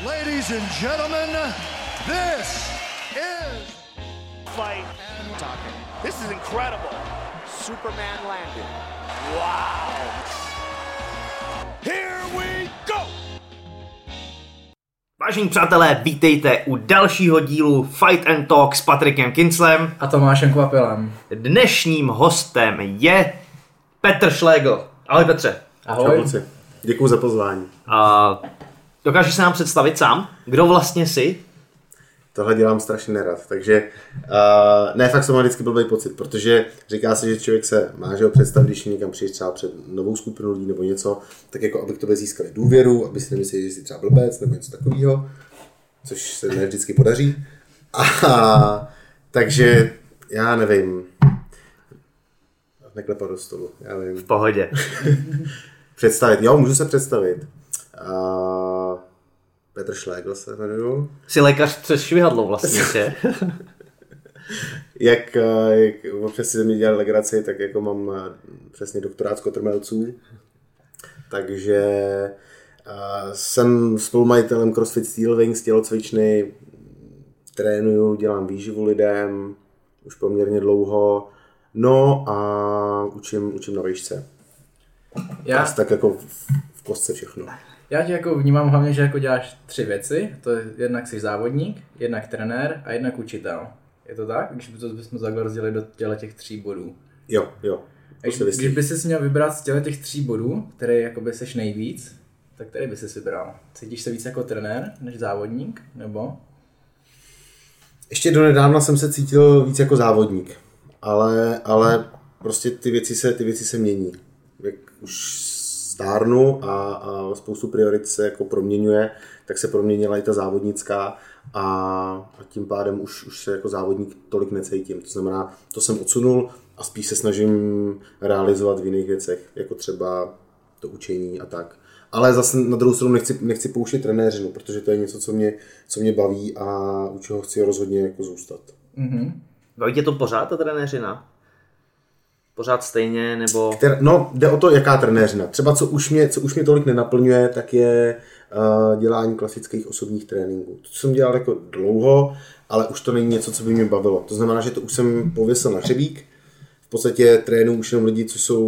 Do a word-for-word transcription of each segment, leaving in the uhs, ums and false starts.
Ladies and gentlemen, this is fight. Talking. This is incredible. Superman landed. Wow. Here we go. Vážení přátelé, vítejte u dalšího dílu Fight and Talk s Patrikem Kinclem a Tomášem Kvapilem. Dnešním hostem je Petr Schlegel. Ahoj Petře. Ahoj. Děkuju za pozvání. A dokážeš se nám představit sám? Kdo vlastně jsi? Tohle dělám strašně nerad, takže uh, ne, fakt jsem mám vždycky blbý pocit, protože říká se, že člověk se má že ho představit, když někam přijde třeba před novou skupinu lidí nebo něco, tak jako aby k tobě získali důvěru, aby si nemysleli, že jsi třeba blbec nebo něco takového, což se ne vždycky podaří. A, takže já nevím, neklepat do stolu, já nevím. V pohodě. Představit, jo, můžu se představit. Uh, Petr Schlegel se jmenuju. Jsi lékař přes švihadlo vlastně, že? jak, jak občas si ze mě dělali legraci, tak jako mám přesně doktorát z kotrmelců. Takže uh, jsem spolumajitelem CrossFit Steel Wings, tělocvičny, trénuju, dělám výživu lidem už poměrně dlouho. No a učím, učím na výšce. Já... Tak jako v, v kostce všechno. Já tě jako vnímám hlavně, že jako děláš tři věci. To je jednak jsi závodník, jednak trenér a jednak učitel. Je to tak? Když bychom to takhle rozdělili do těle těch tří bodů. Jo, jo. Když, když bys si měl vybrat z těle těch tří bodů, který jakoby seš nejvíc, tak který bys si vybral? Cítíš se víc jako trenér než závodník? Nebo? Ještě donedávna jsem se cítil víc jako závodník. Ale, ale prostě ty věci se, ty věci se mění. Jak už stárnu a, a spoustu priorit se jako proměňuje, tak se proměnila i ta závodnická a, a tím pádem už, už se jako závodník tolik necítím. To znamená, to jsem odsunul a spíš se snažím realizovat v jiných věcech, jako třeba to učení a tak. Ale zase na druhou stranu nechci, nechci pouštět trenéřinu, protože to je něco, co mě, co mě baví a u čeho chci rozhodně jako zůstat. Mm-hmm. Baví tě to pořád, ta trenéřina? Pořád stejně, nebo... Kter, no, jde o to, jaká trenéřina. Třeba co už mě, co už mě tolik nenaplňuje, tak je uh, dělání klasických osobních tréninků. To jsem dělal jako dlouho, ale už to není něco, co by mě bavilo. To znamená, že to už jsem pověsil na hřebík. V podstatě trénuju už jenom lidi, co jsou,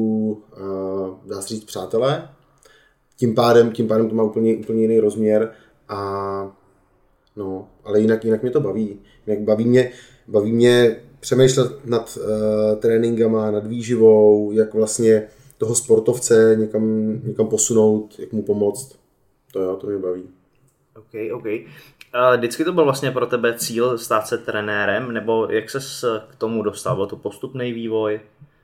uh, dá se říct, přátelé. Tím pádem, tím pádem to má úplně, úplně jiný rozměr. A, no, ale jinak, jinak mě to baví. Jinak baví mě, baví mě přemýšlet nad uh, tréninkama, nad výživou, jak vlastně toho sportovce někam, někam posunout, jak mu pomoct. To jo, to mě baví. OK, OK. Uh, vždycky to byl vlastně pro tebe cíl stát se trenérem, nebo jak ses k tomu dostal? Byl to postupný vývoj?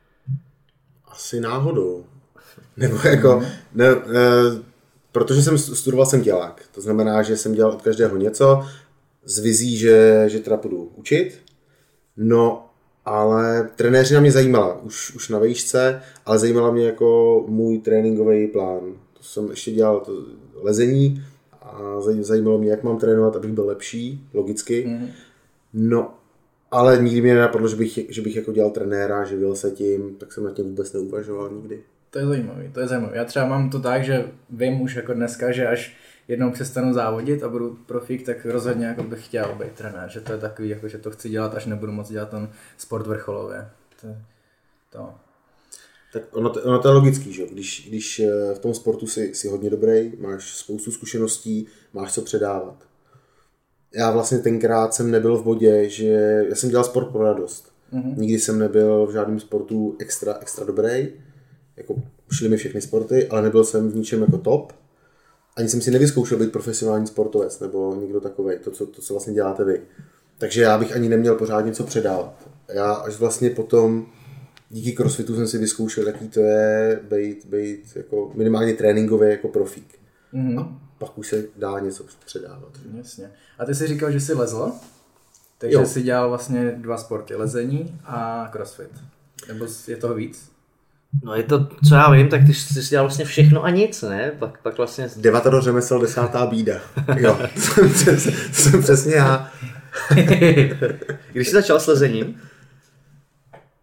Asi náhodou. Nebo jako, ne, uh, protože jsem studoval jsem tělák. To znamená, že jsem dělal od každého něco s vizí, že, že teda půjdu učit. No, ale trenéřina mě zajímala, už, už na výšce, ale zajímala mě jako můj tréninkový plán. To jsem ještě dělal to lezení a zajímalo mě, jak mám trénovat, abych byl lepší, logicky. Mm. No, ale nikdy mě nenapadlo, že bych, že bych jako dělal trenéra, živil se tím, tak jsem na tím vůbec neuvažoval nikdy. To je zajímavý, to je zajímavý. Já třeba mám to tak, že vím už jako dneska, že až jednou přestanu závodit a budu profík, tak rozhodně jako bych chtěl být trenér, že to je takový, jako, že to chci dělat, až nebudu moc dělat ten sport vrcholově. To, to. Tak ono to, ono to je logický, že? Když, když v tom sportu jsi, jsi hodně dobrý, máš spoustu zkušeností, máš co předávat. Já vlastně tenkrát jsem nebyl v bodě, že já jsem dělal sport pro radost. Mm-hmm. Nikdy jsem nebyl v žádném sportu extra, extra dobrý, jako šly mi všechny sporty, ale nebyl jsem v ničem jako top. Ani jsem si nevyzkoušel být profesionální sportovec nebo někdo takovej, to co, to, co vlastně děláte vy. Takže já bych ani neměl pořád něco předávat. Já až vlastně potom díky crossfitu jsem si vyzkoušel, jaký to je být, být jako minimálně tréninkově jako profík. Mm-hmm. A pak už se dá něco předávat. Jasně. A ty jsi říkal, že jsi lezl? Takže jo. Jsi dělal vlastně dva sporty, lezení a crossfit. Nebo je toho víc? No je to, co já vím, tak ty jsi dělal vlastně všechno a nic, ne? Pak, pak vlastně... Devatador řemesel, desátá bída. Jo, to jsem, to jsem přesně já. Když jsi začal s lezením?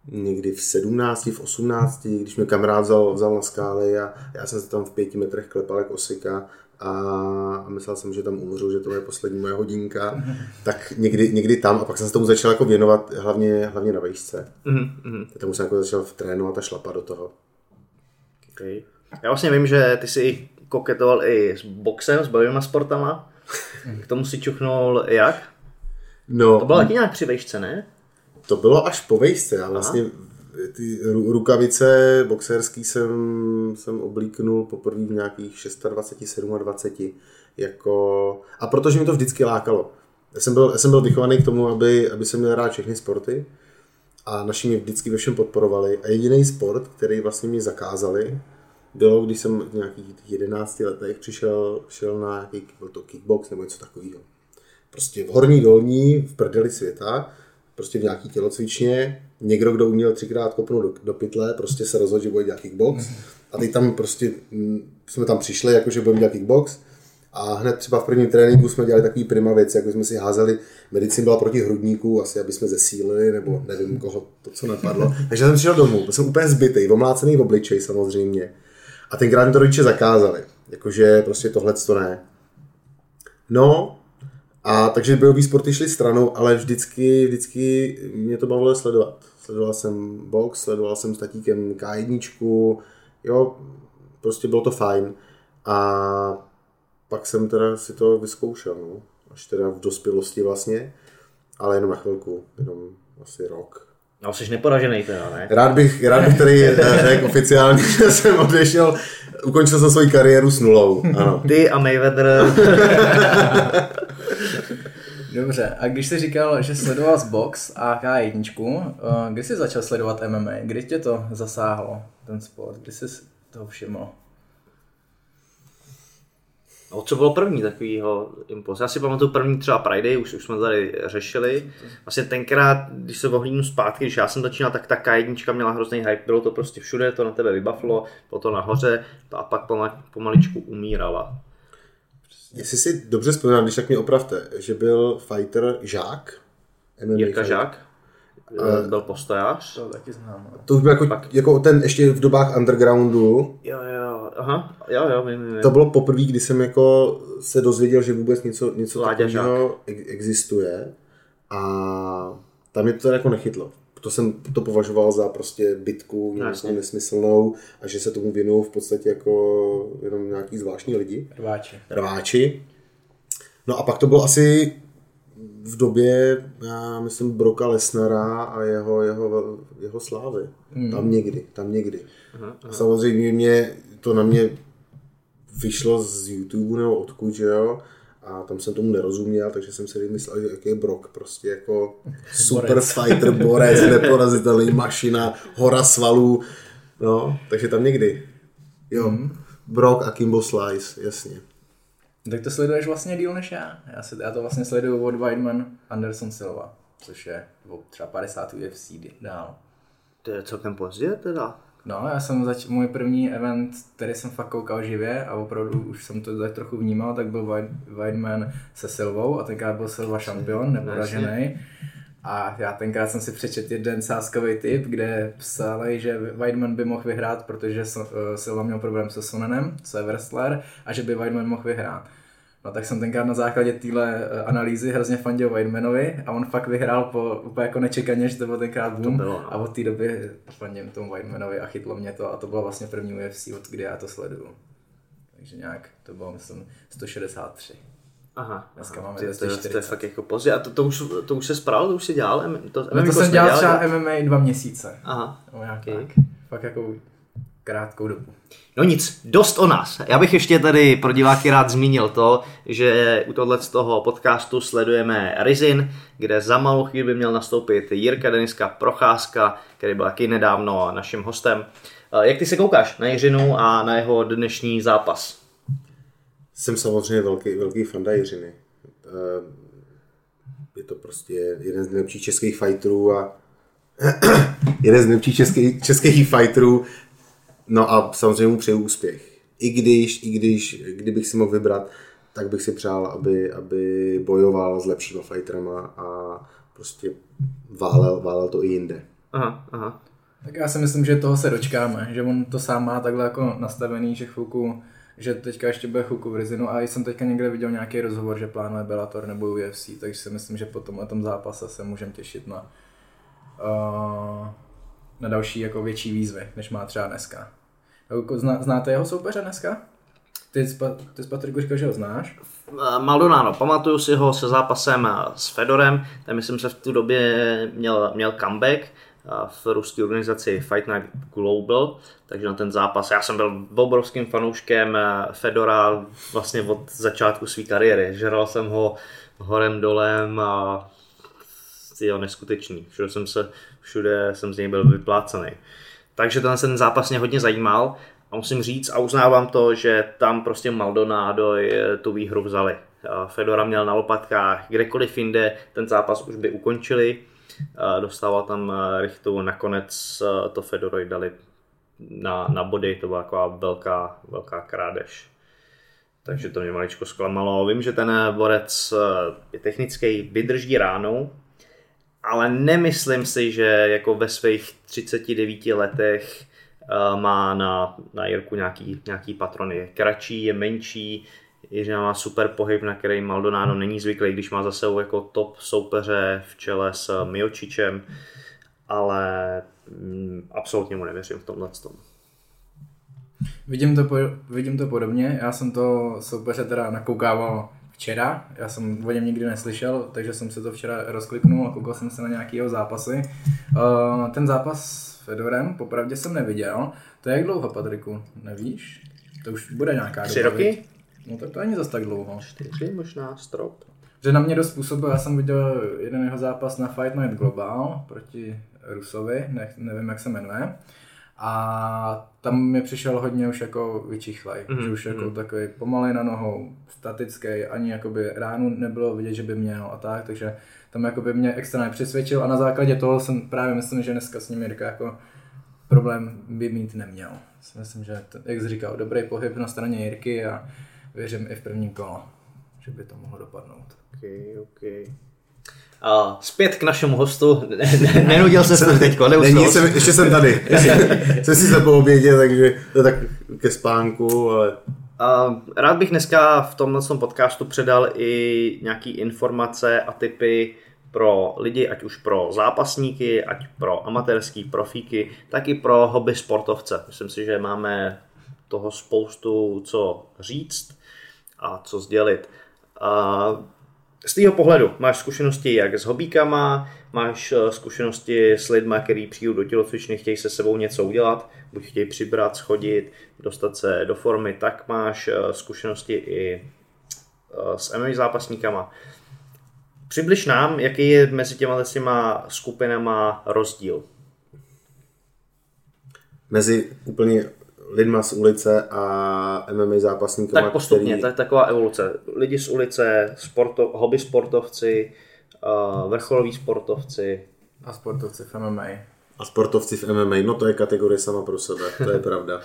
někdy v sedmnácti, v osmnácti, když mě kamarád vzal, vzal na skály a já jsem se tam v pěti metrech klepal jak osika a myslel jsem, že tam umřu, že to je poslední moje hodinka, tak někdy, někdy tam a pak jsem se tomu začal jako věnovat hlavně, hlavně na vejšce. Mm-hmm. Tam jsem jako začal trénovat a šlapat do toho. Okay. Já vlastně vím, že ty jsi koketoval i s boxem, s bojovými sportama. K tomu si čuchnul jak? No, to bylo taky nějak při vejšce, ne? To bylo až po vejšce. Já vlastně ty rukavice boxerský jsem, jsem oblíknul poprvé v nějakých dvaceti šesti, dvaceti sedmi. Jako... A protože mi to vždycky lákalo. Já jsem byl, já jsem byl vychovaný k tomu, aby, aby jsem měl rád všechny sporty. A naši mě vždycky ve všem podporovali. A jediný sport, který vlastně mě zakázali, bylo, když jsem v nějakých jedenácti letech přišel šel na nějaký, byl to kickbox nebo něco takového. Prostě v horní dolní, v prdeli světa, prostě v nějaký tělocvičně, někdo, kdo uměl třikrát kopnout do, do pytle, prostě se rozhodl, že bude dělat kickbox. A teď tam prostě, jsme tam přišli, jakože budeme dělat kickbox. A hned třeba v prvním tréninku jsme dělali takový prima věci, jako jsme si házeli, medicín byla proti hrudníku, asi aby jsme zesílili, nebo nevím koho to, co napadlo. Takže jsem přišel domů, byl jsem úplně zbytej, omlácený v obličej samozřejmě. A tenkrát mi to rodiče zakázali, jakože prostě tohleto ne. No, a takže bojový sporty šly stranou, ale vždycky, vždycky mě to bavilo sledovat. Sledoval jsem box, sledoval jsem s tatíkem ká jedna, jo, prostě bylo to fajn. A pak jsem teda si to vyzkoušel, no, až teda v dospělosti vlastně, ale jenom na chvilku, jenom asi rok. No, jsi neporažený teda, ne? Rád bych, rád bych tady řekl oficiálně, že jsem odešel, ukončil jsem svoji kariéru s nulou, ano. Ty a Mayweather. Dobře, a když jsi říkal, že sledoval box a ká jedna, kdy jsi začal sledovat em em á? Kdy tě to zasáhlo, ten sport? Kdy jsi toho všiml? No, co bylo první takovýho impulsu? Já si pamatuju první třeba Pride, už, už jsme tady řešili. Vlastně tenkrát, když se ohlídnu zpátky, když já jsem začínal, tak ta ká jedna měla hrozný hype, bylo to prostě všude, to na tebe vybaflo, bylo to nahoře a pak pomal, pomaličku umírala. Jestli si dobře vzpomínám, když tak mě opravte, že byl fighter Žák? em em á Jirka fighter. Žák? Uh, byl postojář. To taky znám. To už byl jako, Pak... jako ten ještě v dobách undergroundu. Jo, jo, aha, jo, jo, vím, vím. To bylo poprvé, kdy jsem jako se dozvěděl, že vůbec něco, něco takového existuje. A tam mě to teda jako nechytlo. To jsem to považoval za prostě bitku nějakou nesmyslnou a že se tomu věnují v podstatě jako jenom nějaký zvláštní lidi. Rváči. Rváči. No a pak to bylo asi v době, já myslím, Brocka Lesnara a jeho, jeho, jeho slávy. Mm. Tam někdy, tam někdy. Aha, aha. A samozřejmě mě, to na mě vyšlo z YouTube nebo odkud, že jo, a tam jsem tomu nerozuměl, takže jsem si myslel, že jaký je Brock, prostě jako super borec. Fighter, borec, neporazitelný, mašina, hora svalů, no, takže tam někdy. Jo, mm. Brock a Kimbo Slice, jasně. Tak to sleduješ vlastně díl než já. Já, se, já to vlastně sleduju od Weidman Anderson Silva, což je třeba padesát U F C dál. To je celkem pozdě teda. No, já jsem zač- můj první event, který jsem fakt koukal živě a opravdu už jsem to tak trochu vnímal, tak byl Weidman se Silvou a tenkrát byl Silva šampion, neporažený. A já tenkrát jsem si přečetl jeden sázkový tip, kde psali, že Weidman by mohl vyhrát, protože Silva měl problém se Sonenem, co je wrestler, a že by Weidman mohl vyhrát. No tak jsem tenkrát na základě téhle analýzy hrozně fandil Weidmanovi a on fakt vyhrál po úplně jako nečekaně, že to byl tenkrát boom. To bylo, no. A od té doby fandím tomu Weidmanovi a chytlo mě to a to bylo vlastně první U F C, od kdy já to sleduju. Takže nějak to bylo, myslím, sto šedesát tři. Aha, dneska aha, máme to, dvě stě čtyřicet. To je fakt jako pozdě. A to, to, už, to už se spravil, to už se dělal? To, no to jsem dělal třeba em em á dva měsíce. Aha, no, nějak okay. Tak. Fakt jako krátkou dobu. No nic, dost o nás. Já bych ještě tady pro diváky rád zmínil to, že u tohle z toho podcastu sledujeme Rizin, kde za malou chvíli by měl nastoupit Jirka Deniska Procházka, který byl taky nedávno naším hostem. Jak ty se koukáš na Jiřinu a na jeho dnešní zápas? Jsem samozřejmě velký, velký fanda Jiřiny. Je to prostě jeden z nejlepších českých fighterů a jeden z nejlepších českých, českých fighterů. No a samozřejmě mu přeju úspěch. I když, i když, kdybych si mohl vybrat, tak bych si přál, aby, aby bojoval s lepšíma fighterama a prostě válel, válel to i jinde. Aha, aha. Tak já si myslím, že toho se dočkáme, že on to sám má takhle jako nastavený, že chvilku, že teďka ještě bude chvilku v Rizinu a jsem teďka někde viděl nějaký rozhovor, že plánuje Bellator nebo U F C, takže si myslím, že po tomhle tom zápase se můžeme těšit na, uh, na další jako větší výzvy, než má třeba dneska. Zná, znáte jeho soupeře dneska? Ty z, ty z Patriku říkal, že ho znáš? Maldonado, pamatuju si ho se zápasem s Fedorem, ten myslím se v tu době měl, měl comeback v ruské organizaci Fight Night Global, takže na ten zápas, já jsem byl obrovským fanouškem Fedora vlastně od začátku své kariéry, žral jsem ho horem dolem a je neskutečný, všude jsem, se, všude jsem z něj byl vyplácený. Takže ten, ten zápas mě hodně zajímal a musím říct a uznávám to, že tam prostě Maldonado tu výhru vzali. Fedora měl na lopatkách kdekoliv jinde, ten zápas už by ukončili. Dostával tam Richtu, nakonec to Fedorovi dali na, na body, to byla taková velká, velká krádež. Takže to mě maličko zklamalo. Vím, že ten borec je technický, vydrží ránu, ale nemyslím si, že jako ve svých třiceti devíti letech má na, na Jirku nějaký, nějaký patrony. Je kratší, je menší, Jiřina má super pohyb, na který Maldonado není zvyklý, když má za sebou jako top soupeře v čele s Miocičem, ale mm, absolutně mu nevěřím v tomhle tom. Vidím to, po, vidím to podobně, já jsem to soupeře teda nakoukával včera, já jsem o něm nikdy neslyšel, takže jsem se to včera rozkliknul a koukal jsem se na nějaký jeho zápasy. Uh, ten zápas s Fedorem popravdě jsem neviděl, to je jak dlouho, Patriku, nevíš? To už bude nějaká doba. Tři roky? No tak to není zas tak dlouho. Čtyři možná, strop. Že na mě dost působil, já jsem viděl jeden jeho zápas na Fight Night Global proti Rusovi, ne, nevím jak se jmenuje. A tam mi přišel hodně už jako vyčichlej, mm-hmm. že už jako mm-hmm. takový pomalej na nohou, statický, ani jakoby ránu nebylo vidět, že by měl a tak, takže tam jakoby mě extra nepřesvědčil a na základě toho jsem právě myslím, že dneska s ním Jirka jako problém by mít neměl. Myslím, že to, jak jsi říkal, dobrý pohyb na straně Jirky a věřím i v prvním kolo, že by to mohlo dopadnout. Okay, okay. A zpět k našemu hostu, nenudil se sem teďko, neustal. Není, jsem, ještě jsem tady, jsem si se po obědě, takže to je tak ke spánku, ale... A rád bych dneska v tomhle podcastu předal i nějaký informace a tipy pro lidi, ať už pro zápasníky, ať pro amatérský profíky, tak i pro hobby sportovce. Myslím si, že máme toho spoustu co říct a co sdělit. A z tého pohledu máš zkušenosti jak s hobíkama, máš zkušenosti s lidmi, kteří přijdou do tělocvičny, chtějí se sebou něco udělat, buď chtějí přibrat, schodit, dostat se do formy, tak máš zkušenosti i s M M A zápasníkama. Přibliž nám, jaký je mezi těma těma skupinama rozdíl. Mezi úplně lidma z ulice a M M A zápasníkama, tak postupně, který... tak taková evoluce. Lidi z ulice, sporto, hobby sportovci, uh, vrcholoví sportovci. A sportovci v M M A. A sportovci v M M A, no to je kategorie sama pro sebe, to je pravda.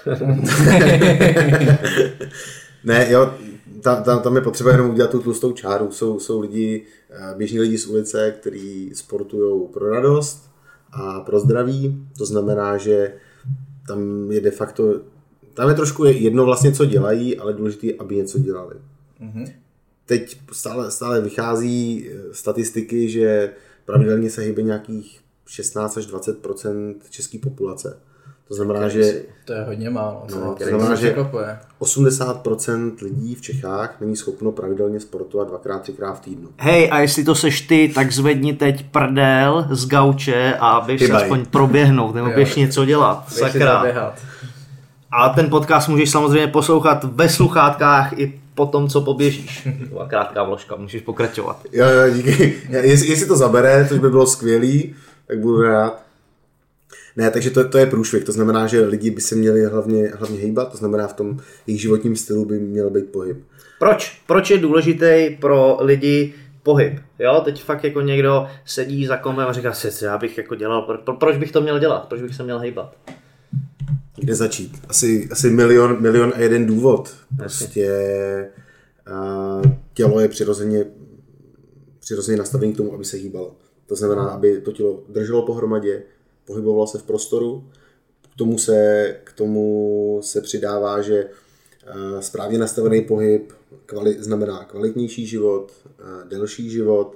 Ne, jo, tam, tam, tam je potřeba jenom udělat tu tlustou čáru. Jsou, jsou lidi, běžní lidi z ulice, kteří sportujou pro radost a pro zdraví. To znamená, že tam je de facto, tam je trošku jedno vlastně, co dělají, ale důležité, aby něco dělali. Mm-hmm. Teď stále, stále vychází statistiky, že pravidelně se hýbe nějakých šestnáct až dvacet procent české populace. To znamená, že... To je hodně málo. No, to znamená, že osmdesát procent lidí v Čechách není schopno pravidelně sportovat dvakrát, třikrát v týdnu. Hej, a jestli to seš ty, tak zvedni teď prdel z gauče a běž se aspoň proběhnout, nebo běž něco dělat. Sakra. A ten podcast můžeš samozřejmě poslouchat ve sluchátkách i po tom, co poběžíš. To byla krátká vložka, můžeš pokračovat. Jo, jo, díky. Jestli, jestli to zabere, což by bylo skvělý, tak budu rád. Ne, takže to, to je průšvih, to znamená, že lidi by se měli hlavně, hlavně hejbat, to znamená v tom jejich životním stylu by měl být pohyb. Proč? Proč je důležitý pro lidi pohyb? Jo, teď fakt jako někdo sedí za kompem a říká si, já bych jako dělal, pro, proč bych to měl dělat, proč bych se měl hejbat? Kde začít? Asi, asi milion, milion a jeden důvod. Prostě uh, tělo je přirozeně, přirozeně nastavené k tomu, aby se hýbalo. To znamená, aby to tělo drželo pohromadě, pohyboval se v prostoru. K tomu se, k tomu se přidává, že správně nastavený pohyb kvali, znamená kvalitnější život, delší život.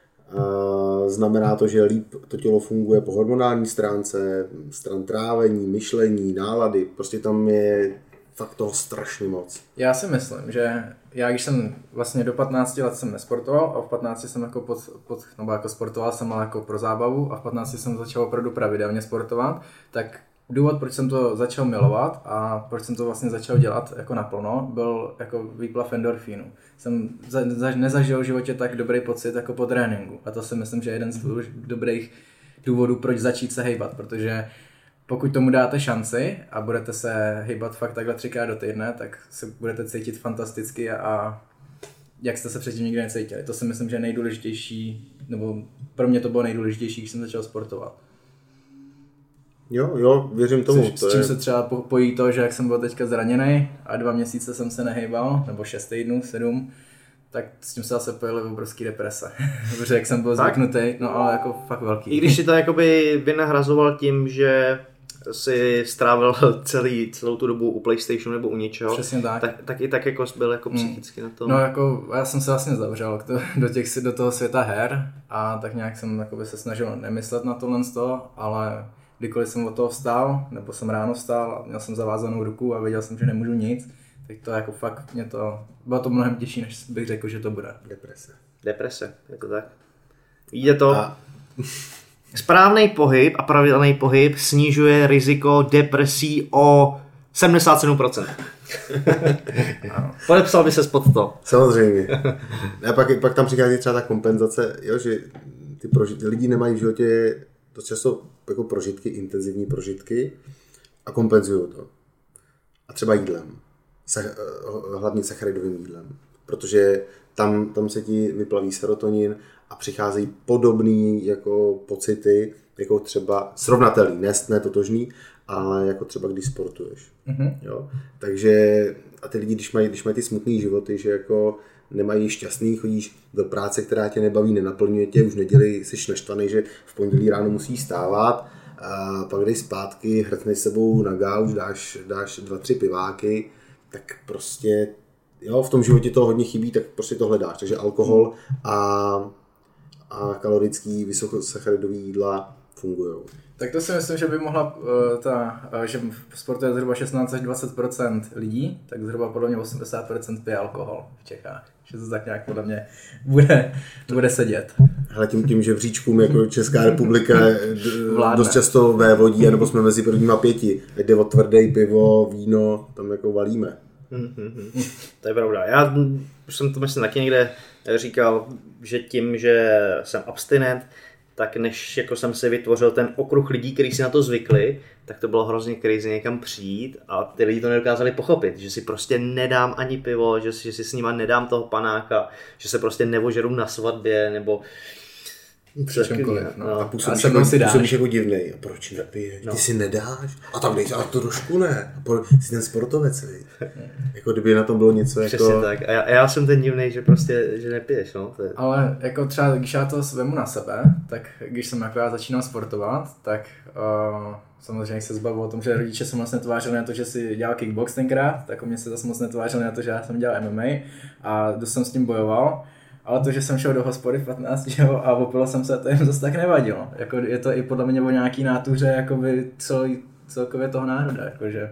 Znamená to, že líp to tělo funguje po hormonální stránce, stran trávení, myšlení, nálady. Prostě tam je fakt toho strašně moc. Já si myslím, že já když jsem vlastně do patnácti let jsem nesportoval a v patnácti jsem jako, pod, pod, nebo jako sportoval jsem ale jako pro zábavu a v patnácti jsem začal opravdu pravidelně sportovat, tak důvod, proč jsem to začal milovat a proč jsem to vlastně začal dělat jako naplno, byl jako výplav endorfínu. Jsem za, za, nezažil v životě tak dobrý pocit jako po tréninku a to si myslím, že je jeden z dobrých důvodů, proč začít se hejbat, protože pokud tomu dáte šanci a budete se hejbat fakt takhle třikrát do týdne, tak se budete cítit fantasticky a jak jste se předtím nikdy necítili. To si myslím, že je nejdůležitější, nebo pro mě to bylo nejdůležitější, když jsem začal sportovat. Jo, jo, věřím tomu. Což, to s čím je... se třeba pojí to, že jak jsem byl teďka zraněný a dva měsíce jsem se nehejbal, nebo šest týdnů, sedm, tak s tím se zase pojily obrovský deprese. Protože jak jsem byl zvyknutý, no ale jako fakt velký. I když si to jakoby vynahrazoval tím, že si strávil celý, celou tu dobu u PlayStationu nebo u něčeho, přesně tak. Tak, tak i tak jako byl jako psychicky mm. na tom. No jako já jsem se vlastně zavřel do, těch, do toho světa her a tak nějak jsem se snažil nemyslet na tohle z toho, ale kdykoliv jsem od toho vstál, nebo jsem ráno vstál a měl jsem zavázanou ruku a věděl jsem, že nemůžu nic, tak to jako fakt mě to, bylo to mnohem těžší, než bych řekl, že to bude. Deprese. Deprese, je to tak. Jde to. A... Správný pohyb a pravidelný pohyb snižuje riziko depresí o sedmdesát sedm procent. Podepsal by se pod to. Samozřejmě. A pak, pak tam přichází třeba ta kompenzace, jo, že ty, proži- ty lidi nemají v životě dost často jako prožitky, intenzivní prožitky a kompenzují to. A třeba jídlem. Sach- hlavně sacharidovým jídlem. Protože tam, tam se ti vyplaví serotonin a přicházejí podobné jako pocity, jako třeba srovnatelný, ne, ne totožný, ale jako třeba když sportuješ. Mm-hmm. Jo? Takže a ty lidi, když mají, když mají ty smutné životy, že jako nemají šťastný, chodíš do práce, která tě nebaví, nenaplňuje tě, už v neděli jsi naštvaný, že v pondělí ráno musí stávat, a pak jdeš zpátky, hrtneš sebou na gauč, dáš, dáš dva, tři piváky, tak prostě jo, v tom životě to hodně chybí, tak prostě to hledáš. Takže alkohol a, a kalorický vysokosacharidový jídla fungují. Tak to si myslím, že by mohla ta, že sportuje zhruba šestnáct až dvacet procent lidí, tak zhruba podle mě osmdesát procent pije alkohol v Čechách. Že to tak nějak podle mě bude, bude sedět. Hele, tím, tím žebříčkům jako Česká republika vládne. Dost často vévodí, anebo jsme mezi prvníma pěti. Ať jde o tvrdý pivo, víno, tam jako valíme. Mm-hmm. To je pravda. Já už jsem to myslím taky někde říkal, že tím, že jsem abstinent, tak než jako jsem si vytvořil ten okruh lidí, kteří si na to zvykli, tak to bylo hrozně crazy někam přijít a ty lidi to nedokázali pochopit, že si prostě nedám ani pivo, že si, že si s nima nedám toho panáka, že se prostě nevožeru na svatbě, nebo Přečemkoliv, no. No. A působíš, jako, působíš jako divnej. A proč nepiješ? No. Ty si nedáš? A tak dej, ale to trošku ne. Jsi ten sportovec, jako kdyby na tom bylo něco jako... Přesně tak. A já, já jsem ten divnej, že prostě, že nepiješ, no. To je... Ale jako třeba, když já to vemu na sebe, tak když jsem jako já začínal sportovat, tak uh, samozřejmě se zbavil o tom, že rodiče se moc netvářili na to, že si dělal kickbox tenkrát, tak o mě se zase moc netvářili na to, že já jsem dělal M M A a dost jsem s tím bojoval. Ale to, že jsem šel do hospody v patnácti jo, a opil jsem se, to jim zase tak nevadilo. Jako, je to i podle mě o nějaký nátuře jakoby celý, celkově toho národa. Jakože.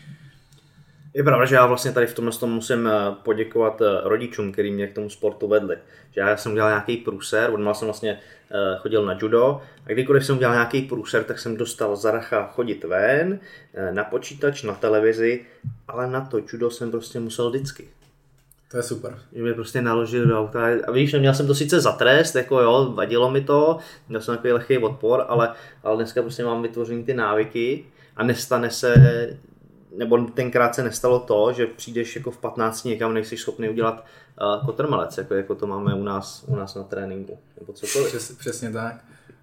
Je pravda, že já vlastně tady v tomhle tom musím poděkovat rodičům, kteří mě k tomu sportu vedli. Že já jsem udělal nějaký průser, odmah jsem vlastně chodil na judo a kdykoliv jsem udělal nějaký průser, tak jsem dostal zaracha chodit ven, na počítač, na televizi, ale na to judo jsem prostě musel vždycky. To je super. Že mě prostě naložil do auta a víš, měl jsem to sice za trest, jako jo, vadilo mi to, měl jsem takový lehký odpor, ale, ale dneska prostě mám vytvořený ty návyky a nestane se, nebo tenkrát se nestalo to, že přijdeš jako v patnácti někam, nejsi schopný udělat uh, kotrmelec, jako, jako to máme u nás, u nás na tréninku, nebo cokoliv. Přes, přesně tak.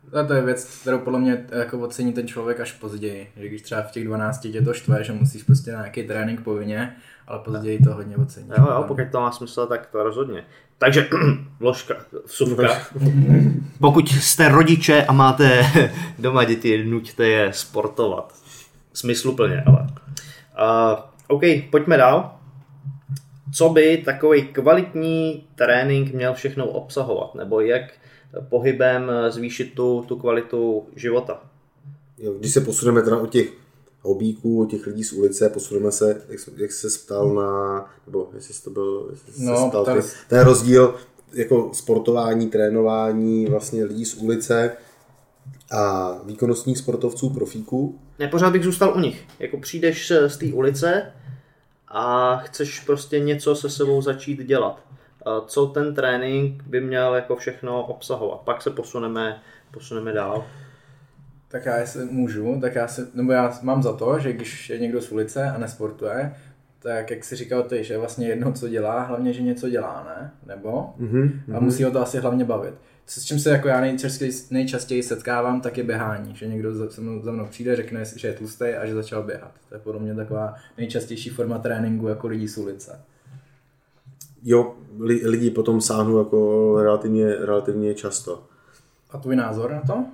A to je věc, kterou podle mě jako ocení ten člověk až později. Že když třeba v těch dvanácti tě to štve, že musíš prostě na nějaký trénink povinně, ale později to hodně ocení. Jo, jo, pokud to má smysl, tak to rozhodně. Takže vložka, vsuvka. Pokud jste rodiče a máte doma děti, nuťte je sportovat. Smysluplně, ale. Uh, OK, pojďme dál. Co by takový kvalitní trénink měl všechno obsahovat? Nebo jak pohybem zvýšit tu, tu kvalitu života? Jo, když se posuneme teda od těch hobíků, od těch lidí z ulice, posuneme se, jak, jak se ptal na, nebo jestli to byl, jestli no, se ptal, ten... ten rozdíl jako sportování, trénování vlastně lidí z ulice a výkonnostních sportovců, profíků. Ne, pořád bych zůstal u nich. Jako přijdeš z té ulice a chceš prostě něco se sebou začít dělat. Co ten trénink by měl jako všechno obsahovat. Pak se posuneme, posuneme dál. Tak já jestli můžu, tak já si, nebo já mám za to, že když je někdo z ulice a nesportuje, tak jak jsi říkal ty, že vlastně jedno co dělá, hlavně, že něco dělá, ne? Nebo? Mm-hmm. A musí ho to asi hlavně bavit. S čím se jako já nejčastěji, nejčastěji setkávám, tak je běhání. Že někdo za mnou, za mnou přijde, řekne, že je tlustý a že začal běhat. To je podle mě taková nejčastější forma tréninku jako lidí z ulice. Jo, lidi potom sáhnou jako relativně, relativně často. A tvůj názor na to?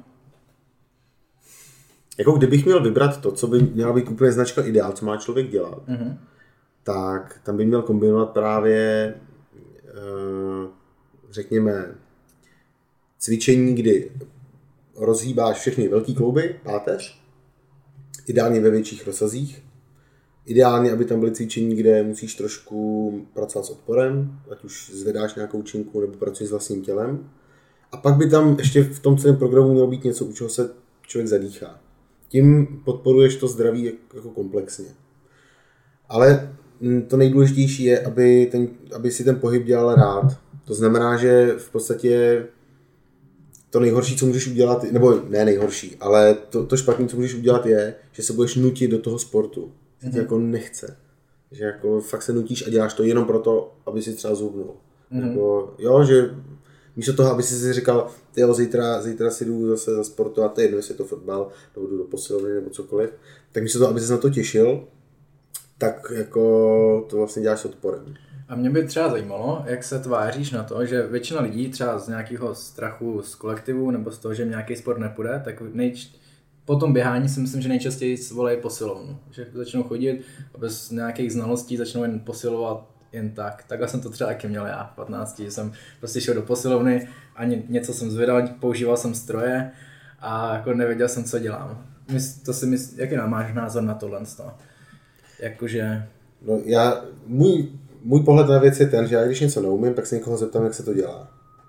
Jako kdybych měl vybrat to, co by měla být úplně značka ideál, co má člověk dělat, mm-hmm. tak tam by měl kombinovat právě, řekněme, cvičení, kdy rozhýbáš všechny velký klouby, páteř, ideálně ve větších rozsazích, ideálně, aby tam byly cvičení, kde musíš trošku pracovat s odporem, ať už zvedáš nějakou činku nebo pracuješ s vlastním tělem. A pak by tam ještě v tom celém programu mělo být něco, u čeho se člověk zadýchá. Tím podporuješ to zdraví jako komplexně. Ale to nejdůležitější je, aby, ten, aby si ten pohyb dělal rád. To znamená, že v podstatě to nejhorší, co můžeš udělat, nebo ne nejhorší, ale to, to špatné, co můžeš udělat je, že se budeš nutit do toho sportu. Se ti mm-hmm. jako nechce. Že jako fakt se nutíš a děláš to jenom proto, aby si třeba zhubnul. Mm-hmm. Jako, jo, že místo toho, aby si si říkal, jo, zítra, zítra si jdu zase zasportovat, to je jedno, jestli je to fotbal, nebo jdu do posilovny, nebo cokoliv, tak místo toho, aby se na to těšil, tak jako to vlastně děláš s odporem. A mě by třeba zajímalo, jak se tváříš na to, že většina lidí třeba z nějakého strachu z kolektivu nebo z toho, že nějaký sport nepůjde, tak nejč... po tom běhání si myslím, že nejčastěji volají posilovnu. Že začnou chodit a bez nějakých znalostí začnou jen posilovat jen tak. Takhle jsem to třeba taky měl já v patnácti, že jsem prostě šel do posilovny a něco jsem zvedal, používal jsem stroje a jako nevěděl jsem, co dělám. To si mysl... Jaký máš názor na tohle? Jakože... No já, můj, můj pohled na věc je ten, že já když něco neumím, tak se někoho zeptám, jak se to dělá.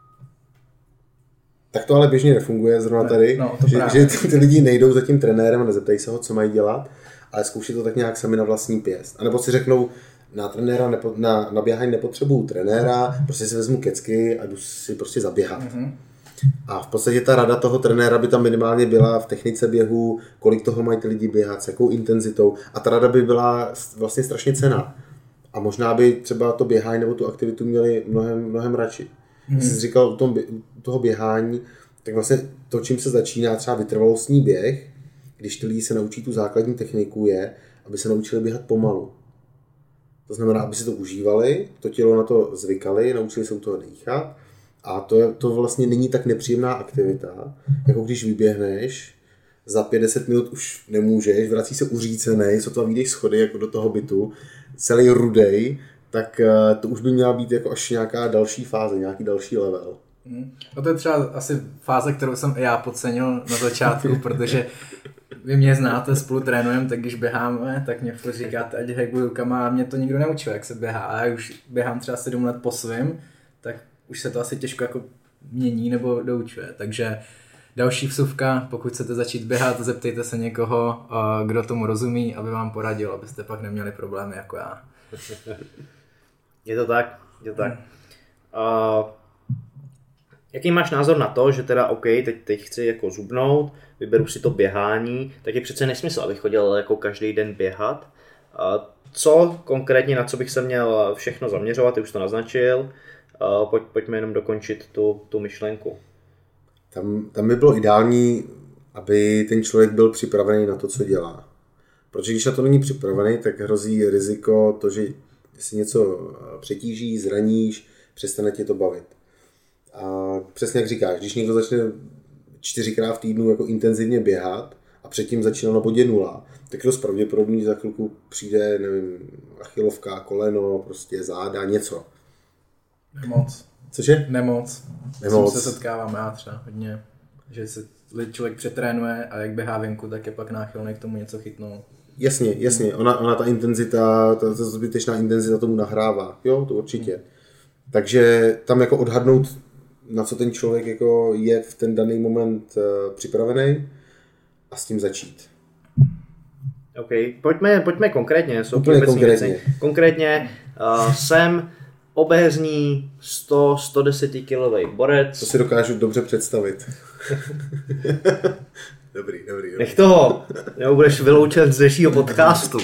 Tak to ale běžně nefunguje zrovna ne, tady, no, že, že ty lidi nejdou za tím trenérem a nezeptají se ho, co mají dělat, ale zkouší to tak nějak sami na vlastní pěst. A nebo si řeknou, na trenéra, nepo, na, na běhání nepotřebuju trenéra, prostě si vezmu kecky a jdu si prostě zaběhat. Mm-hmm. A v podstatě ta rada toho trenéra by tam minimálně byla v technice běhu, kolik toho mají ty lidi běhat, s jakou intenzitou. A ta rada by byla vlastně strašně cenná. A možná by třeba to běhání nebo tu aktivitu měli mnohem, mnohem radši. Mm-hmm. Jsi říkal u, tom, u toho běhání, tak vlastně to, čím se začíná třeba vytrvalostní běh, když ty lidi se naučí tu základní techniku, je, aby se naučili běhat pomalu. To znamená, aby si to užívali, to tělo na to zvykali, naučili se u toho dýchat. A to, je, to vlastně není tak nepříjemná aktivita, jako když vyběhneš, za pět deset minut už nemůžeš, vrací se uřícenej, sotva vyjdeš schody jako do toho bytu, celý rudej, tak to už by měla být jako až nějaká další fáze, nějaký další level. Hmm. No to je třeba asi fáze, kterou jsem já podcenil na začátku, protože vy mě znáte, spolu trénujeme, tak když běháme, tak mě furt říkáte, ať hejbuju rukama, a mě to nikdo neučil, jak se běhá. A já už běhám třeba sedm let po svým, tak už se to asi těžko jako mění nebo doučuje. Takže další vsuvka, pokud chcete začít běhat, zeptejte se někoho, kdo tomu rozumí, aby vám poradil, abyste pak neměli problémy jako já. Je to tak, je to tak. Uh, jaký máš názor na to, že teda OK, teď, teď chci jako zubnout, vyberu si to běhání, tak je přece nesmysl, abych chodil jako každý den běhat. Uh, co konkrétně, na co bych se měl všechno zaměřovat, ty už to naznačil, uh, pojď, pojďme jenom dokončit tu, tu myšlenku. Tam, tam by bylo ideální, aby ten člověk byl připravený na to, co dělá. Protože když na to není připravený, tak hrozí riziko to, že si něco přetíží, zraníš, přestane tě to bavit. A přesně jak říkáš, když někdo začne čtyřikrát v týdnu jako intenzivně běhat a předtím začínal na bodě nula, tak je dost pravděpodobný, že za chvilku přijde, nevím, achilovka, koleno, prostě záda, něco. Nemoc. Cože? Nemoc. Nemoc. S tím se setkávám já třeba hodně, že se člověk přetrénuje a jak běhá venku, tak je pak náchylný k tomu něco chytnout. Jasně, jasně. Ona, ona ta intenzita, ta, ta zbytečná intenzita tomu nahrává. Jo, to určitě. Takže tam jako odhadnout, na co ten člověk jako je v ten daný moment uh, připravený a s tím začít. OK, pojďme, pojďme konkrétně. Jsou Úplně konkrétně. Věci. Konkrétně uh, jsem obézní sto až sto deset kilový borec. To si dokážu dobře představit. Dobrý, dobrý, dobrý. Nech toho, nebo budeš vyloučen z dnešního podcastu.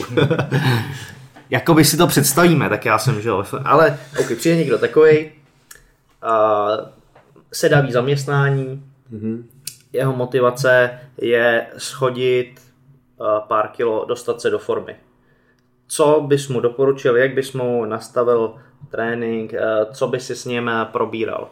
Jakoby si to představíme, tak já jsem, že jo. Ale ok, přijde někdo takovej, uh, sedavý zaměstnání, mm-hmm. jeho motivace je schodit uh, pár kilo, dostat se do formy. Co bys mu doporučil, jak bys mu nastavil trénink, uh, co bys si s ním probíral?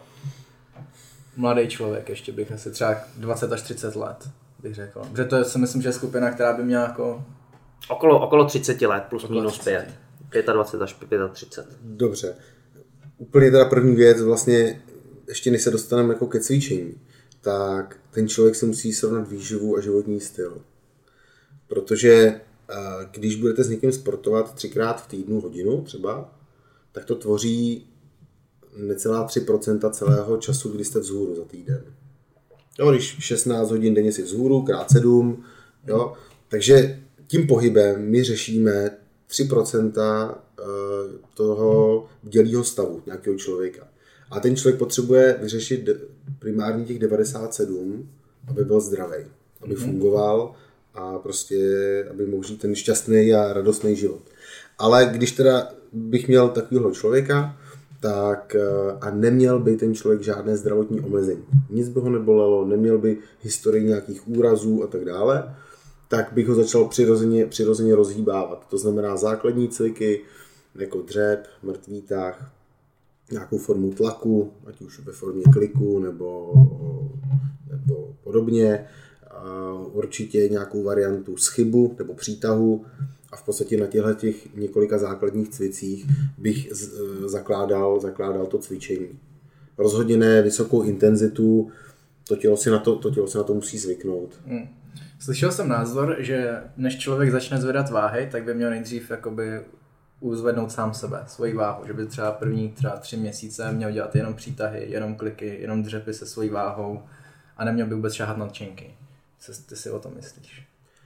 Mladý člověk, ještě bych asi třeba dvacet až třicet let, bych řekl. Protože to je, si myslím, že je skupina, která by měla jako... Okolo, okolo třicet let, plus okolo minus třicet. pět. dvacet až třicet pět. Dobře. Úplně teda první věc, vlastně ještě než se dostaneme jako ke cvičení, tak ten člověk si musí srovnat výživu a životní styl. Protože když budete s někým sportovat třikrát v týdnu hodinu třeba, tak to tvoří necelá tři procenta celého času, kdy jste vzhůru za týden. Jo, když šestnáct hodin denně si vzhůru, krát sedm, jo, takže tím pohybem my řešíme tři procenta toho dělího stavu nějakého člověka. A ten člověk potřebuje vyřešit primárně těch devadesát sedm, aby byl zdravý, aby fungoval a prostě, aby mohl žít ten šťastný a radostný život. Ale když teda bych měl takového člověka, tak a neměl by ten člověk žádné zdravotní omezení. Nic by ho nebolelo, neměl by historii nějakých úrazů a tak dále, tak bych ho začal přirozeně, přirozeně rozhýbávat. To znamená základní cviky, jako dřep, mrtvý tah, nějakou formu tlaku, ať už ve formě kliku nebo, nebo podobně. Určitě nějakou variantu schybu nebo přítahu. A v podstatě na těchto těch několika základních cvicích bych z, zakládal, zakládal to cvičení. Rozhodně ne vysokou intenzitu, to tělo si na to, to, tělo si na to musí zvyknout. Hmm. Slyšel jsem názor, že než člověk začne zvedat váhy, tak by měl nejdřív jakoby uzvednout sám sebe, svoji váhu. Že by třeba první třeba tři měsíce měl dělat jenom přítahy, jenom kliky, jenom dřepy se svojí váhou a neměl by vůbec šáhat na činky. Co ty si o tom myslíš?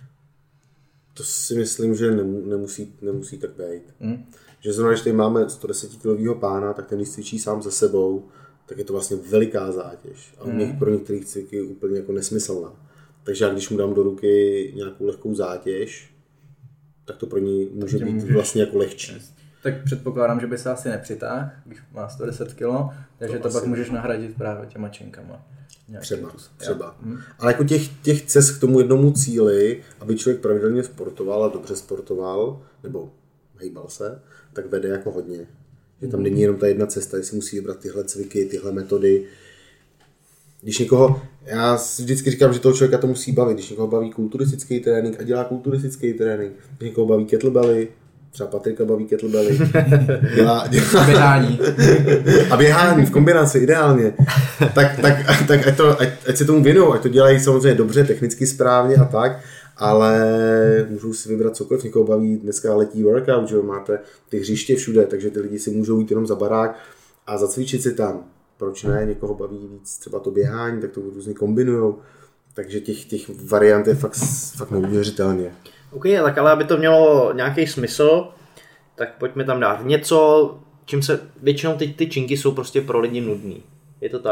To si myslím, že nemusí, nemusí tak být. Hmm. Že zrovna, když tady máme sto deset kilového pána, tak ten když cvičí sám za sebou, tak je to vlastně veliká zátěž. A u mě pro některých cviky je úplně jako nesmyslná. Takže já když mu dám do ruky nějakou lehkou zátěž, tak to pro ní může být můžeš... vlastně jako lehčí. Tak předpokládám, že by se asi nepřitáhl, když má sto deset kilo, takže to, to pak můžeš nahradit právě těma činkama. Třeba, třeba. Hmm. Ale jako těch, těch cest k tomu jednomu cíli, aby člověk pravidelně sportoval a dobře sportoval, nebo hejbal se, tak vede jako hodně. Že tam není jenom ta jedna cesta, že si musí vybrat tyhle cviky, tyhle metody. Když někoho, já vždycky říkám, že toho člověka to musí bavit, když někoho baví kulturistický trénink a dělá kulturistický trénink, když někoho baví kettlebelly, třeba Patrika baví kettlebelly, dělá, dělá běhání. A běhání v kombinaci, ideálně. Tak, tak, tak ať, to, ať, ať se tomu věnují, ať to dělají samozřejmě dobře, technicky správně a tak, ale můžou si vybrat cokoliv, někoho baví dneska letí workout, že máte ty hřiště všude, takže ty lidi si můžou jít jenom za barák a zacvičit si tam. Proč ne? Někoho baví víc třeba to běhání, tak to různě kombinujou. Takže těch, těch variant je fakt, fakt neuvěřitelně. OK, tak ale aby to mělo nějaký smysl, tak pojďme tam dát něco, čím se většinou ty, ty činky jsou prostě pro lidi nudný. Je to tak.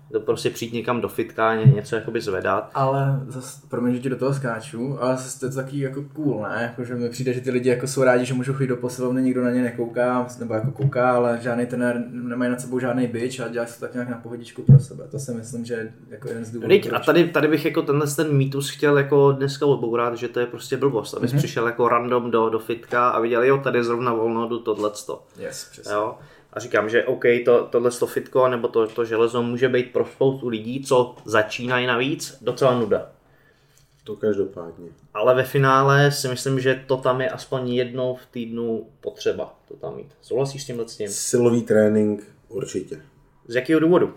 To prostě přijít někam do fitka, něco jakoby zvedat. Ale zase, promiň, že ti do toho skáču, ale zase to je to taky jako cool, ne? Jako, že mi přijde, že ty lidi jako jsou rádi, že můžou chodit do posilovny, nikdo na ně nekouká, nebo jako kouká, ale žádný trenér nemají nad sebou žádný bič a dělá se tak nějak na pohodičku pro sebe. To si myslím, že je jako jeden z důvodů. A tady, tady bych jako tenhle ten mýtus chtěl jako dneska odbourat, že to je prostě blbost, abys mm-hmm. přišel jako random do, do fitka a viděl, jo, tady je zrovna volno, jdu tohleto. Yes, přesně. Jo? A říkám, že OK, to, tohleto fitko nebo to, to železo může být pro spoustu lidí, co začínají navíc, docela nuda. To každopádně. Ale ve finále si myslím, že to tam je aspoň jednou v týdnu potřeba to tam mít. Souhlasíš s tímhle s tím? Silový trénink určitě. Z jakého důvodu?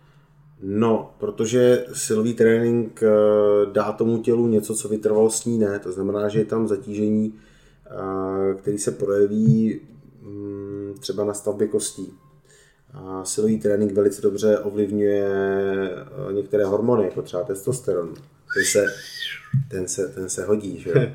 No, protože silový trénink dá tomu tělu něco, co vytrvalostní ne. To znamená, že je tam zatížení, který se projeví třeba na stavbě kostí. A silový trénink velice dobře ovlivňuje některé hormony, jako třeba testosteron. Ten se, ten se, ten se hodí, že?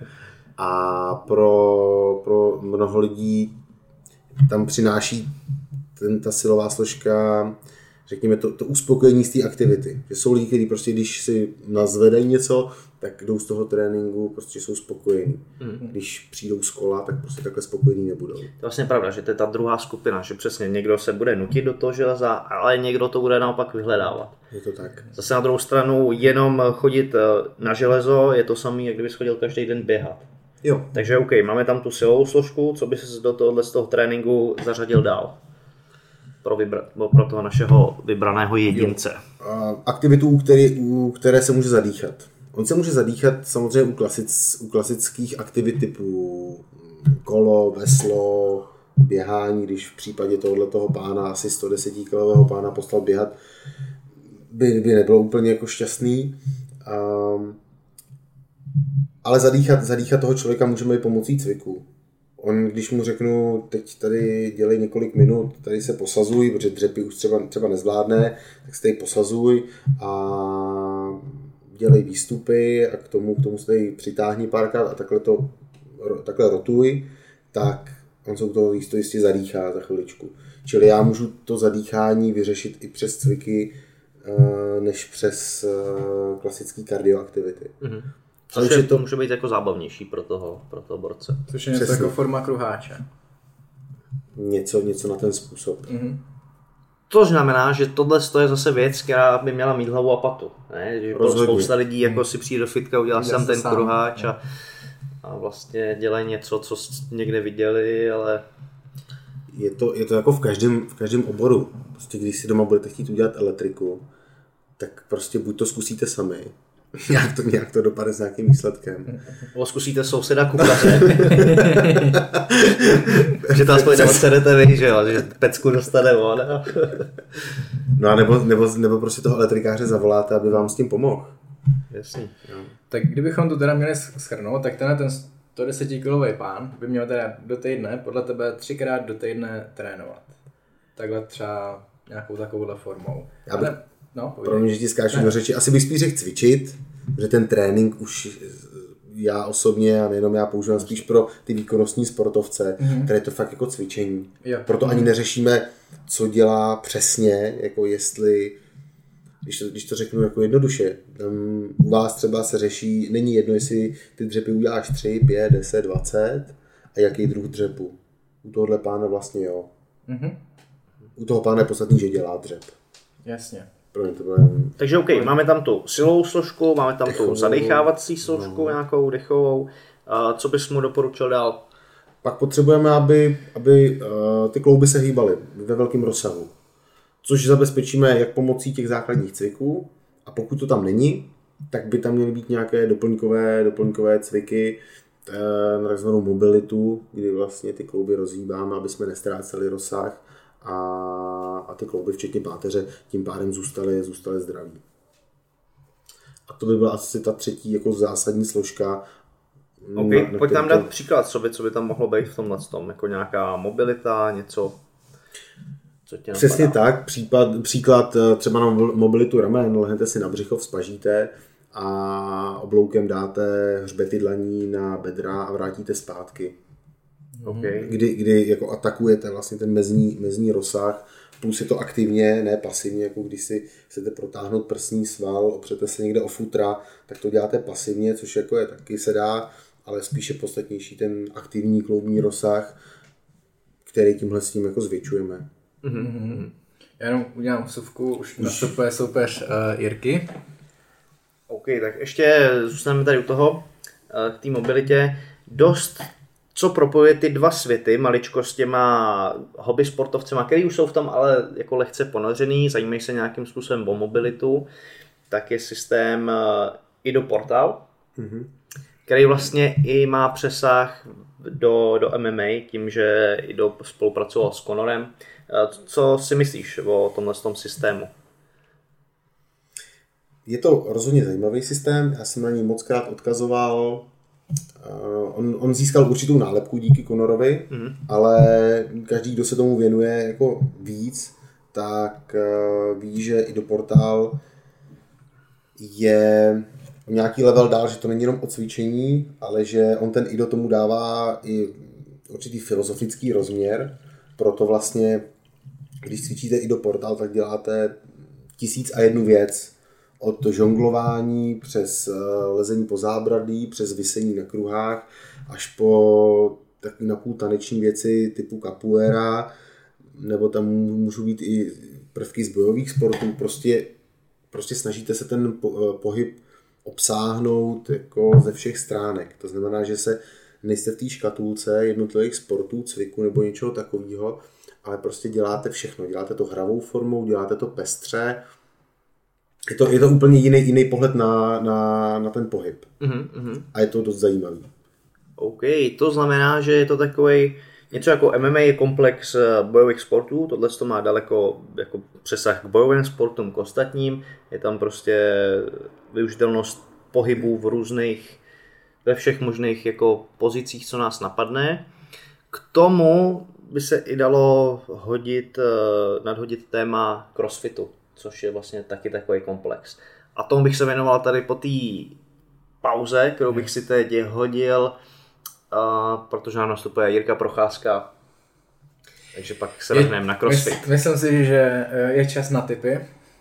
A pro, pro mnoho lidí tam přináší ten, ta silová složka, řekněme, to, to uspokojení z té aktivity. Že jsou lidi, kteří prostě, když si nazvedají něco, tak jdou z toho tréninku, prostě jsou spokojení. Mm. Když přijdou z kola, tak prostě takhle spokojení nebudou. To je vlastně pravda, že to je ta druhá skupina, že přesně někdo se bude nutit do toho železa, ale někdo to bude naopak vyhledávat. Je to tak. Zase na druhou stranu jenom chodit na železo je to samé, jak kdybys chodil každý den běhat. Jo. Takže OK, máme tam tu silovou složku, co by se do tohohle z toho tréninku zařadil dál? Pro, vybra- pro toho našeho vybraného jedince. Jo. Aktivitu, u které, u které se může zadýchat. On se může zadýchat samozřejmě u, klasic, u klasických aktivit typu kolo, veslo, běhání, když v případě tohoto pána, asi sto deset kilového pána poslal běhat, by, by nebylo úplně jako šťastný. Um, ale zadýchat, zadýchat toho člověka můžeme i pomocí cviku. On, když mu řeknu, teď tady dělej několik minut, tady se posazuj, protože dřepy už třeba, třeba nezvládne, tak se tady posazuj a dělej výstupy a k tomu, k tomu se tady přitáhni párkrát a takhle to takhle rotuj, tak on se u toho jisto jistě zadýchá za chviličku. Čili já můžu to zadýchání vyřešit i přes cviky, než přes klasické kardioaktivity. Mm-hmm. Což je, to může být jako zábavnější pro toho, pro toho borce. Což je něco jako forma kruháče. Něco, něco na ten způsob. Mm-hmm. To znamená, že tohle je zase věc, která by měla mít hlavu a patu. Ne? Že spousta lidí jako si přijde do fitka, udělá si tam ten sám. kruháč a, a vlastně dělají něco, co někde viděli, ale... Je to, je to jako v každém, v každém oboru. Prostě když si doma budete chtít udělat elektriku, tak prostě buď to zkusíte sami, nějak to, nějak to dopadne s nějakým výsledkem. Nebo zkusíte souseda kuchaře. Že to aspoň neodsedete vy, že jo, že pecku dostane on. No a nebo, nebo, nebo prostě toho elektrikáře zavoláte, aby vám s tím pomohl. Jasně. Jo. Tak kdybychom to teda měli shrnout, tak tenhle ten sto deset kilový pán by měl teda do týdne, podle tebe třikrát do týdne trénovat. Takhle třeba nějakou takovouhle formou. Já bych, Ale, no, pro mě, že ti skáču do řeči, asi bych spíš řekl cvičit, že ten trénink už já osobně a nejenom já používám spíš pro ty výkonnostní sportovce, mm-hmm. které je to fakt jako cvičení. Jo. Proto ani neřešíme, co dělá přesně, jako jestli, když to, když to řeknu jako jednoduše, tam u vás třeba se řeší, není jedno, jestli ty dřepy uděláš tři, pět, deset, dvacet a jaký druh dřepu. U tohohle pána vlastně jo. Mm-hmm. U toho pána je podstatný, že dělá dřep. Jasně. Takže OK, máme tam tu silovou složku, máme tam dechovou, tu zadechávací složku, no. Nějakou dechovou. Uh, co bys mu doporučil dál? Pak potřebujeme, aby, aby uh, ty klouby se hýbaly ve velkém rozsahu. Což zabezpečíme jak pomocí těch základních cviků. A pokud to tam není, tak by tam měly být nějaké doplňkové, doplňkové cviky uh, na takzvanou mobilitu, kdy vlastně ty klouby rozhýbáme, aby jsme nestráceli rozsah. A, a ty klouby, včetně páteře, tím pádem zůstaly, zůstaly zdraví. A to by byla asi ta třetí jako zásadní složka. Okay. Na, na pojď nám dát příklad, co by, co by tam mohlo být v tomhle tom, jako nějaká mobilita, něco, co tě napadá. Přesně tak, případ, příklad třeba na mobilitu ramen, lehnete si na břicho, vzpažíte a obloukem dáte hřbety dlaní na bedra a vrátíte zpátky. Okay. Kdy, kdy jako atakujete vlastně ten mezní, mezní rozsah, plus je to aktivně, ne pasivně, jako když si chcete protáhnout prsní sval, opřete se někde o futra, tak to děláte pasivně, což jako je taky se dá, ale spíše podstatnější ten aktivní kloubní rozsah, který tímhle s tím jako zvětšujeme. Mm-hmm. Já jenom udělám vsuvku, už nastupuje soupeř uh, Jirky. OK, tak ještě zůstaneme tady u toho, uh, k té mobilitě. Dost, co propojuje ty dva světy, maličko s těma hobby sportovcema, který už jsou v tom ale jako lehce ponořený, zajímají se nějakým způsobem o mobilitu, tak je systém uh, Ido Portal, mm-hmm. který vlastně i má přesah do, do M M A, tím, že Ido spolupracoval s Conorem. Co si myslíš o tomhle tom systému? Je to rozhodně zajímavý systém, já jsem na něj mockrát odkazoval. On, on získal určitou nálepku díky Conorovi, mm. ale každý, kdo se tomu věnuje jako víc, tak ví, že Ido Portal je nějaký level dál, že to není jenom o cvičení, ale že on ten Ido tomu dává i určitý filozofický rozměr, proto vlastně, když cvičíte Ido Portal, tak děláte tisíc a jednu věc. Od žonglování přes lezení po zábradlí, přes visení na kruhách, až po takový napůl taneční věci typu capoeira, nebo tam můžou být i prvky z bojových sportů. Prostě, prostě snažíte se ten pohyb obsáhnout jako ze všech stránek. To znamená, že se nejste v té škatulce jednotlivých sportů, cviku nebo něčeho takového, ale prostě děláte všechno. Děláte to hravou formou, děláte to pestře. Je to, je to úplně jiný, jiný pohled na, na, na ten pohyb. Mm-hmm. A je to dost zajímavý. OK, to znamená, že je to takový něco jako M M A je komplex bojových sportů, tohle to má daleko jako přesah k bojovým sportům, k ostatním. Je tam prostě využitelnost pohybů v různých, ve všech možných jako pozicích, co nás napadne. K tomu by se i dalo hodit, nadhodit téma crossfitu, což je vlastně taky takový komplex. A tomu bych se věnoval tady po té pauze, kterou bych si teď hodil, uh, protože nám nastupuje Jirka Procházka, takže pak se vrhneme na crossfit. Myslím si, že je čas na tipy.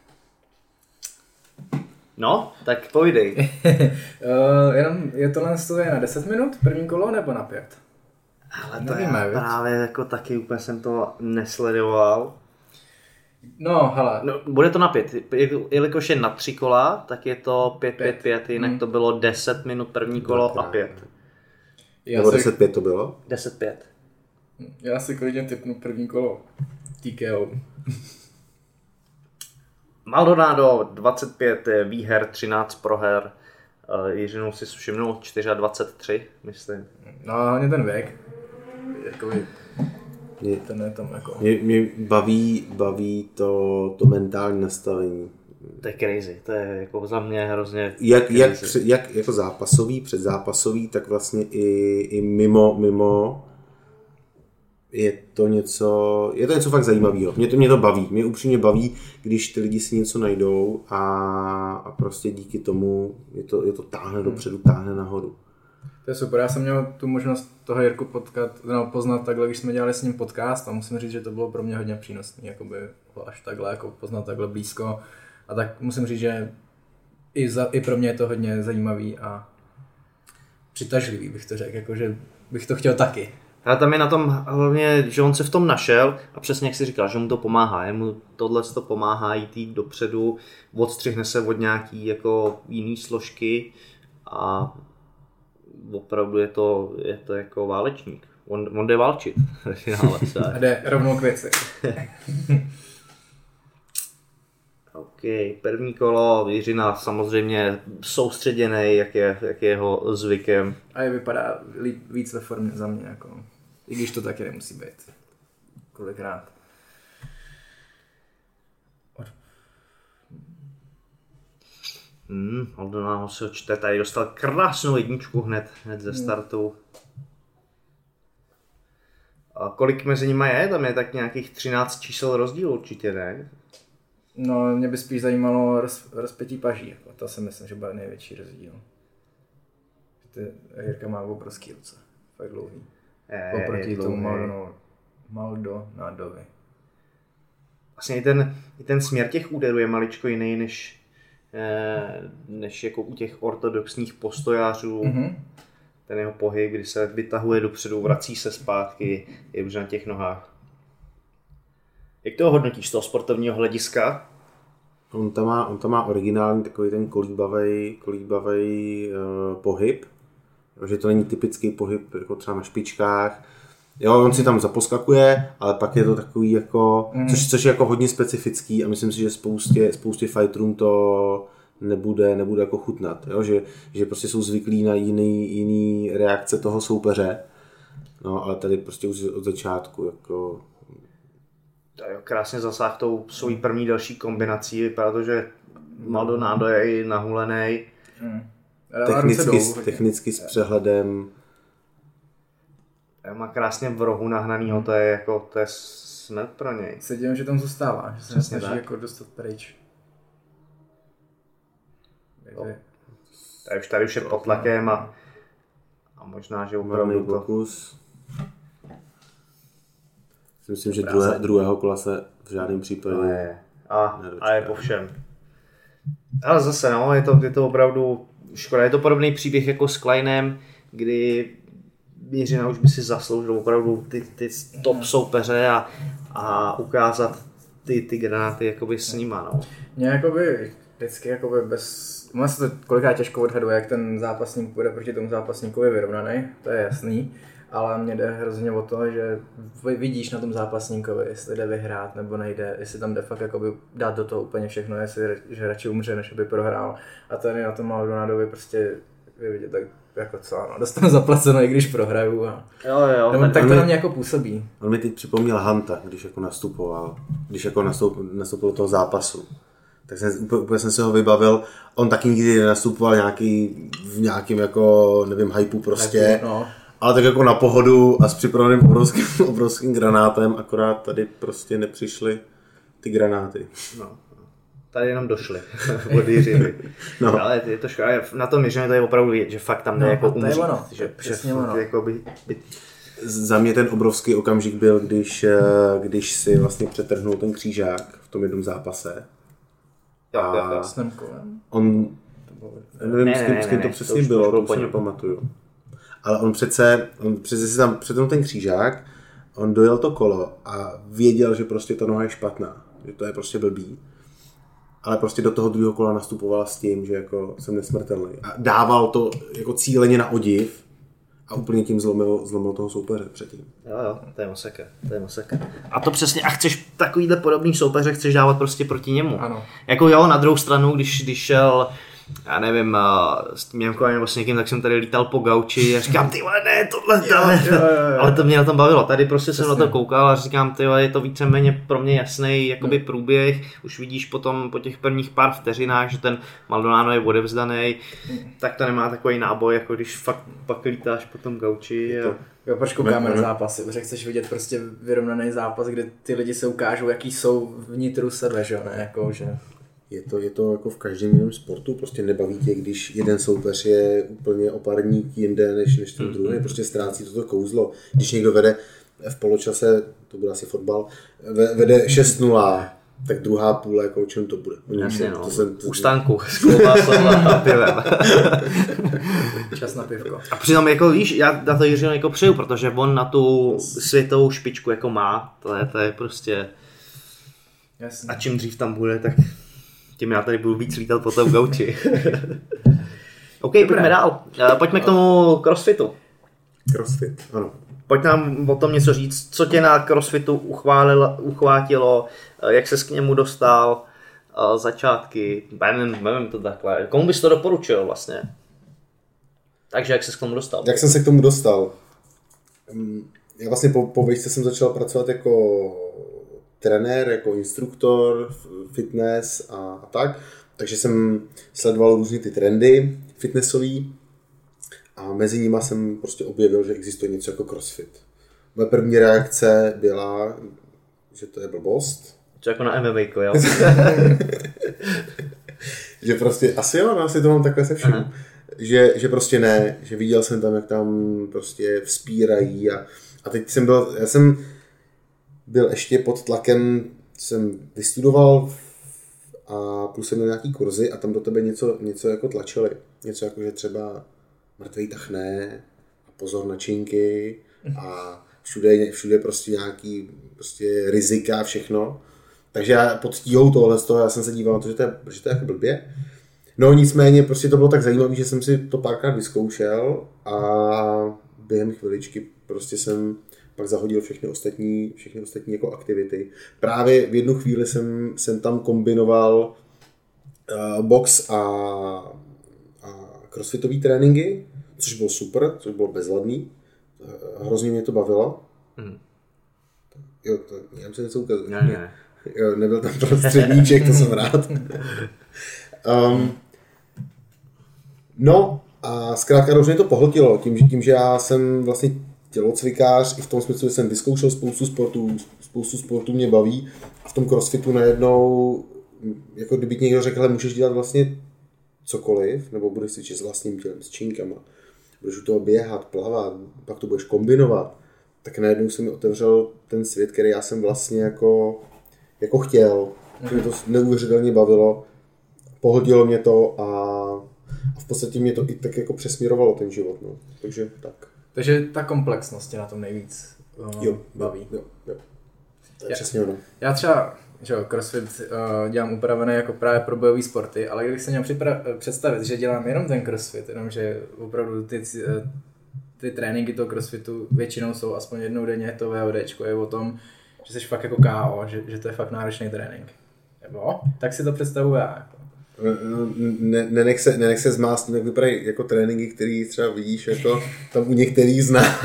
No, tak povídej. uh, jenom je tohle studie na deset minut, první kolo, nebo na pět? Ale to Nevíme, já právě jako taky úplně jsem to nesledoval. No, hele. No, bude to na pět. Jelikož je na tři kola, tak je to pět pět pět, jinak hmm. to bylo deset minut první kolo tak, a pět. Nebo deset pět to bylo? deset pět. Já si klidně tipnu první kolo. T K O. Maldonado dvacet pět výher, třináct proher. Jiřinu si všimnul dvacet čtyři, myslím. No, hlavně ten věk. Jakoby... Mě, ten je tam jako... mě, mě baví, baví to, to mentální nastavení. To je crazy, to je jako za mě hrozně jak, jak, jak jako zápasový, předzápasový, tak vlastně i, i mimo, mimo je to něco, je to něco fakt zajímavého. Mě to, mě to baví, mě upřímně baví, když ty lidi si něco najdou a, a prostě díky tomu je to, je to táhne dopředu, táhne nahoru. To je super, já jsem měl tu možnost toho Jirku potkat, no, poznat takhle, když jsme dělali s ním podcast a musím říct, že to bylo pro mě hodně přínosné, jakoby až takhle jako poznat takhle blízko a tak musím říct, že i, za, i pro mě je to hodně zajímavý a přitažlivý bych to řekl, jakože bych to chtěl taky. Ale tam je na tom hlavně, že on se v tom našel a přesně jak jsi říkal, že mu to pomáhá, jemu tohle to pomáhá jít, jít dopředu, odstřihne se od nějaký jako jiný složky a opravdu je to, je to jako válečník. On, on jde válčit. A jde rovnou k věci. OK, první kolo, Jiřina samozřejmě soustředěný, jak je, jak je jeho zvykem. A je vypadá líp, víc ve formě za mě, jako, i když to taky nemusí být. Kolikrát. Hmm, Maldonado se ho čte, tady dostal krásnou jedničku hned, hned ze startu. A kolik mezi nimi je? Tam je tak nějakých třináct čísel rozdíl určitě, ne? No, mě by spíš zajímalo roz, rozpětí paží, jako. To si myslím, že bude největší rozdíl. Ty, Jirka má obrovský ruce, fakt dlouhý. je, oproti je tomu dlouhý. Maldo, Maldo Nadovi. Vlastně i ten, i ten směr těch úderů je maličko jiný než, než jako u těch ortodoxních postojářů. Mm-hmm. Ten jeho pohyb, kdy se vytahuje dopředu, vrací se zpátky, je už na těch nohách. Jak to hodnotíš z toho sportovního hlediska? On tam má, on tam má originální takový ten kolíbavej, kolíbavej uh, pohyb, že to není typický pohyb jako třeba na špičkách. Jo, on si tam zaposkakuje, ale pak je to takový jako, mm. což, což je jako hodně specifický a myslím si, že spoustě, spoustě fighterům to nebude, nebude jako chutnat, jo? Že, že prostě jsou zvyklí na jiný, jiný reakce toho soupeře, no ale tady prostě už od začátku jako... Jo, krásně zasáhl tou svojí první další kombinací, vypadá to, že Maldonado je i nahulenej. Mm. Technicky, technicky s přehledem. Má krásně v rohu nahnanýho, to je jako, to je smrt pro něj. Se dívám, že tam zůstává, že se nesnaží jako dostat pryč. No. Tady už, tady už je pod tlakem a, a možná, že opravdu to... Pokus. Myslím, že druhé, druhého kola se v žádném případě je. A, a je po všem. Ale zase, no, je to, je to opravdu škoda. Je to podobný příběh jako s Kleinem, kdy Jiřina už by si zasloužil opravdu ty, ty top soupeře a, a ukázat ty, ty granáty jakoby s nima, no. Mě jakoby vždycky jakoby bez... Má se to kolikrát těžko odhaduje, jak ten zápasník bude proti tomu zápasníkovi vyrovnaný, to je jasný. Ale mě jde hrozně o to, že vidíš na tom zápasníkovi, jestli jde vyhrát nebo nejde, jestli tam jde fakt jakoby dát do toho úplně všechno, jestli že radši umře, než aby prohrál. A tady na tom Maldonadovi prostě vy vidět, tak jako co, no, dostanu zaplaceno, i když prohraju. A... Jo, jo. Nebo, tak to na mě jako působí. On mi teď připomněl Hanta, když jako nastupoval, když jako nastup, nastoupil do toho zápasu. Tak jsem, úplně, úplně jsem si ho vybavil, on taky nikdy nenastupoval nějaký, v nějakým jako, nevím, hypeu prostě. Hype, no. Ale tak jako na pohodu a s připraveným obrovským, obrovským granátem, akorát tady prostě nepřišly ty granáty. No, tady jenom došly od Jiřiny. No. Ale je to škoda, na tom Jiřině to je opravdu vidět, že fakt tam jde no, jako umřít. Ono, že, že ono. Jako by, by... Za mě ten obrovský okamžik byl, když, když si vlastně přetrhnul ten křížák v tom jednom zápase. Jo, jo, jo. S Nemkovem. On, nevím, ne, s kým, ne, s kým ne, to ne, přesně to už, bylo, to už to si nepamatuju. Ale on přece, on přece si tam přetrhnul ten křížák, on dojel to kolo a věděl, že prostě ta noha je špatná, že to je prostě blbý. Ale prostě do toho druhého kola nastupoval s tím, že jako jsem nesmrtelný. A dával to jako cíleně na odiv a úplně tím zlomil, zlomil toho soupeře předtím. Jo, jo, to je masakr, to je masakr. A to přesně, a chceš takovýhle podobný soupeře, chceš dávat prostě proti němu. Ano. Jako jo, na druhou stranu, když, když šel, já nevím, s tím Němkovem nebo s někým, tak jsem tady lítal po gauči a říkám, ty vole, ne, tohle, tohle. Jo, jo, jo. Ale to mě na tom bavilo. Tady prostě jsem přesně na to koukal a říkám, ty vole, je to víceméně pro mě jasný jakoby no. průběh. Už vidíš potom po těch prvních pár vteřinách, že ten Maldonado je odevzdaný, mm. tak to nemá takový náboj, jako když fakt pak lítáš po tom gauči. A... Jo, proč koukáme na zápasy, protože chceš vidět prostě vyrovnaný zápas, kde ty lidi se ukážou, jaký jsou vnitru sebe, že jo, ne, jako, že... Je to, je to jako v každém jiném sportu, prostě nebaví tě, když jeden soupeř je úplně oparník jinde než, než ten druhý, prostě ztrácí toto kouzlo. Když někdo vede v poločase, to bude asi fotbal, vede šest nula, tak druhá půle, jako o čem to bude? Jasně, no, to jsem, to... u stánku, s klobásou a pivem. Čas na pivko. A přitom, jako víš, já na to Jiřího jako přeju, protože on na tu světovou špičku jako má, to je, to je prostě... Jasně. A čím dřív tam bude, tak tím já tady budu víc lítat po tom gauči. OK, Dobré. Pojďme dál. Pojďme k tomu crossfitu. Crossfit, ano. Pojď nám o tom něco říct, co tě na crossfitu uchválilo, uchvátilo, jak ses k němu dostal, začátky, nevím to takhle. Komu bys to doporučil vlastně? Takže jak ses k tomu dostal? Jak jsem se k tomu dostal? Já vlastně po, po výšce jsem začal pracovat jako trenér, jako instruktor, fitness a, a tak. Takže jsem sledoval různý ty trendy fitnessový a mezi nimi jsem prostě objevil, že existuje něco jako crossfit. Moje první reakce byla, že to je blbost. Co jako na M M A, jo? Že prostě asi jo, no, asi to mám takhle se vším. že, že prostě ne, že viděl jsem tam, jak tam prostě vzpírají a, a teď jsem byl, já jsem byl ještě pod tlakem, jsem vystudoval a plus jsem měl nějaký kurzy a tam do tebe něco, něco jako tlačili. Něco jako, že třeba mrtvý tah ne, a pozor na činky a všude, všude prostě nějaký prostě rizika a všechno. Takže já pod tíhou tohle z toho, já jsem se díval na to, že to je, že to je jako blbě. No nicméně prostě to bylo tak zajímavé, že jsem si to párkrát vyzkoušel a během chviličky prostě jsem pak zahodil všechny ostatní, všechny ostatní jako aktivity. Právě v jednu chvíli jsem, jsem tam kombinoval uh, box a, a crossfitový tréninky, což bylo super, což bylo bezvadný. Uh, hrozně mě to bavilo. Mm. Jo, to, já jsem se něco ukazuje. Ne, ne. Jo, nebyl tam prostředníček, to jsem rád. Um, no a zkrátka dobře mě to pohltilo, tím, že, tím, že já jsem vlastně tělocvikář i v tom smyslu, že jsem vyzkoušel spoustu sportů, spoustu sportů mě baví a v tom crossfitu najednou, jako kdyby ti někdo řekl, můžeš dělat vlastně cokoliv, nebo budeš cvičit s vlastním tělem, s činkama, budeš u toho běhat, plavat, pak to budeš kombinovat, tak najednou se mi otevřel ten svět, který já jsem vlastně jako, jako chtěl, že mě to neuvěřitelně bavilo, pohltilo mě to a, a v podstatě mě to i tak jako přesměrovalo ten život, no. Takže tak. Takže ta komplexnost tě na tom nejvíc uh, jo, baví. Jo, jo. To je já, přesně ono. Já třeba, že jo, crossfit uh, dělám upravené jako právě pro bojové sporty, ale kdybych se měl připra- představit, že dělám jenom ten crossfit, jenom že opravdu ty, ty tréninky toho crossfitu většinou jsou aspoň jednou denně, to VODčko je o tom, že jsi fakt jako K O, že, že to je fakt náročný trénink. Nebo? Tak si to představuji já. Jako. Ne, nenech, se, nenech se zmást tím, jak vypadají jako tréninky, který třeba vidíš jako tam u některých z nás.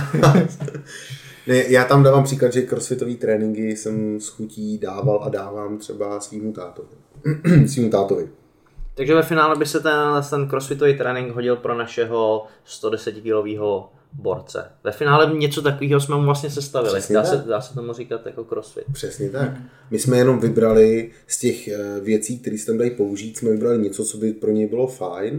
Ne, já tam dávám příklad, že crossfitový tréninky jsem s chutí dával a dávám třeba svýmu tátovi. svýmu tátovi. Takže ve finále by se ten, ten crossfitový trénink hodil pro našeho sto deset kilového borce. Ve finále něco takového jsme mu vlastně sestavili. Dá se, dá se tomu říkat jako crossfit. Přesně tak. My jsme jenom vybrali z těch věcí, které se tam dají použít, jsme vybrali něco, co by pro něj bylo fajn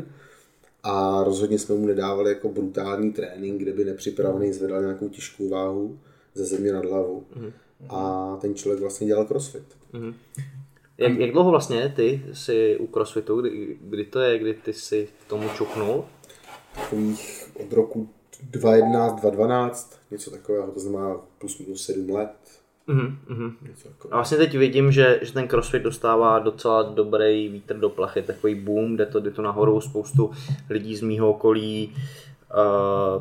a rozhodně jsme mu nedávali jako brutální trénink, kde by nepřipravený zvedal nějakou těžkou váhu ze země nad hlavu. Mm. A ten člověk vlastně dělal crossfit. Mm. Jak, jak dlouho vlastně ty jsi u crossfitu, kdy, kdy to je, kdy ty jsi k tomu čuknul? Takových od roku dva tisíce jedenáct, dva tisíce dvanáct, něco takového, to znamená plus minus sedm let. Mm-hmm. A vlastně teď vidím, že, že ten crossfit dostává docela dobrý vítr do plachy, takový boom, jde to, jde to nahoru, spoustu lidí z mýho okolí uh,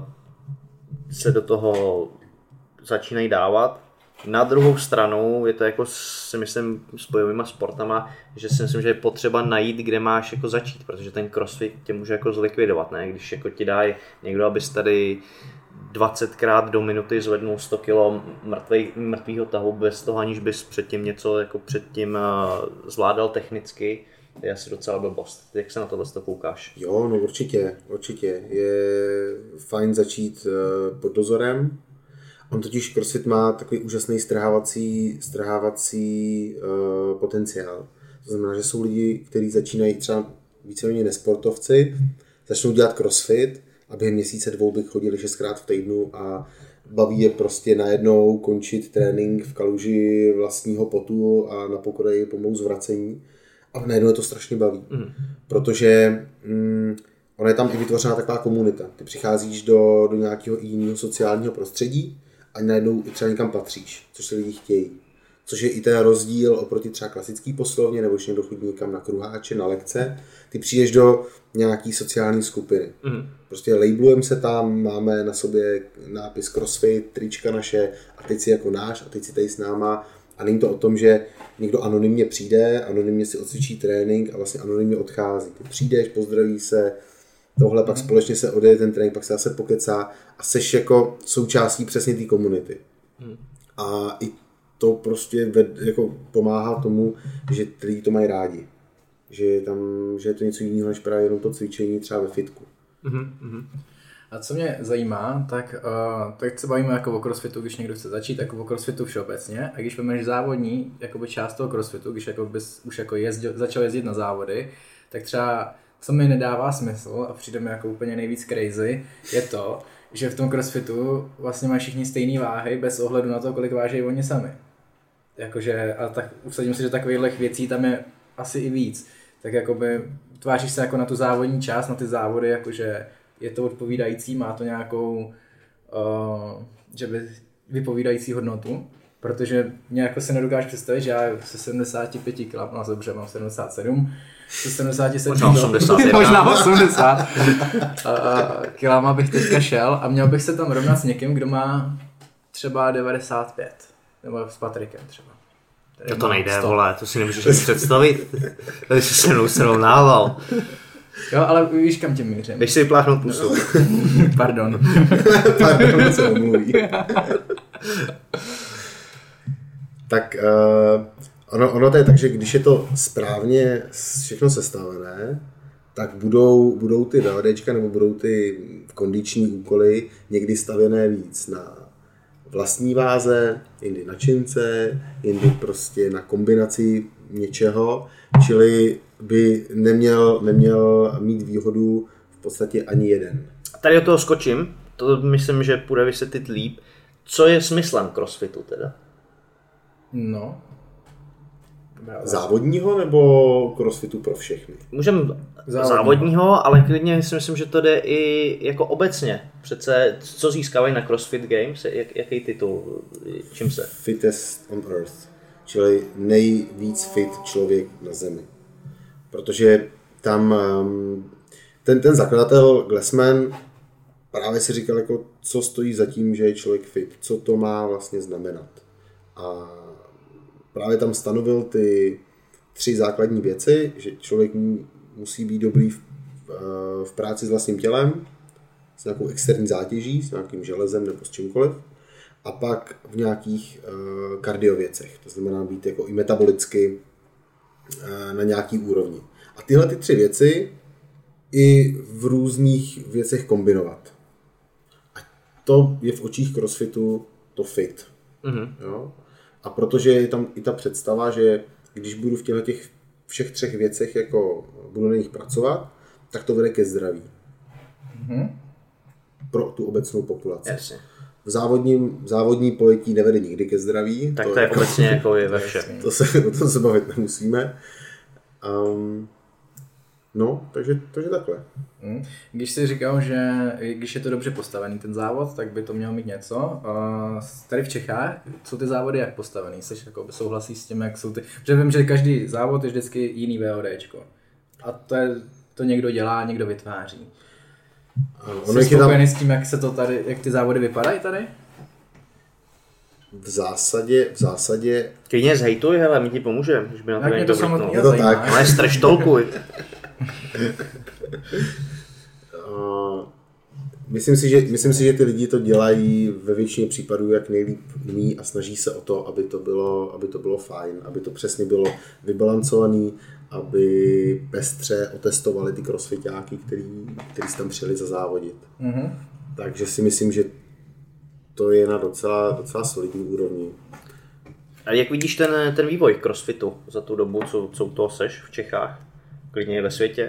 se do toho začínají dávat. Na druhou stranu je to jako si myslím s bojovýma sportama, že si myslím, že je potřeba najít, kde máš jako začít, protože ten crossfit tě může jako zlikvidovat, ne? Když jako ti dá někdo, abys tady dvacetkrát do minuty zvednul sto kilo mrtvej, mrtvýho tahu bez toho, aniž bys předtím něco jako předtím uh, zvládal technicky, je asi docela blbost. Jak se na tohle koukáš? Jo, no určitě, určitě. Je fajn začít uh, pod dozorem. On totiž crossfit má takový úžasný strhávací, strhávací uh, potenciál. To znamená, že jsou lidi, kteří začínají třeba víceméně nesportovci, začnou dělat crossfit a během měsíce dvou bych chodili šestkrát v týdnu a baví je prostě najednou končit trénink v kaluži vlastního potu a na pokroji pomalu zvracení. A najednou je to strašně baví, mm. protože mm, ona je tam i vytvořená taková komunita. Ty přicházíš do, do nějakého jiného sociálního prostředí a najednou třeba někam patříš, což se lidi chtějí. Což je i ten rozdíl oproti třeba klasický poslovně, nebo když někdo chodí někam na kruháče, na lekce, ty přijdeš do nějaký sociální skupiny. Mm. Prostě labelujeme se tam, máme na sobě nápis CrossFit, trička naše a teď si jako náš a teď si tady s náma. A není to o tom, že někdo anonymně přijde, anonymně si odcvičí trénink a vlastně anonymně odchází. Ty přijdeš, pozdraví se, tohle, pak společně se odejde ten trénink, pak se zase pokecá a seš jako součástí přesně té komunity. Hmm. A i to prostě ved, jako pomáhá tomu, že ty lidi to mají rádi. Že je, tam, že je to něco jiného, než právě jenom to cvičení třeba ve fitku. Hmm. A co mě zajímá, tak uh, teď se bavíme jako o crossfitu, když někdo chce začít, jako o crossfitu všeobecně. A když vemeš závodní jakoby část toho crossfitu, když jako bys už jako jezdil, začal jezdit na závody, tak třeba co mi nedává smysl a přijde mi jako úplně nejvíc crazy, je to, že v tom crossfitu vlastně mají všichni stejné váhy bez ohledu na to, kolik váží oni sami. Jakože, a tak usadím si, že takových věcí tam je asi i víc. Tak jakoby tváříš se jako na tu závodní část, na ty závody, jakože je to odpovídající, má to nějakou uh, že by vypovídající hodnotu, protože mě jako se nedokážu představit, že já se sedmdesát pět kilogramů, no dobře, mám sedmdesát sedm, se sedmdesát sedm možná osmdesát možná osmdesát kilama bych teďka šel a měl bych se tam rovnat s někým, kdo má třeba devadesát pět, nebo s Patrikem třeba. To to nejde, sto. Vole, to si nemůžeš představit, tady si se mnou srovnával. Jo, ale víš, kam tě mířím. Když si vypláchnout pusu. Pardon. Pardon, se omluví. Tak uh, ono, ono to je tak, že když je to správně všechno sestavené, tak budou, budou ty VLDčka nebo budou ty kondiční úkoly někdy stavěné víc na vlastní váze, jindy na čince, jindy prostě na kombinaci něčeho, čili by neměl, neměl mít výhodu v podstatě ani jeden. Tady do toho skočím, to myslím, že půjde vysvětlit líp. Co je smyslem crossfitu teda? No. Závodního nebo crossfitu pro všechny? Můžeme závodního. závodního, ale klidně si myslím, že to jde i jako obecně. Přece, co získávají na CrossFit Games? Jak, jaký titul? Čím se? Fittest on Earth. Čili nejvíc fit člověk na zemi. Protože tam ten, ten zakladatel Glassman právě si říkal, jako, co stojí za tím, že je člověk fit. Co to má vlastně znamenat. A právě tam stanovil ty tři základní věci, že člověk musí být dobrý v, v práci s vlastním tělem, s nějakou externí zátěží, s nějakým železem nebo s čímkoliv, a pak v nějakých uh, kardiověcech, to znamená být jako i metabolicky uh, na nějaký úrovni. A tyhle ty tři věci i v různých věcech kombinovat. A to je v očích CrossFitu to fit. Mm-hmm. Jo? A protože je tam i ta představa, že když budu v těchto těch všech třech věcech jako budu na nich pracovat, tak to vede ke zdraví. Mm-hmm. Pro tu obecnou populaci. Jasně. V závodním, v závodní pojetí nevede nikdy ke zdraví. Tak to, to je jako, obecně jako je ve všem. To se, o tom se bavit nemusíme. Um, no, takže, takže takhle. Hmm. Když jsi říkal, že když je to dobře postavený ten závod, tak by to mělo mít něco. Uh, tady v Čechách jsou ty závody jak postavený? Jsi jako souhlasí s tím, jak jsou ty... Protože vím, že každý závod je vždycky jiný VODčko. A to, je, to někdo dělá, někdo vytváří. Jsi spokojený tam... s tím, jak se to tady, jak ty závody vypadají tady? V zásadě, v zásadě... Klidně zhejtuj, hele, my ti pomůžeme, když by na to někdo vrtnul. Je to tak. Ale strštolkuj. uh, myslím, si, že, myslím si, že ty lidi to dělají ve většině případů, jak nejlíp umí a snaží se o to, aby to bylo, aby to bylo fajn, aby to přesně bylo vybalancovaný, aby pestře otestovali ty crossfitáky, který, který si tam přijeli zazávodit. Mm-hmm. Takže si myslím, že to je na docela, docela solidní úrovni. A jak vidíš ten, ten vývoj crossfitu za tu dobu, co, co u toho seš v Čechách, klidně ve světě?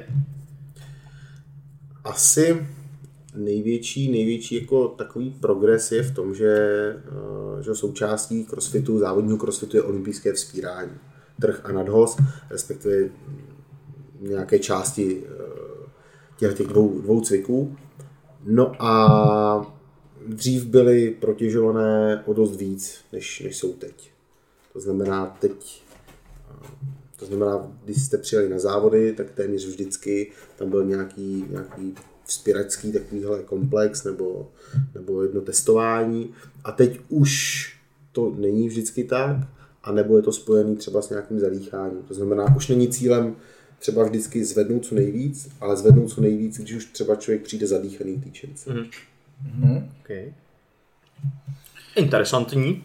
Asi největší, největší jako takový progres je v tom, že, že součástí crossfitu, závodního crossfitu je olympijské vzpírání. Trh a nadhoz, respektive nějaké části těch, těch dvou, dvou cviků. No a dřív byly protěžované o dost víc, než, než jsou teď. To znamená teď, to znamená, když jste přijeli na závody, tak téměř vždycky tam byl nějaký, nějaký vzpěračský takovýhle komplex nebo, nebo jedno testování. A teď už to není vždycky tak, a nebo je to spojený třeba s nějakým zadýcháním. To znamená, už není cílem třeba vždycky zvednout co nejvíc, ale zvednout co nejvíc, když už třeba člověk přijde zadýchaný týčence. Mm-hmm. Mm-hmm. Okay. Interesantní.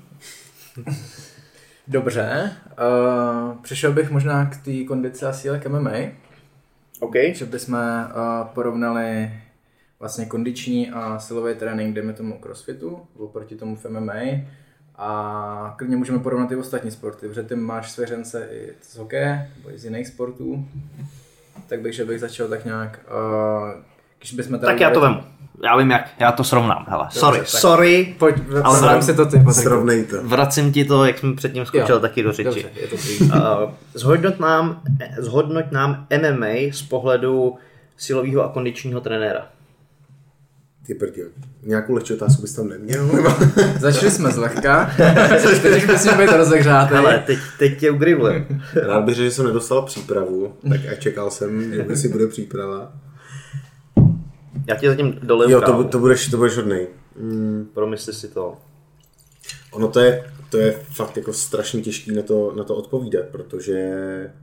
Dobře. Uh, přišel bych možná k té kondici a síle k M M A. Okay. Že bychom uh, porovnali vlastně kondiční a silový trénink, dejme tomu crossfitu, oproti tomu v M M A. A klidně můžeme porovnat i ostatní sporty, protože ty máš svěřence i z hokeje, nebo i z jiných sportů. tak bych, že bych začal tak nějak, uh, když bychom tady... Tak já to vemu. Já vím jak, já to srovnám, hele. Sorry, Dobře, sorry. Pojď, ale srovnám si to ty. Srovnej to. Vracím ti to, jak jsem předtím skočil Jo, taky do řeči. Dobře, je to uh, zhodnoť, nám, zhodnoť nám M M A z pohledu silového a kondičního trenéra. Ty prdě. Nějakou lehčí otázku bys tam neměl? Začali jsme zlehka, teď už musíme být rozehřátý. Hele, teď, teď tě ugrilujem. Rád bych řekl, že jsem nedostal přípravu, tak a čekal jsem, že si bude příprava. Já ti zatím doleju Jo, to, to, budeš, to budeš hodnej. Mm. Promysli si to. Ono to je, to je fakt jako strašně těžký na to, na to odpovídat, protože...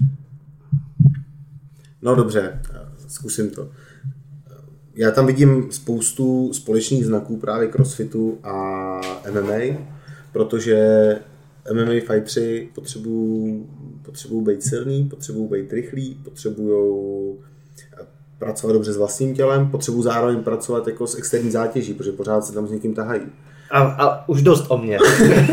No dobře, zkusím to. Já tam vidím spoustu společných znaků právě crossfitu a M M A, protože M M A fightři potřebují potřebují být silný, potřebují být rychlí, potřebují pracovat dobře s vlastním tělem, potřebují zároveň pracovat jako s externí zátěží, protože pořád se tam s někým tahají. A, a už dost o mě.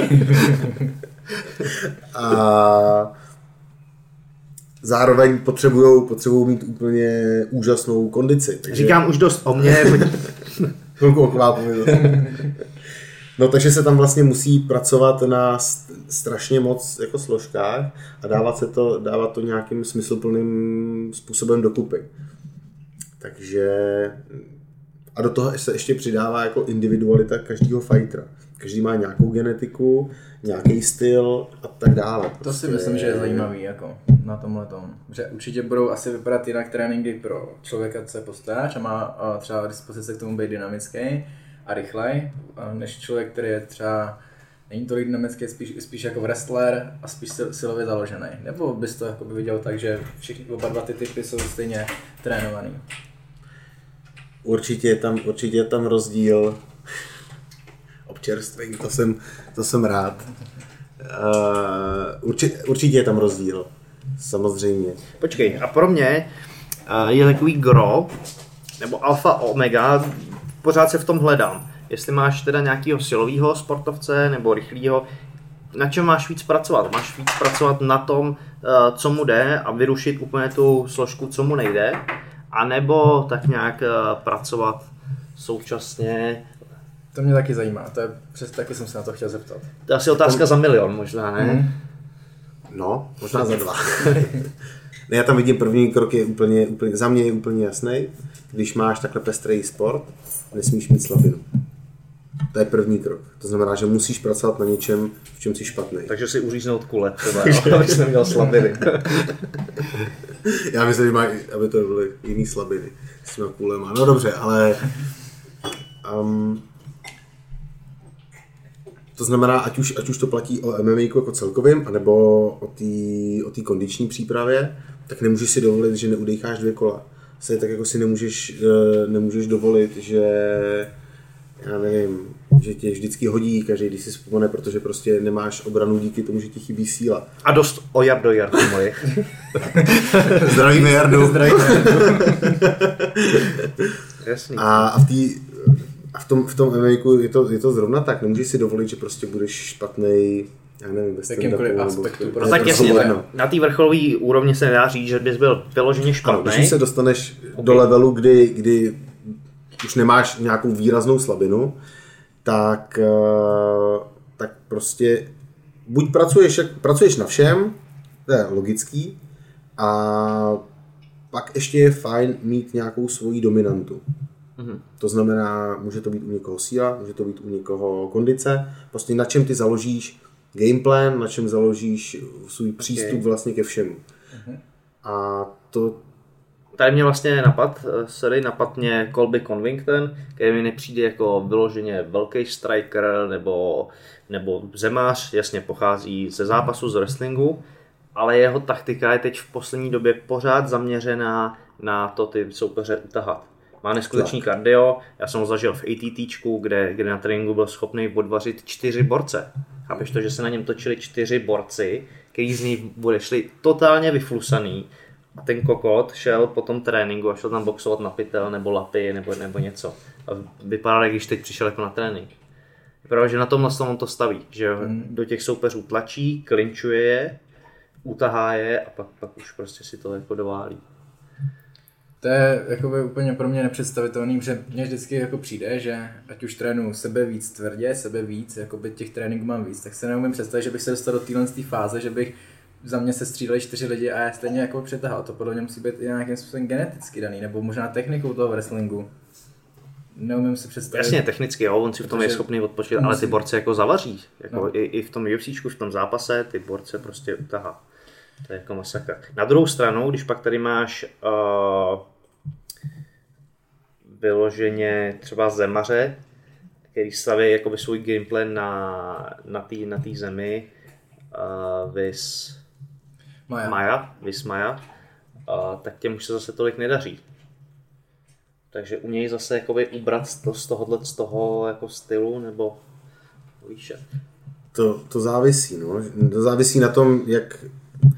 A zároveň potřebujou, potřebujou mít úplně úžasnou kondici. Takže... Říkám už dost o mě. Chvilku okvápu. No takže se tam vlastně musí pracovat na strašně moc jako složkách a dávat se to, dávat to nějakým smysluplným způsobem dokupy. Takže a do toho se ještě přidává jako individualita každého fightera. Každý má nějakou genetiku, nějaký styl a tak dále. To si myslím, že je zajímavý jako na tomhle tom. Že určitě budou asi vypadat jinak tréninky pro člověka, co je postaráč a má třeba dispozice k tomu být dynamický a rychlej, než člověk, který je třeba není tolik dynamický, spíš, spíš jako wrestler a spíš silově založený. Nebo bys to jakoby viděl tak, že všichni oba dva ty typy jsou stejně trénovaný? Určitě je tam, určitě je tam rozdíl. Občerstvení, to jsem, to jsem rád. Uh, určitě, určitě je tam rozdíl. Samozřejmě. Počkej, a pro mě uh, je takový gro, nebo alfa omega, pořád se v tom hledám. Jestli máš teda nějakého silového sportovce nebo rychlého, na čem máš víc pracovat? Máš víc pracovat na tom, uh, co mu jde a vyrušit úplně tu složku, co mu nejde? A nebo tak nějak uh, pracovat současně? To mě taky zajímá, to je přes taky jsem se na to chtěl zeptat. To je asi otázka to... za milion možná, ne? Mm. No, možná za dva. Ne, já tam vidím první krok je úplně, úplně, za mě je úplně jasný. Když máš takhle pestrý sport, nesmíš mít slabinu. To je první krok. To znamená, že musíš pracovat na něčem, v čem jsi špatný. Takže si uříznout kule třeba, jo, abys neměl slabiny. Já myslím, že má, aby to byly jiný slabiny s těma kulema. No dobře, ale... Um, to znamená, ať už, ať už to platí o M M A jako celkovým, anebo o té o té kondiční přípravě, tak nemůžeš si dovolit, že neudejcháš dvě kola. Se tak jako si nemůžeš, nemůžeš dovolit, že já nevím, že tě vždycky hodí každý, když si vzpomene, protože prostě nemáš obranu díky tomu, že ti chybí síla. A dost o Jardo Jardu moji. Zdravíme Jardu. Zdravíme Jardu. Jasný. A, a v té A v tom, v tom M M A je to, je to zrovna tak, nemůžeš si dovolit, že prostě budeš špatnej, já nevím, bez jakýmkoliv aspektu. No tak jasně, na té vrcholové úrovni se dá říct, že bys byl vyloženě špatnej. Ano, když se dostaneš okay. do levelu, kdy, kdy už nemáš nějakou výraznou slabinu, tak, tak prostě buď pracuješ, pracuješ na všem, to je logický, a pak ještě je fajn mít nějakou svoji dominantu. Mm-hmm. To znamená, může to být u někoho síla, může to být u někoho kondice, prostě na čem ty založíš gameplan, na čem založíš svůj přístup okay. vlastně ke všemu. Mm-hmm. A to... Tady mě vlastně napad, sorry, napad mě Colby Covington, který mi nepřijde jako vyloženě velký striker nebo, nebo zemář, jasně pochází ze zápasu, z wrestlingu, ale jeho taktika je teď v poslední době pořád zaměřená na to ty soupeře utahat. Má neskutečný tak. kardio, já jsem ho zažil v ATTčku, kde, kde na tréninku byl schopný odvařit čtyři borce. Chápeš to, že se na něm točili čtyři borci, který z nich bude šli totálně vyflusaný. A ten kokot šel po tom tréninku a šel tam boxovat na pytel nebo lapy nebo, nebo něco. A vypadal, jak když teď přišel jako na trénink. Vypadá, že na tomhle on to staví, že mm. do těch soupeřů tlačí, klinčuje je, utahá je a pak, pak už prostě si to jako doválí. To je jakoby úplně pro mě nepředstavitelný, že mně vždycky jako přijde, že ať už trénuju sebe víc tvrdě, sebe víc, jakoby těch tréninků mám víc, tak se neumím představit, že bych se dostal do téhle fáze, že bych za mě se střídali čtyři lidi a já stejně jako přetahal. To podle mě musí být i nějakým způsobem geneticky daný, nebo možná technikou toho wrestlingu. Neumím si představit. Jasně, technicky, jo, on si v tom je schopný odpočít, musí... ale ty borce jako zavaří. Jako no. i, I v tom UFCčku, v tom zápase, ty borce prostě utahá. To je jako masakr. Na druhou stranu, když pak tady máš uh, vyloženě třeba zemaře, který staví jakoby svůj gameplan na, na té na tý zemi, uh, vis Maja, Maja, vis Maja, uh, tak těm už se zase tolik nedaří. Takže u něj zase jakoby ubrat to z tohohle z toho jako stylu, nebo víš jak? To, to závisí, no. To závisí na tom, jak,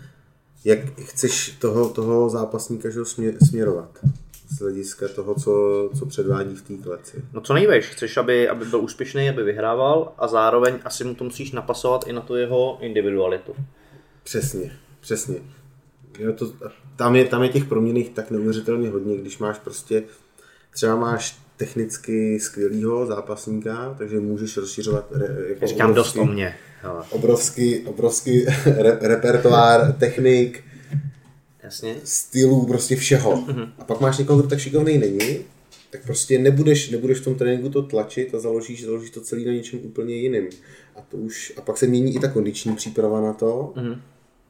jak chceš toho, toho zápasníka že, směrovat. Z hlediska toho, co, co předvádí v té kleci. No co nejvíš, chceš, aby, aby byl úspěšný, aby vyhrával a zároveň asi mu to musíš napasovat i na tu jeho individualitu. Přesně, přesně. Jo, to, tam, je, tam je těch proměnných tak neuvěřitelně hodně, když máš prostě, třeba máš technicky skvělýho zápasníka, takže můžeš rozšiřovat jako říkám dost o mě. Hele. Obrovský, obrovský re, repertoár, technik, jasně. Stylů, prostě všeho. Mm-hmm. A pak máš někoho, kdo tak šikovnej není, tak prostě nebudeš, nebudeš v tom tréninku to tlačit a založíš, založíš to celý na něčem úplně jiným. A, to už, a pak se mění i ta kondiční příprava na to. Mm-hmm.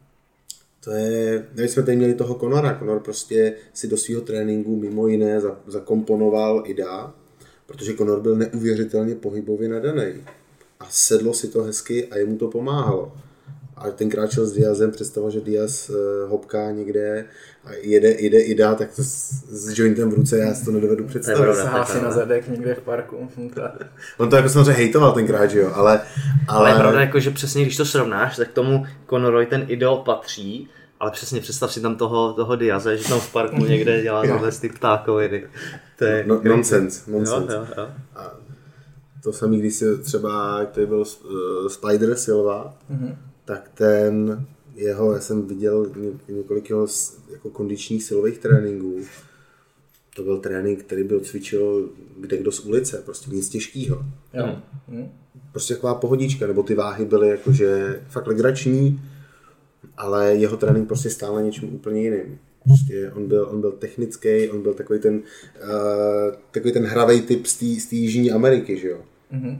To je, nevím, jsme tady měli toho Conora. Conor prostě si do svého tréninku mimo jiné zakomponoval I D A, protože Conor byl neuvěřitelně pohybově nadaný. A sedlo si to hezky a jemu to pomáhalo. A tenkrát šel s Diazem, představa, že Diaz uh, hopká někde a jede, jede I D A, tak to s, s jointem v ruce, já si to nedovedu představit. Sahá si na zadek někde v parku. On to jako samozřejmě hejtoval tenkrát, že jo, ale... Ale, ale je pravda, jako, že přesně když to srovnáš, tak tomu Conorovi ten idol patří, ale přesně představ si tam toho, toho Diaze, že tam v parku někde dělá tohle ty ptákoviny. To je no, nonsense, nonsense. Jo, jo, jo. A to samý, když si třeba, to byl uh, Spider Silva, mm-hmm. tak ten jeho, já jsem viděl několik jeho jako kondičních silových tréninků. To byl trénink, který byl cvičil kde kdo z ulice, prostě nic těžkýho. Jo. Mm. Prostě taková pohodička, nebo ty váhy byly jakože fakt legrační, ale jeho trénink prostě stál na něčem úplně jiným. Prostě on byl, on byl technický, on byl takový ten, uh, takový ten hravej typ z té Jižní Ameriky, že jo? Mm-hmm.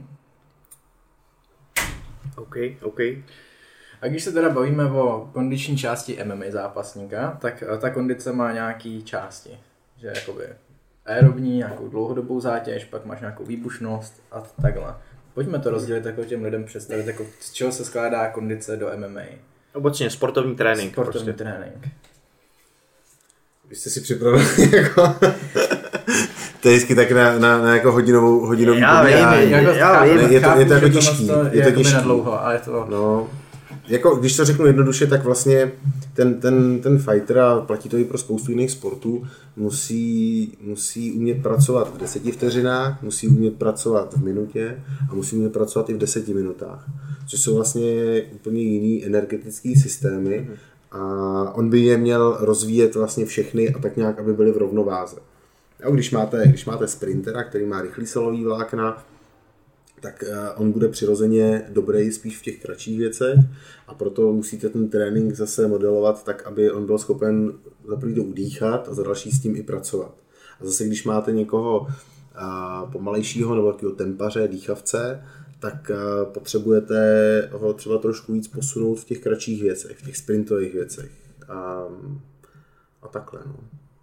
OK, OK. A když se teda bavíme o kondiční části M M A zápasníka, tak ta kondice má nějaký části, že jakoby aerobní, nějakou dlouhodobou zátěž, pak máš nějakou výbušnost a takhle. Pojďme to rozdělit jako těm lidem představit, jako z čeho se skládá kondice do M M A. Obecně sportovní trénink. Sportovní prostě. trénink. Vy jste si připravili jako... To je vždycky tak na, na, na jako hodinovou, hodinový já vím, jako, já vím. Je to, je to jako těžký. To je, je to těžký. Na dlouho, ale to... No, jako, když to řeknu jednoduše, tak vlastně ten, ten, ten fighter, a platí to i pro spoustu jiných sportů, musí, musí umět pracovat v deseti vteřinách, musí umět pracovat v minutě a musí umět pracovat i v deseti minutách. Což jsou vlastně úplně jiný energetický systémy a on by je měl rozvíjet vlastně všechny a tak nějak, aby byly v rovnováze. A když máte, když máte sprintera, který má rychlý silový vlákna, tak on bude přirozeně dobrý spíš v těch kratších věcech a proto musíte ten trénink zase modelovat tak, aby on byl schopen za první to udýchat a za další s tím i pracovat. A zase když máte někoho pomalejšího nebo takového tempaře, dýchavce, tak potřebujete ho třeba trošku víc posunout v těch kratších věcech, v těch sprintových věcech a, a takhle. No.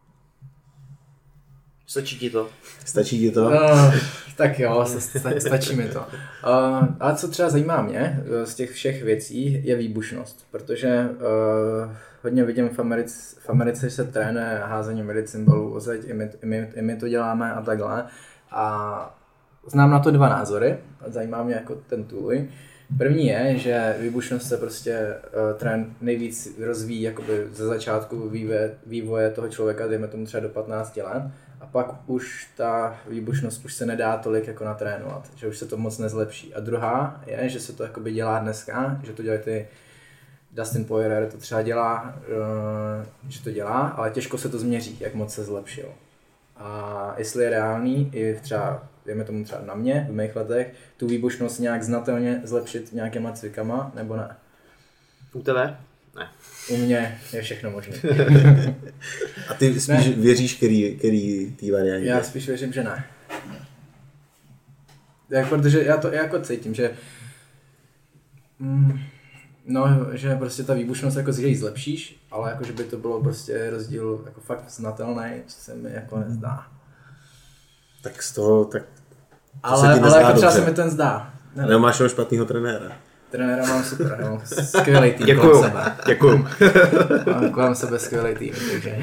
Stačí ti to? Stačí ti to? Uh, tak jo, sta- stačí mi to. Uh, ale co třeba zajímá mě z těch všech věcí je výbušnost, protože uh, hodně vidím v Americe, v Americe, že se trénuje házení medicimbalů, ozeď, i my, i, my, i my to děláme a takhle. A znám na to dva názory a zajímá mě jako ten tvůj. První je, že výbušnost se prostě uh, trén nejvíc rozvíjí jakoby ze začátku vývoje, vývoje toho člověka, dejme tomu třeba do patnácti let. A pak už ta výbušnost už se nedá tolik jako natrénovat, že už se to moc nezlepší. A druhá je, že se to jakoby dělá dneska, že to dělají ty Dustin Poirier to třeba dělá, že to dělá, ale těžko se to změří, jak moc se zlepšil. A jestli je reálný, i třeba, dejme tomu třeba na mě, v mých letech, tu výbušnost nějak znatelně zlepšit nějakýma cvikama, nebo ne? U tebe? Ne. U mě je všechno možné. A ty spíš ne. věříš, který, který tý variantě? Já spíš věřím, že ne. Jak, protože já to jako cítím, že mm, no, že prostě ta výbušnost jako si zlepšíš, ale jako, že by to bylo prostě rozdíl jako fakt znatelný, co se mi jako nezdá. Tak z toho, tak to ale, se ti nezdá ale jako třeba dobře. se mi ten zdá. Ne, ne. Máš špatnýho trenéra. Trenéra mám super, já mám skvělý tým Děkuju, kolem sebe. děkuju. Mám kolem sebe skvělý tým, takže...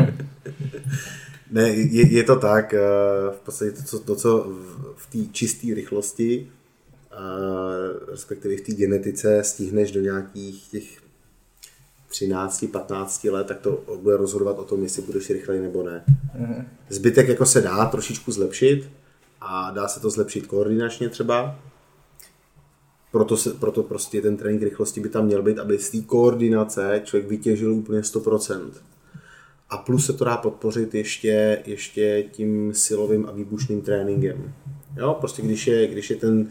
Ne, je, je to tak, v podstatě to, co, to, co v té čisté rychlosti, respektive v té genetice stihneš do nějakých těch třináct patnáct let, tak to bude rozhodovat o tom, jestli budeš rychlej nebo ne. Mm-hmm. Zbytek jako se dá trošičku zlepšit a dá se to zlepšit koordinačně třeba. Proto, se, proto prostě ten trénink rychlosti by tam měl být, aby z té koordinace člověk vytěžil úplně sto procent. A plus se to dá podpořit ještě, ještě tím silovým a výbušným tréninkem. Jo, prostě když je, když je ten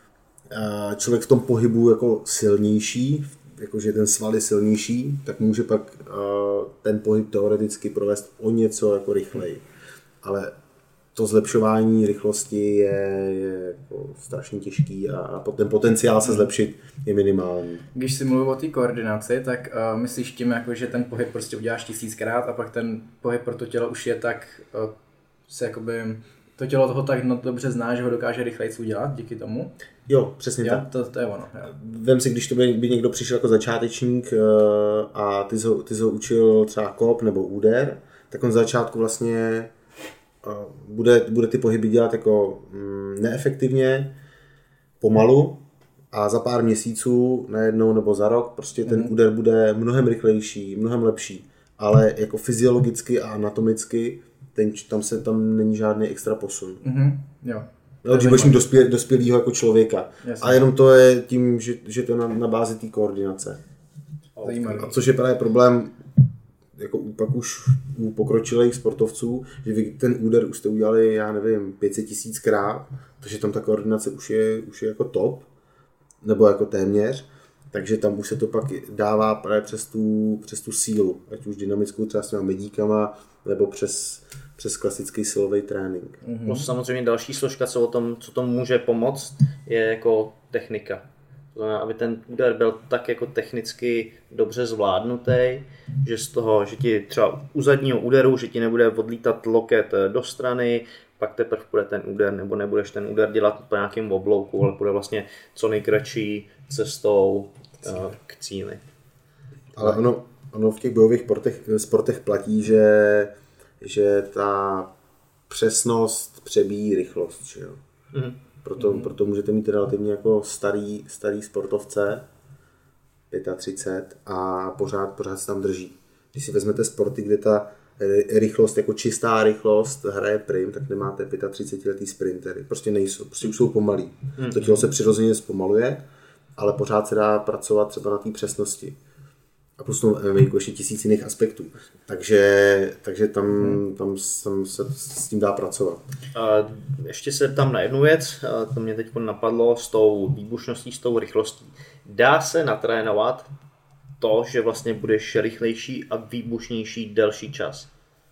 uh, člověk v tom pohybu jako silnější, jakože ten sval je silnější, tak může pak uh, ten pohyb teoreticky provést o něco jako rychleji. Ale to zlepšování rychlosti je, je jako strašně těžký a ten potenciál se zlepšit je minimální. Když si mluvil o té koordinaci, tak uh, myslíš tím, jako, že ten pohyb prostě uděláš tisíckrát a pak ten pohyb pro to tělo už je tak, uh, se jakoby, to tělo toho tak no, dobře zná, že ho dokáže rychleji udělat díky tomu? Jo, přesně jo, tak. To, to je ono. Jo. Vem si, když to by, by někdo přišel jako začátečník uh, a ty jsi ho, ty jsi ho učil třeba kop nebo úder, tak on z začátku vlastně Bude, bude ty pohyby dělat jako mm, neefektivně, pomalu a za pár měsíců, najednou nebo za rok, prostě ten mm. úder bude mnohem rychlejší, mnohem lepší, ale jako fyziologicky a anatomicky ten, tam se tam není žádný extra posun. Mm-hmm. Jo. No, když budeš mít dospěl, dospělýho jako člověka. Jasně. A jenom to je tím, že, že to je na, na bázi té koordinace. Zajímavý. A což je právě problém jako pak už u pokročilých sportovců, že vy ten úder už jste udělali, já nevím, pět set tisíckrát, takže tam ta koordinace už je, už je jako top, nebo jako téměř, takže tam už se to pak dává právě přes tu, přes tu sílu, ať už dynamickou třeba s těma medíkama, nebo přes, přes klasický silový trénink. Mm-hmm. Plus samozřejmě další složka, co o tom, co tomu může pomoct, je jako technika. To znamená, aby ten úder byl tak jako technicky dobře zvládnutý, že z toho, že ti třeba u zadního úderu, že ti nebude odlítat loket do strany, pak teprve bude ten úder, nebo nebudeš ten úder dělat po nějakém oblouku, ale bude vlastně co nejkratší cestou uh, k cíli. Ale ono, ono v těch bojových sportech, sportech platí, že, že ta přesnost přebíjí rychlost. Že jo? Mm-hmm. Proto, mm. proto můžete mít relativně jako starý, starý sportovce, třicet pět a pořád, pořád se tam drží. Když si vezmete sporty, kde ta rychlost, jako čistá rychlost hraje prim, tak nemáte třicetiletý sprintery. Prostě nejsou, prostě už jsou pomalí. Mm. To tělo se přirozeně zpomaluje, ale pořád se dá pracovat třeba na té přesnosti. A plus tomu M M A ještě tisíc jiných aspektů. Takže, takže tam, hmm. tam, tam se s tím dá pracovat. A ještě se tam na jednu věc, to mě teď napadlo s tou výbušností, s tou rychlostí. Dá se natrénovat to, že vlastně budeš rychlejší a výbušnější delší čas.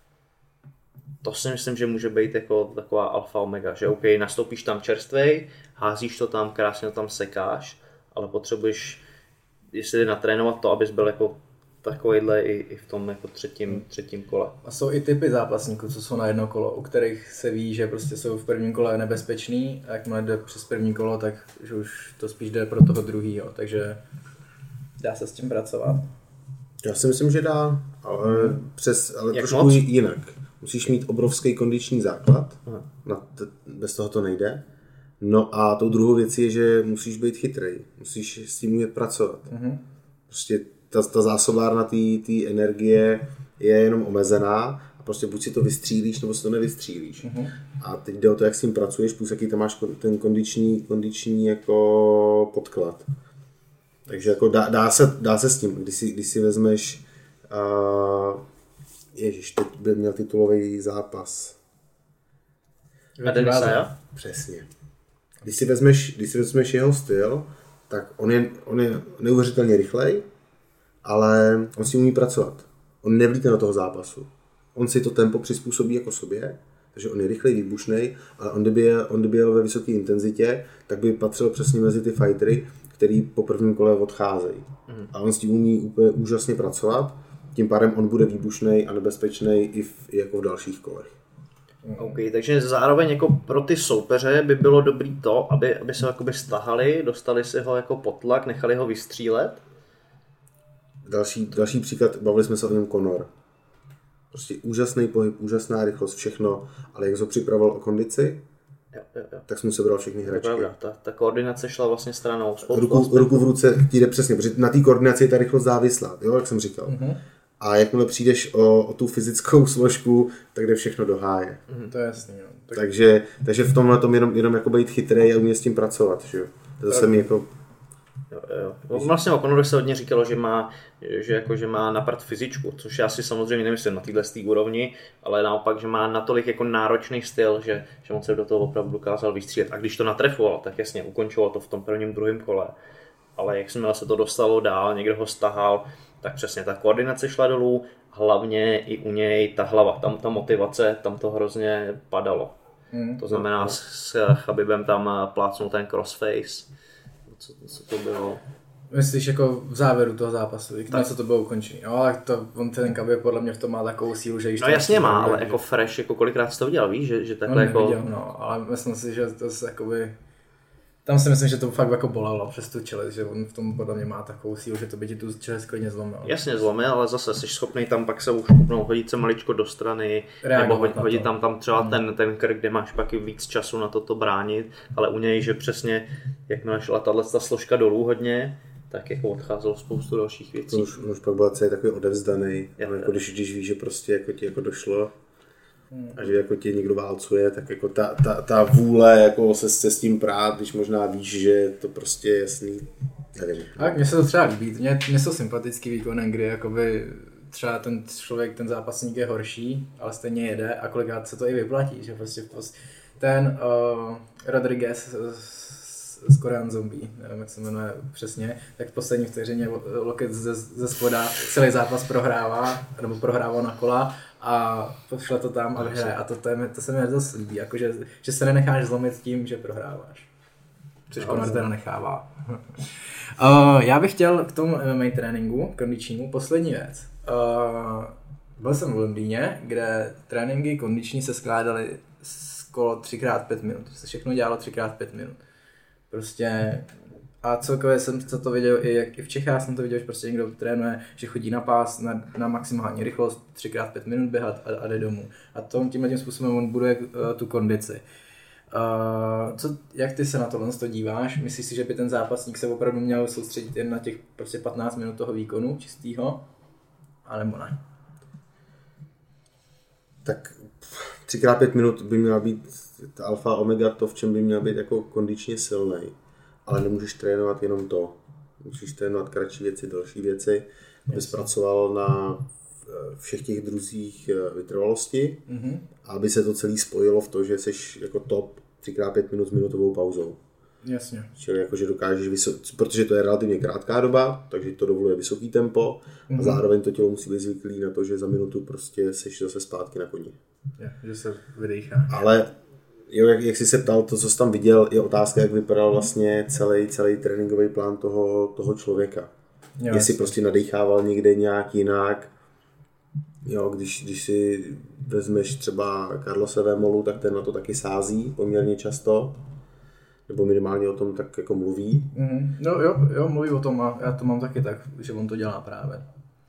To si myslím, že může být jako taková alfa omega, že OK, nastoupíš tam čerstvej, házíš to tam, krásně to tam sekáš, ale potřebuješ jestli natrénovat to, abys byl jako takovejhle i, i v tom jako třetím, třetím kole. A jsou i typy zápasníků, co jsou na jedno kolo, u kterých se ví, že prostě jsou v prvním kole nebezpeční a jakmile jde přes první kolo, tak že už to spíš jde pro toho druhýho, takže dá se s tím pracovat. Já si myslím, že dá, ale, hmm. přes, ale trošku moc? Jinak. Musíš mít obrovský kondiční základ, na t- bez toho to nejde. No a tou druhou věcí je, že musíš být chytrej, musíš s tím umět pracovat. Mm-hmm. Prostě ta, ta zásobárna té energie je jenom omezená a prostě buď si to vystřílíš, nebo si to nevystřílíš. Mm-hmm. A teď jde o to, jak s tím pracuješ, plus jaký tam máš ten kondiční, kondiční jako podklad. Takže jako dá, dá, se, dá se s tím, když si, když si vezmeš, uh, ježiš, teď by měl titulový zápas. A Denisa, přesně. Když si vezmeš, když si vezmeš jeho styl, tak on je, on je neuvěřitelně rychlej, ale on si umí pracovat. On nevlítne do toho zápasu. On si to tempo přizpůsobí jako sobě, takže on je rychlej, výbušnej, ale on kdyby, je, on kdyby jel ve vysoké intenzitě, tak by patřil přesně mezi ty fightery, který po prvním kole odcházejí. Mm. A on s tím umí úplně úžasně pracovat, tím pádem on bude výbušnej a nebezpečnej i, v, i jako v dalších kolech. OK, takže zároveň jako pro ty soupeře by bylo dobrý to, aby, aby se jakoby stahali, dostali si ho jako pod tlak, nechali ho vystřílet. Další, další příklad, bavili jsme se o něm Conor. Prostě úžasný pohyb, úžasná rychlost, všechno, ale jak jsi ho připravoval o kondici, jo, jo, jo. tak jsi mu sebral všechny hračky. Pravda, ta, ta koordinace šla vlastně stranou. Ruku, ruku v ruce ti jde přesně, protože na té koordinaci je ta rychlost závislá, jo, jak jsem říkal. Mm-hmm. A jakmile přijdeš o, o tu fyzickou složku, tak jde všechno do háje. Mm, to je jasný, jo. Tak... Takže, takže v tomhle tom jenom, jenom jako být chytrý a umět s tím pracovat, že jo. To se mi jako... Jo, jo. Vlastně o Conoru se hodně říkalo, že má, že jako, že má na prd fyzičku, což já si samozřejmě nemyslím na téhle úrovni, ale naopak, že má natolik jako náročný styl, že, že moc se do toho opravdu dokázal vystřílet. A když to natrefoval, tak jasně ukončoval to v tom prvním, druhém kole. Ale jak se to dostalo dál, někdo ho stahal, tak přesně ta koordinace šla dolů, hlavně i u něj ta hlava, tam ta motivace, tam to hrozně padalo. Mm. To znamená, s Chabibem tam plácnul ten crossface. Co, co to bylo? Myslíš jako v závěru toho zápasu, na co to bylo ukončený. No, ale to, on ten Khabib podle mě v tom má takovou sílu, že již no jasně má, ale jako fresh, jako kolikrát jsi to udělal, víš, že, že takhle no, jako... Neviděl, no, ale myslím si, že to se jakoby... Tam si myslím, že to fakt jako bolelo přes tu čelist, že on v tom podle mě má takovou sílu, že to by ti tu čelist klidně zlomil. Jasně zlomil, ale zase jsi schopný tam pak se už kupnout, hodit se maličko do strany, reagovat nebo hodit, hodit tam, tam třeba hmm. ten, ten krk, kde máš pak víc času na toto bránit, ale u něj, že přesně, jakmile šla tato složka dolů hodně, tak jako odcházelo spoustu dalších věcí. To už, už pak byl celý takový odevzdaný, ale jako když, když víš, že prostě jako ti jako došlo, a že jako tě někdo válcuje, tak jako ta, ta, ta vůle jako se, se s tím prát, když možná víš, že to prostě je jasný, nevím. Tak mně se to třeba líbí, mně, mně jsou sympatický výkony, kdy jakoby třeba ten člověk, ten zápasník je horší, ale stejně jede a kolikrát se to i vyplatí, že prostě ten uh, Rodriguez z, z Korean Zombie, nevím jak se jmenuje přesně, tak v poslední vteřině loket ze, ze spoda celý zápas prohrává, nebo prohrává na kola a pošle to tam a vyhraje. A to, to, je, to se mi dost líbí, jako že, že se nenecháš zlomit tím, že prohráváš. Což Conor teda nechává. uh, já bych chtěl k tomu M M A tréninku, kondičnímu, poslední věc. Uh, byl jsem v Londýně, kde tréninky kondiční se skládaly skoro tři krát pět minut. Se všechno dělalo tři krát pět minut. Prostě a celkově jsem to viděl i, jak, i v Čechách jsem to viděl, že prostě někdo trénuje, že chodí na pás na, na maximální rychlost, tři krát pět minut běhat a, a jde domů. A tom, tímhle tím způsobem on buduje uh, tu kondici. Uh, co, jak ty se na tohle to díváš? Myslíš si, že by ten zápasník se opravdu měl soustředit jen na těch prostě patnáct minut toho výkonu čistýho? A nebo ne? Tak tři krát pět minut by měla být ta alfa omega to, v čem by měl být jako kondičně silnej. Ale nemůžeš trénovat jenom to. Musíš trénovat kratší věci, další věci, aby pracoval na všech těch druzích vytrvalosti, mm-hmm. a aby se to celé spojilo v to, že jsi jako top tři krát pět minut s minutovou pauzou. Jasně. Čili jakože dokážeš, vysok... protože to je relativně krátká doba, takže to dovoluje vysoký tempo, mm-hmm. a zároveň to tělo musí být zvyklý na to, že za minutu prostě jsi zase zpátky na koni. Je, že se vydýchá. Ale jo, jak, jak jsi se ptal, to, co jsi tam viděl, je otázka, jak vypadal vlastně celý, celý tréninkový plán toho, toho člověka. Jo, jestli prostě nadechával někde nějak jinak. Jo, když, když si vezmeš třeba Carlose Vémolu, tak ten na to taky sází poměrně často. Nebo minimálně o tom tak jako mluví. Mm, no jo, jo, mluví o tom a já to mám taky tak, že on to dělá právě.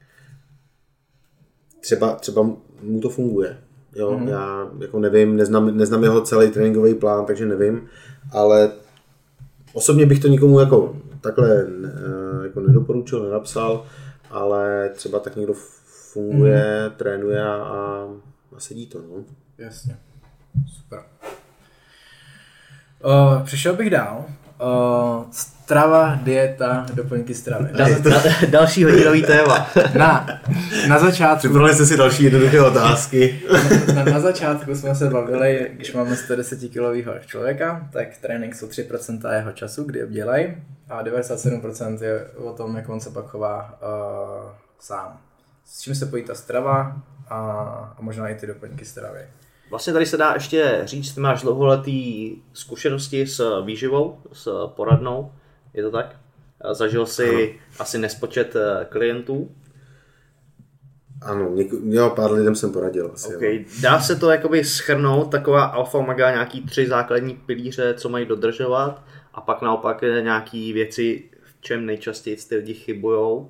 Třeba, třeba mu to funguje. Jo, mm. Já jako nevím, neznám, neznám jeho celý tréninkový plán, takže nevím, ale osobně bych to nikomu jako takhle jako nedoporučil, nenapsal, ale třeba tak někdo funguje, mm. trénuje a, a sedí to. No. Jasně, super. Uh, přišel bych dál. Uh, strava, dieta, doplňky stravy. Da, da, další hodinový téma. Na, na začátku... Připravili jste si další jednoduché otázky. Na, na začátku jsme se bavili, když máme sto deset kilového člověka, tak trénink jsou tři procenta jeho času, kdy obdělají, a devadesát sedm procent je o tom, jak on se pak chová uh, sám. S čím se pojí ta strava a, a možná i ty doplňky stravy. Vlastně tady se dá ještě říct, ty máš dlouholetý zkušenosti s výživou, s poradnou, je to tak? Zažil jsi ano. asi nespočet klientů? Ano, něko, jo, pár lidem jsem poradil. Asi, okay. Dá se to jakoby shrnout, taková alfa omega, nějaký tři základní pilíře, co mají dodržovat, a pak naopak nějaký věci, v čem nejčastěji ty lidi chybujou?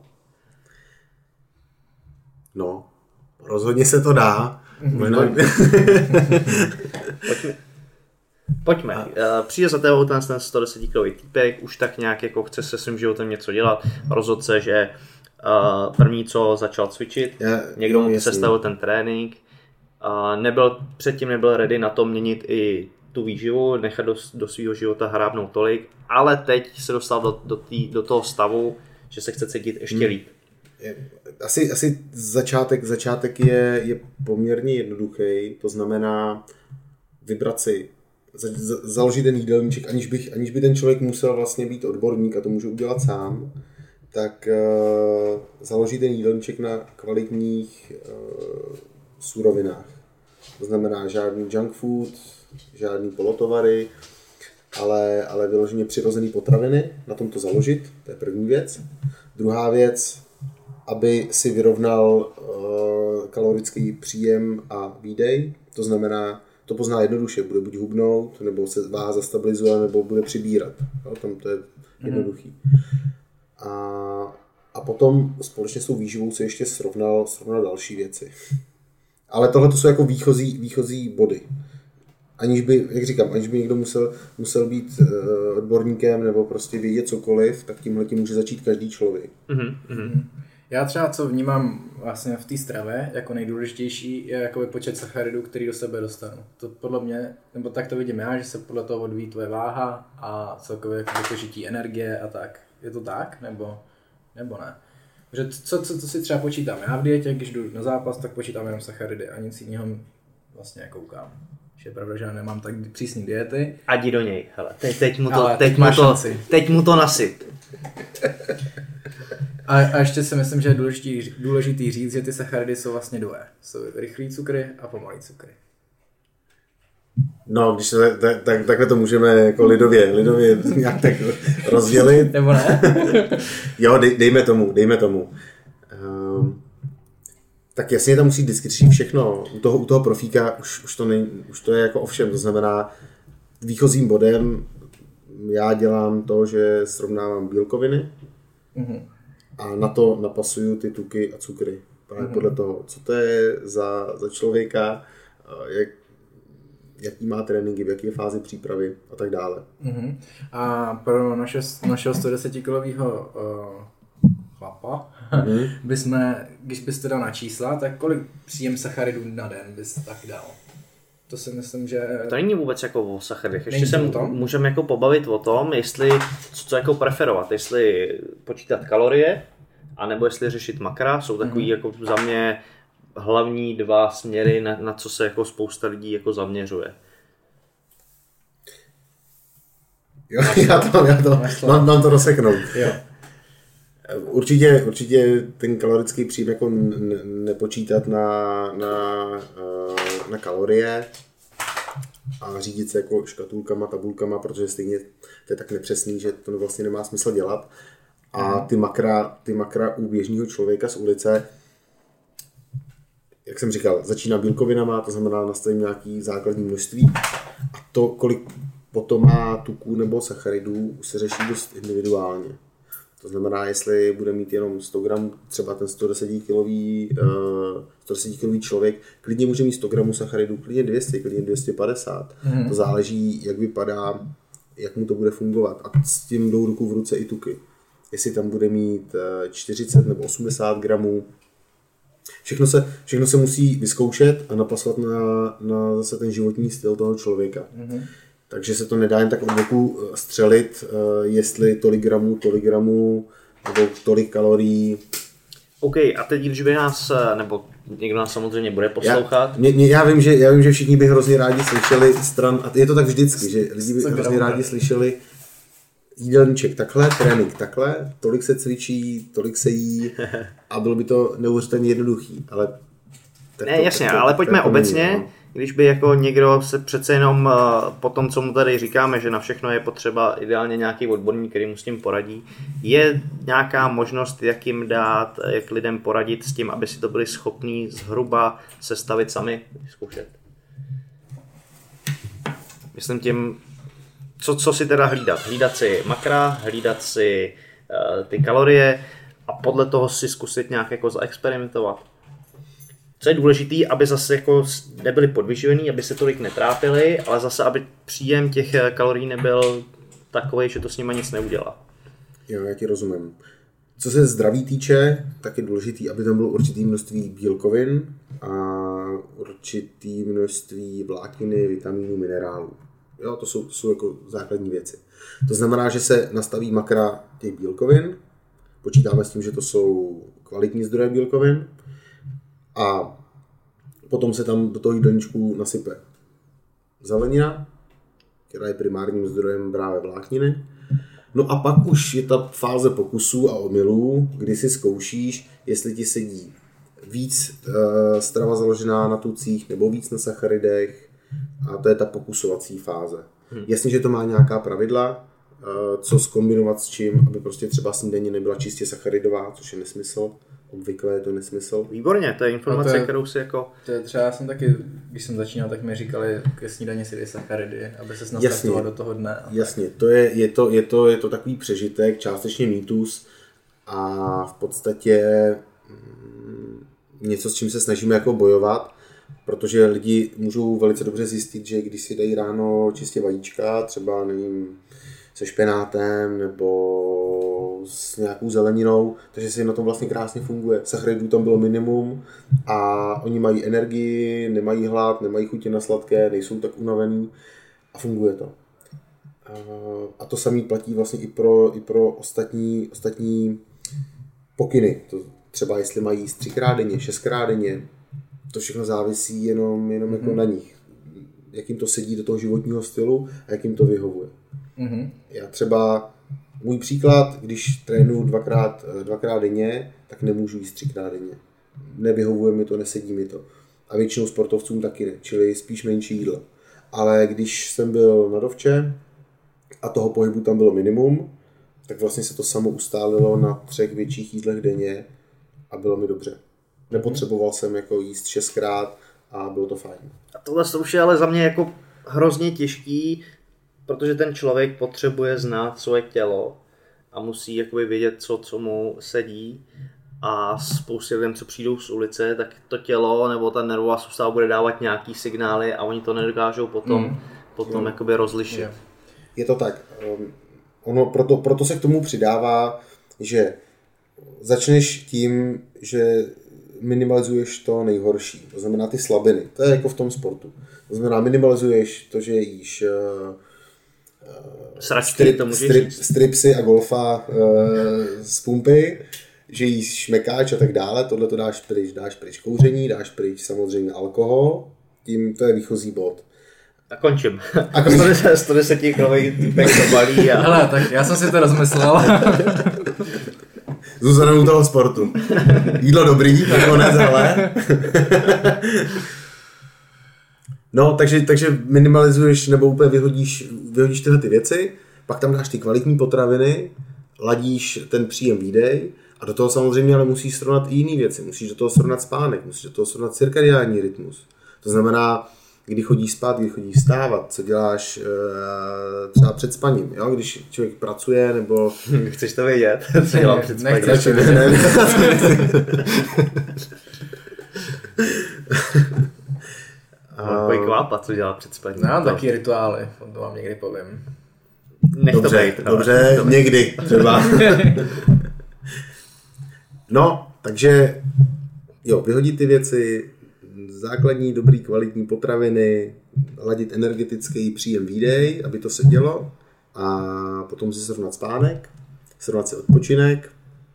No, rozhodně se to dá. Pojďme. Pojďme. Přijde za tebou ten sto deset kilový týpek, už tak nějak jako chce se svým životem něco dělat, rozhodl se, že uh, první co začal cvičit, já, někdo mu sestavil ten trénink, uh, nebyl, předtím nebyl ready na to měnit i tu výživu, nechat do, do svého života hrábnout tolik, ale teď se dostal do, do, tý, do toho stavu, že se chce cítit ještě hmm. líp. Asi, asi začátek, začátek je, je poměrně jednoduchý, to znamená vybrat si, za, za, založit ten jídelníček, aniž, bych, aniž by ten člověk musel vlastně být odborník, a to může udělat sám, tak uh, založit ten jídelníček na kvalitních uh, surovinách. To znamená žádný junk food, žádný polotovary, ale, ale vyloženě přirozený potraviny, na tom to založit, to je první věc. Druhá věc, aby si vyrovnal uh, kalorický příjem a výdej, to znamená, to pozná jednoduše, bude buď hubnout, nebo se váha zastabilizuje, nebo bude přibírat. Jo, tam to je jednoduchý. A, a potom společně s tou výživou se ještě srovnal, srovnal další věci. Ale tohle to jsou jako výchozí, výchozí body. Aniž by, jak říkám, aniž by někdo musel, musel být uh, odborníkem nebo prostě vědět cokoliv, tak tímhletím může začít každý člověk. Mm-hmm. Já třeba co vnímám vlastně v té stravě jako nejdůležitější je jakoby počet sacharidů, který do sebe dostanu. To podle mě, nebo tak to vidím já, že se podle toho odvíjí tvoje váha a celkově využití energie a tak. Je to tak? Nebo, nebo ne? Že co, co, co si třeba počítám? Já v dietě, když jdu na zápas, tak počítám jenom sacharidy a nic jiného vlastně koukám. Že je pravda, že já nemám tak přísný diety. A jdi do něj, hele. Teď, teď, mu, to, teď, mu, to, teď mu to nasyp. A, a ještě si myslím, že je důležitý, důležitý říct, že ty sacharidy jsou vlastně dvě. Jsou rychlý cukry a pomalý cukry. No, když se, tak, tak, takhle to můžeme jako lidově, lidově nějak tak rozdělit. Nebo ne? Jo, dej, dejme tomu, dejme tomu. Um, tak jasně tam musí vždycky řešit všechno. U toho, u toho profíka už, už, to nej, už to je jako ovšem. To znamená, výchozím bodem já dělám to, že srovnávám bílkoviny, mm-hmm. a na to napasuju ty tuky a cukry. Právě mm-hmm. podle toho, co to je za, za člověka, jak, jaký má tréninky, v jaké fázi přípravy a tak dále. Mm-hmm. A pro naše, našeho sto deset kilového uh, chlapa, mm-hmm. bychom, když bys to dal na čísla, tak kolik příjem sacharidů na den bys tak dal? To si myslím, že... To není vůbec jako o sacharidech. Ještě se můžeme jako pobavit o tom, jestli co, co jako preferovat. Jestli počítat kalorie, anebo jestli řešit makra. Jsou takový mm-hmm. jako za mě hlavní dva směry, na, na co se jako spousta lidí jako zaměřuje. Jo, já to mám, já to mám, mám to rozseknout. Jo. Určitě, určitě ten kalorický příjem jako ne, nepočítat na, na, na kalorie a řídit se jako škatulkama, tabulkama, protože stejně to je tak nepřesný, že to vlastně nemá smysl dělat. A ty makra, ty makra u běžného člověka z ulice, jak jsem říkal, začíná bílkovinama, to znamená nastavím nějaký základní množství a to, kolik potom má tuků nebo sacharidů, se řeší dost individuálně. To znamená, jestli bude mít jenom sto gramů, třeba ten sto deset kilový, uh, sto deset kilový člověk, klidně může mít sto gramů sacharidů, klidně dvě stě, klidně dvě stě padesát. Mm. To záleží, jak vypadá, jak mu to bude fungovat. A s tím jdou ruku v ruce i tuky. Jestli tam bude mít čtyřicet nebo osmdesát gramů. Všechno se, všechno se musí vyzkoušet a napasovat na, na zase ten životní styl toho člověka. Mm. Takže se to nedá jen tak od boku střelit, jestli tolik gramů, tolik gramů, nebo tolik kalorií. OK, a teď, když by nás, nebo někdo nás samozřejmě bude poslouchat. Já, mě, mě, já, vím, že, já vím, že všichni by hrozně rádi slyšeli stran, a je to tak vždycky, že lidi by hrozně rádi slyšeli jídelníček takhle, trénink takhle, tolik se cvičí, tolik se jí a bylo by to neuvěřitelně jednoduchý, ale... Ne, to, jasně, to, ale pojďme obecně, není, no. Když by jako někdo se přece jenom po tom, co mu tady říkáme, že na všechno je potřeba ideálně nějaký odborník, který mu s tím poradí, je nějaká možnost, jak jim dát, jak lidem poradit s tím, aby si to byli schopní zhruba sestavit sami, zkoušet. Myslím tím, co, co si teda hlídat. Hlídat si makra, hlídat si uh, ty kalorie a podle toho si zkusit nějak jako zaexperimentovat. Co je důležité, aby zase jako nebyli podvyživený, aby se tolik netrápili, ale zase, aby příjem těch kalorií nebyl takový, že to s nima nic neudělá. Jo, já ti rozumím. Co se zdraví týče, tak je důležité, aby tam bylo určité množství bílkovin a určité množství vlákniny, vitamínů, minerálů. Jo, to jsou, to jsou jako základní věci. To znamená, že se nastaví makra těch bílkovin, počítáme s tím, že to jsou kvalitní zdroje bílkovin, a potom se tam do toho jídelníčku nasype zelenina, která je primárním zdrojem právě vlákniny. No a pak už je ta fáze pokusů a omylů, kdy si zkoušíš, jestli ti sedí víc e, strava založená na tucích nebo víc na sacharidech, a to je ta pokusovací fáze. Hmm. Jasně, že to má nějaká pravidla, e, co zkombinovat s čím, aby prostě třeba snídaně nebyla čistě sacharidová, což je nesmysl. Obvykle je to nesmysl. Výborně, to je informace, no to je, kterou si jako... To je třeba, já jsem taky, když jsem začínal, tak mi říkali, ke snídaně si dej sacharidy, aby ses nastartoval do toho dne. Jasně, to je, je, to, je, to, je to takový přežitek, částečně mýtus a v podstatě mm, něco, s čím se snažíme jako bojovat, protože lidi můžou velice dobře zjistit, že když si dají ráno čistě vajíčka, třeba nevím, se špenátem nebo s nějakou zeleninou, takže si na tom vlastně krásně funguje. Sacharidů tam bylo minimum a oni mají energii, nemají hlad, nemají chutě na sladké, nejsou tak unavený a funguje to. A to samé platí vlastně i pro, i pro ostatní, ostatní pokyny. To třeba jestli mají jíst třikrát denně, šestkrát denně, to všechno závisí jenom, jenom mm-hmm. jako na nich. Jak jim to sedí do toho životního stylu a jak jim to vyhovuje. Mm-hmm. Já třeba, můj příklad, když trénuji dvakrát, dvakrát denně, tak nemůžu jíst třikrát denně. Nevyhovuje mi to, nesedí mi to. A většinou sportovcům taky ne, čili spíš menší jídlo. Ale když jsem byl na dovče a toho pohybu tam bylo minimum, tak vlastně se to samo ustálilo na třech větších jídlech denně a bylo mi dobře. Nepotřeboval jsem jako jíst šestkrát a bylo to fajn. A tohle už je ale za mě jako hrozně těžký, protože ten člověk potřebuje znát svoje tělo a musí jakoby vědět, co, co mu sedí. A spoustě lidem, co přijdou z ulice, tak to tělo nebo ta nervová soustava bude dávat nějaký signály a oni to nedokážou potom, mm. potom jakoby rozlišit. Je. je to tak. Ono, proto, proto se k tomu přidává, že začneš tím, že minimalizuješ to nejhorší, to znamená ty slabiny. To je jako v tom sportu. To znamená, minimalizuješ to, že jíš uh, strip, strip, stripsy a golfa uh, z pumpy, že jíš šmekáč a tak dále, tohle to dáš pryč, dáš pryč kouření, dáš pryč samozřejmě alkohol, tím to je výchozí bod. A končím. A končím. sto deset kilový týpek to balí a... Hele, tak já jsem si to rozmyslel. Zůstaneme u toho sportu. Jídlo dobrý, nakonec, hele. No, takže, takže minimalizuješ nebo úplně vyhodíš, vyhodíš tyhle ty věci, pak tam dáš ty kvalitní potraviny, ladíš ten příjem výdej a do toho samozřejmě ale musíš srovnat i jiné věci. Musíš do toho srovnat spánek, musíš do toho srovnat cirkadiální rytmus. To znamená, kdy chodíš spát, kdy chodíš vstávat, co děláš e, třeba před spaním, jo? Když člověk pracuje, nebo... Chceš to vědět? Co dělám před spaním? Nechceš, ne, ne, ne. Pojď kvápat, co dělá před spaním. No, taky rituály, to vám někdy povím. Nech dobře, to být. Dobře, to někdy třeba. No, takže jo, vyhodit ty věci, základní, dobrý, kvalitní potraviny, ladit energetický příjem výdej, aby to sedělo a potom si srovnat spánek, srovnat si odpočinek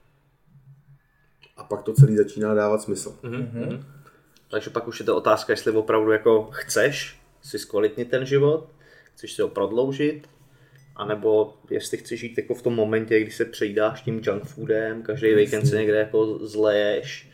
a pak to celé začíná dávat smysl. Mm-hmm. Takže pak už je to otázka, jestli opravdu jako chceš si zkvalitnit ten život, chceš si ho prodloužit, anebo jestli chceš žít jako v tom momentě, kdy se přejídáš tím junk foodem, každý víkend se někde jako zleješ.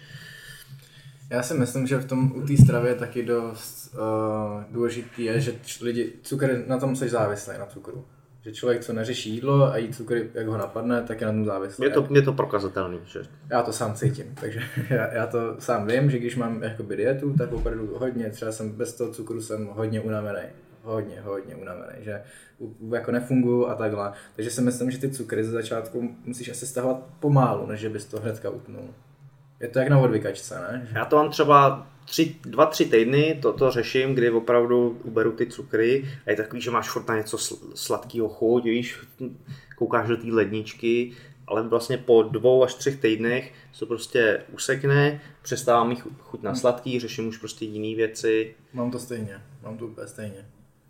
Já si myslím, že v tom u té stravy je taky dost uh, důležitý je, že č- lidi, cukr, na tom jsi závislý, na cukru. Že člověk, co neřeší jídlo a jí cukr, jak ho napadne, tak je na tom závislý. Je to, je to prokazatelný, že? Já to sám cítím, takže já, já to sám vím, že když mám jakoby dietu, tak opravdu hodně, třeba jsem bez toho cukru jsem hodně unavený. Hodně, hodně unavený, že jako nefungují a takhle. Takže si myslím, že ty cukry ze začátku musíš asi stahovat pomálu, než bys to hnedka utnul. Je to jak na odvykačce, ne? Já to mám třeba tři, dva, tři týdny, to, to řeším, kdy opravdu uberu ty cukry a je takový, že máš furt na něco sladkého chuť, víš, koukáš do té ledničky, ale vlastně po dvou až třech týdnech se prostě usekne, přestávám mít chuť na sladký, řeším už prostě jiné věci. Mám to stejně, mám to úplně stejně.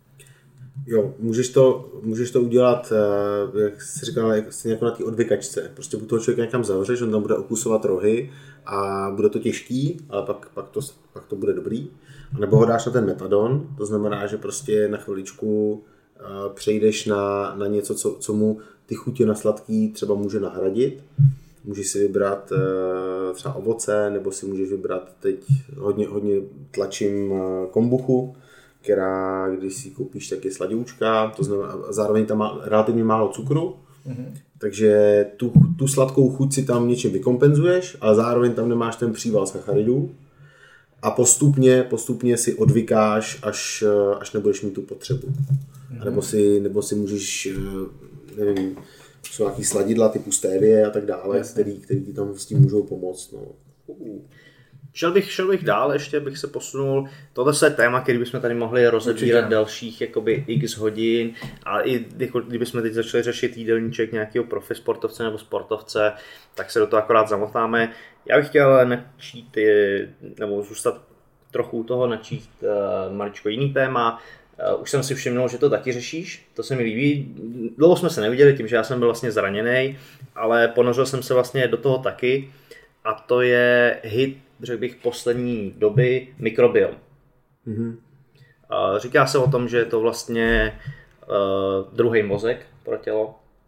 Jo, můžeš to, můžeš to udělat, jak jsi říkal, jako na té odvykačce. Prostě buď toho člověka někam zavřeš, on tam bude okusovat rohy a bude to těžký, ale pak, pak, to, pak to bude dobrý. A nebo ho dáš na ten metadon, to znamená, že prostě na chviličku přejdeš na, na něco, co, co mu ty chutě na sladký třeba může nahradit. Můžeš si vybrat třeba ovoce, nebo si můžeš vybrat, teď hodně, hodně tlačím kombuchu, která, když si koupíš, tak je sladoučka, to znamená, zároveň tam má relativně málo cukru, mm-hmm. takže tu, tu sladkou chuť si tam něčím vykompenzuješ, ale zároveň tam nemáš ten příval sacharidů a postupně, postupně si odvykáš, až, až nebudeš mít tu potřebu. Mm-hmm. A nebo si, nebo si můžeš, nevím, jsou nějaký sladidla typu stevie a tak dále, který, který ti tam s tím můžou pomoct. No. Uh. Šel bych, šel bych dál, ještě bych se posunul. Tohle je téma, který bychom tady mohli rozebírat dalších jakoby x hodin. A i kdybychom teď začali řešit jídelníček nějakého profi sportovce nebo sportovce, tak se do toho akorát zamotáme. Já bych chtěl načít, nebo zůstat trochu u toho, načít uh, maličko jiný téma. Uh, už jsem si všimnul, že to taky řešíš, to se mi líbí. Dlouho jsme se neviděli tím, že já jsem byl vlastně zraněný, ale ponořil jsem se vlastně do toho taky. A to je hit, řekl bych, poslední doby mikrobiom. Mm-hmm. Říká se o tom, že je to vlastně uh, druhý mozek pro tělo.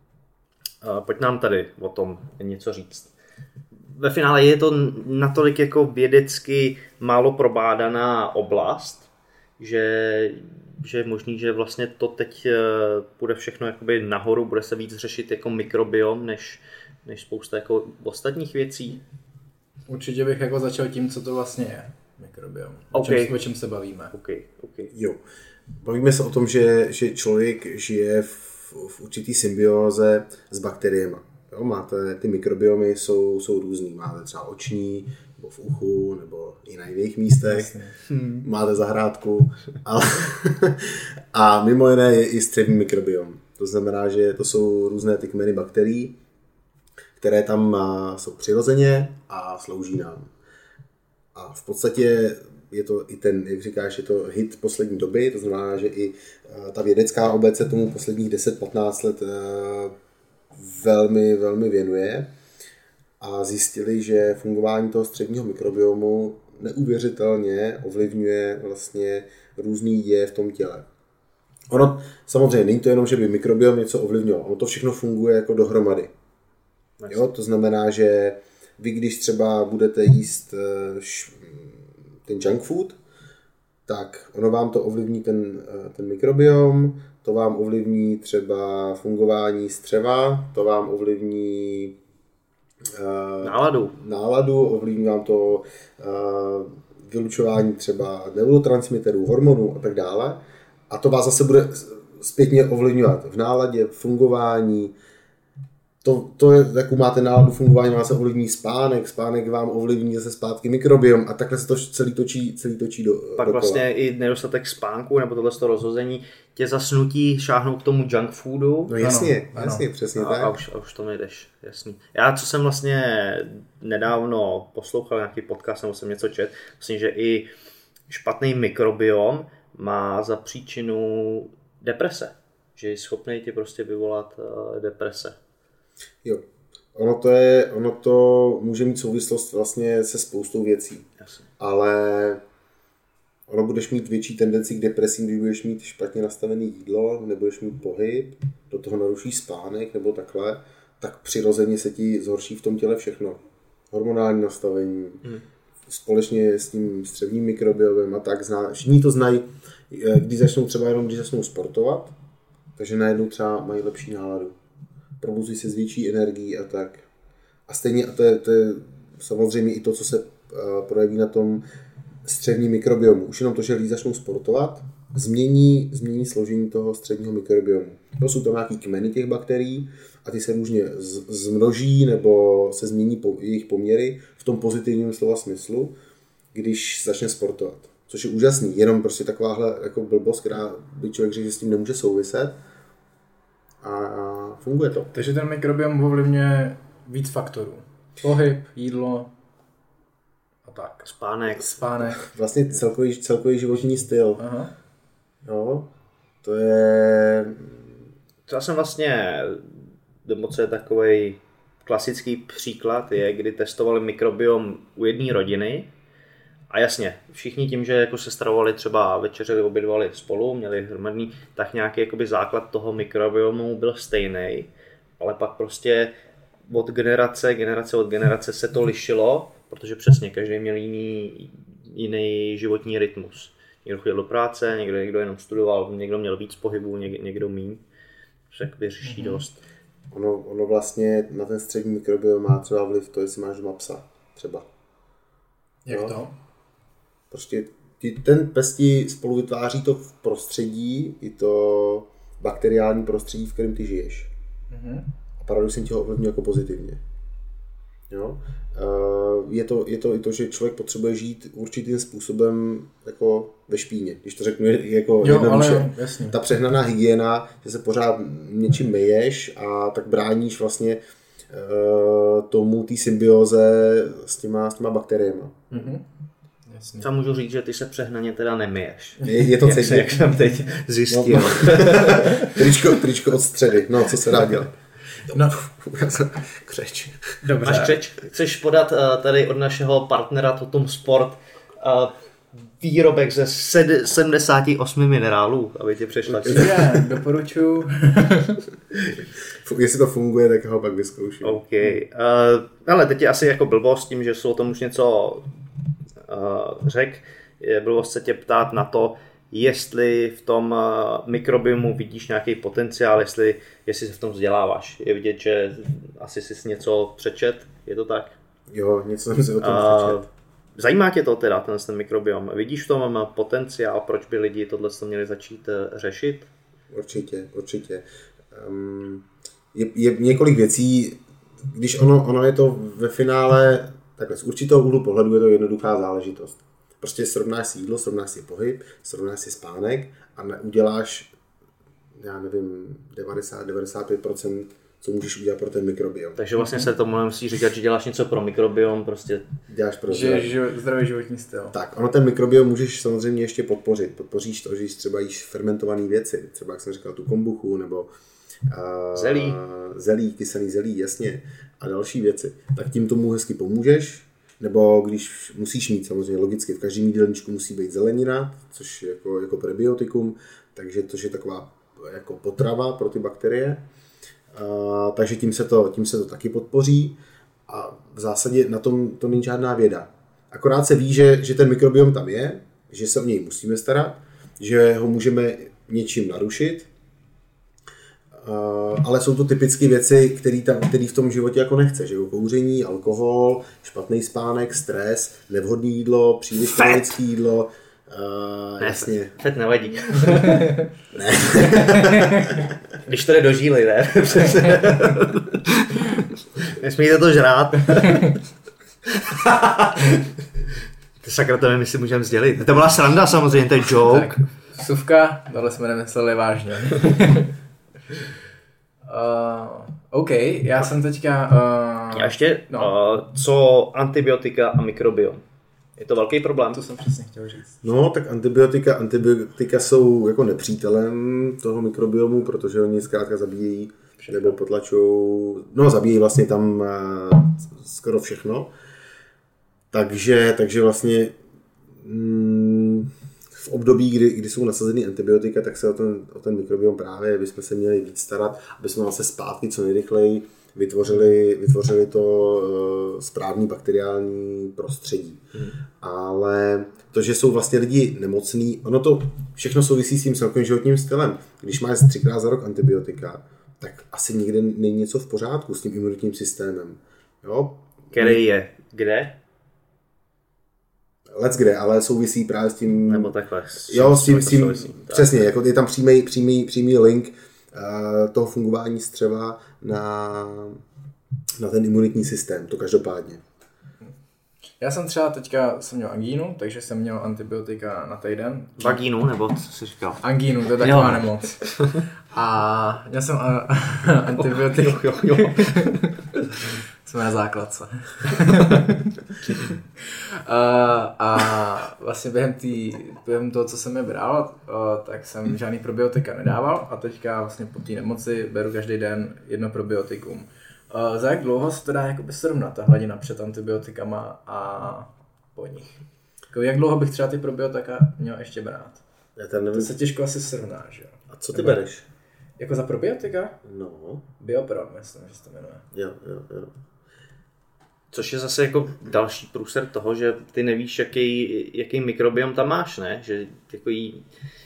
Uh, pojď nám tady o tom něco říct. Ve finále je to natolik jako vědecky málo probádaná oblast, že, že je možný, že vlastně to teď uh, bude všechno jakoby nahoru, bude se víc řešit jako mikrobiom, než, než spousta jako ostatních věcí. Určitě bych jako začal tím, co to vlastně je mikrobiom. Okay. O čem, o čem se bavíme. Okay, okay. Jo. Bavíme se o tom, že, že člověk žije v, v určitý symbióze s bakteriemi. Jo, máte, ty mikrobiomy jsou, jsou různý. Máte třeba oční, nebo v uchu, nebo i na jiných místech. Hmm. Máte zahrádku. Ale, a mimo jiné je i střevní mikrobiom. To znamená, že to jsou různé ty kmeny bakterií, které tam jsou přirozeně a slouží nám. A v podstatě je to i ten, jak říkáš, je to hit poslední doby, to znamená, že i ta vědecká obec se tomu posledních deset patnáct let velmi, velmi věnuje a zjistili, že fungování toho střevního mikrobiomu neuvěřitelně ovlivňuje vlastně různý děje v tom těle. Ono samozřejmě není to jenom, že by mikrobiom něco ovlivňoval, ono to všechno funguje jako dohromady. Jo, to znamená, že vy, když třeba budete jíst ten junk food, tak ono vám to ovlivní ten, ten mikrobiom, to vám ovlivní třeba fungování střeva, to vám ovlivní uh, náladu. náladu, ovlivní vám to uh, vylučování třeba neurotransmiterů, hormonů a tak dále. A to vás zase bude zpětně ovlivňovat v náladě, fungování. To, to je, jakou máte náladu fungování, vás ovlivní spánek, spánek vám ovlivní zase zpátky mikrobiom a takhle se to celý točí, celý točí do, Pak dokola. vlastně i nedostatek spánku nebo tohle rozhození tě zasnutí šáhnout k tomu junk foodu. No jasně, ano, jasně, ano. přesně a, tak. A už, a už to nejdeš, jasný. Já, co jsem vlastně nedávno poslouchal nějaký podcast, nebo jsem něco čet, myslím, že i špatný mikrobiom má za příčinu deprese. Že je schopný ti prostě vyvolat uh, deprese. Jo. Ono to, je, ono to může mít souvislost vlastně se spoustou věcí. Jasně. Ale ono budeš mít větší tendenci k depresím, když budeš mít špatně nastavené jídlo, nebudeš mít pohyb, do toho narušíš spánek nebo takhle, tak přirozeně se ti zhorší v tom těle všechno. Hormonální nastavení, hmm. společně s tím střevním mikrobiomem a tak. Zná, všichni to znají, když začnou třeba jenom, když začnou sportovat, takže najednou třeba mají lepší náladu. Probuzují se s větší energií a tak. A stejně, a to je, to je samozřejmě i to, co se uh, projeví na tom střevním mikrobiomu. Už jenom to, že lidi začnou sportovat, změní, změní složení toho střevního mikrobiomu. To jsou tam nějaký kmeny těch bakterií a ty se různě z, zmnoží nebo se změní po, jejich poměry v tom pozitivním slova smyslu, když začne sportovat. Což je úžasný, jenom prostě takováhle jako blbost, která by člověk řekl, že s tím nemůže souviset. A funguje to. Takže ten mikrobiom ovlivňuje víc faktorů. Pohyb, jídlo a tak. Spánek. Spánek. Vlastně celkový, celkový životní styl. Aha. Jo, to je... To já jsem vlastně, nebo co je takovej klasický příklad, je, kdy testovali mikrobiom u jedné rodiny. A jasně, všichni tím, že jako se stravovali třeba večeřeli, obědvali spolu, měli hromadný, tak nějaký jakoby základ toho mikrobiomu byl stejný, ale pak prostě od generace, generace od generace se to lišilo, protože přesně každý měl jiný, jiný životní rytmus. Někdo chodil do práce, někdo, někdo jenom studoval, někdo měl víc pohybu, někdo, někdo míň. To se jakoby řeší mm-hmm. dost. Ono, ono vlastně na ten střední mikrobiom má třeba vliv to, jestli máš doma psa, třeba. Jak no? to? Prostě ty, ten pes ti spolu vytváří to v prostředí, i to bakteriální prostředí, v kterém ty žiješ. Mm-hmm. A paradoxně tě ho ovlivňuje jako pozitivně. Jo? Je to, je to i to, že člověk potřebuje žít určitým způsobem jako ve špíně. Když to řeknu jako jednoduše. Ta přehnaná hygiena, že se pořád něčím myješ a tak bráníš vlastně tomu té symbioze s těma, s těma bakteriemi. Mm-hmm. Co můžu říct, že ty se přehnaně teda nemyješ. Je, je to cítit. Jak jsem teď zjistil. No, tričko, tričko od středy. No, co se dá dělat? No, křeč. Dobře. Máš křeč? Chceš podat uh, tady od našeho partnera Totum Sport uh, výrobek ze sed- sedmdesát osm minerálů, aby ti přešla. Já doporučuji. Jestli to funguje, tak ho pak vyzkouším. OK. Uh, ale teď je asi jako blbost tím, že jsou o tom už něco uh, řek. Je blbost se tě ptát na to, jestli v tom uh, mikrobiomu vidíš nějaký potenciál, jestli, jestli se v tom vzděláváš. Je vidět, že asi jsi něco přečet, je to tak? Jo, něco jsem si o tom uh, přečet. Zajímá tě to teda, ten, ten mikrobiom? Vidíš v tom potenciál, proč by lidi tohle měli začít řešit? Určitě, určitě. Um, je, je několik věcí, když ono, ono je to ve finále, takhle z určitého úhlu pohledu je to jednoduchá záležitost. Prostě srovnáš si jídlo, srovnáš si pohyb, srovnáš si spánek a uděláš, já nevím, devadesát až devadesát pět procent, co můžeš udělat pro ten mikrobiom. Takže vlastně se tomu nemusí říkat, že děláš něco pro mikrobiom, prostě děláš pro že je zdravý životní styl. Tak, ono ten mikrobiom můžeš samozřejmě ještě podpořit. Podpoříš to, že třeba jíš fermentované věci, třeba jak jsem říkal tu kombuchu, nebo uh, zelí. zelí, kyselý zelí, jasně, a další věci. Tak tím tomu hezky pomůžeš, nebo když musíš mít samozřejmě logicky, v každém jídelníčku musí být zelenina, což je jako, jako prebiotikum, takže to je taková jako potrava pro ty bakterie. Uh, takže tím se, to, tím se to taky podpoří a v zásadě na tom to není žádná věda. Akorát se ví, že, že ten mikrobiom tam je, že se o něj musíme starat, že ho můžeme něčím narušit, uh, ale jsou to typické věci, které v tom životě jako nechce, že kouření, alkohol, špatný spánek, stres, nevhodné jídlo, příliš kalorické jídlo. Uh, ne, jasně. Fet nevadí. Ne. Když to jde do žíly, ne? Nesmíte to žrát. Ty sakra, to nevím, jestli můžeme sdělit. To byla sranda samozřejmě, to je joke. Tak, suvka, tohle jsme nemysleli vážně. uh, OK, já jsem teďka... Uh, a ještě, no. uh, co antibiotika a mikrobiom? Je to velký problém. To jsem přesně chtěl říct. No, tak antibiotika, antibiotika jsou jako nepřítelem toho mikrobiomu, protože oni zkrátka zabíjejí všechno. Nebo potlačují, no zabíjejí vlastně tam uh, skoro všechno. Takže, takže vlastně mm, v období, kdy, kdy jsou nasazeny antibiotika, tak se o ten, o ten mikrobiom právě bychom se měli víc starat, aby jsme vlastně zpátky co nejrychleji vytvořili, vytvořili to uh, správný bakteriální prostředí. Hmm. Ale to, že jsou vlastně lidi nemocní, ono to všechno souvisí s tím celkovým životním stylem. Když máš třikrát za rok antibiotika, tak asi někde není něco v pořádku s tím imunitním systémem. Jo? Který je kde? Let's kde, ale souvisí právě s tím... Nebo takhle. Jo, s tím, s tím přesně, jako je tam přímý, přímý, přímý link uh, toho fungování střeva na, na ten imunitní systém, to každopádně. Já jsem třeba teďka jsem měl angínu, takže jsem měl antibiotika na týden. Vagínu, nebo co jsi říkal? Angínu, to je taková nemoc. A měl jsem a, antibiotika. Jo, jo, jo. Jsme na základce. a, a vlastně během, tý, během toho, co jsem je bral, tak jsem žádný probiotika nedával a teďka vlastně po té nemoci beru každý den jedno probiotikum. Za jak dlouho se to dá jakoby srovnat, ta hladina před antibiotikama a po nich? Jak dlouho bych třeba ty probiotika měl ještě brát? Já nevím. To se těžko asi srovná, že jo? A co ty Nebo... bereš? Jako za probiotika? No. Biopro, myslím, že se to jmenuje. Jo, jo, jo. Což je zase jako další průser toho, že ty nevíš, jaký, jaký mikrobiom tam máš, ne? Že takový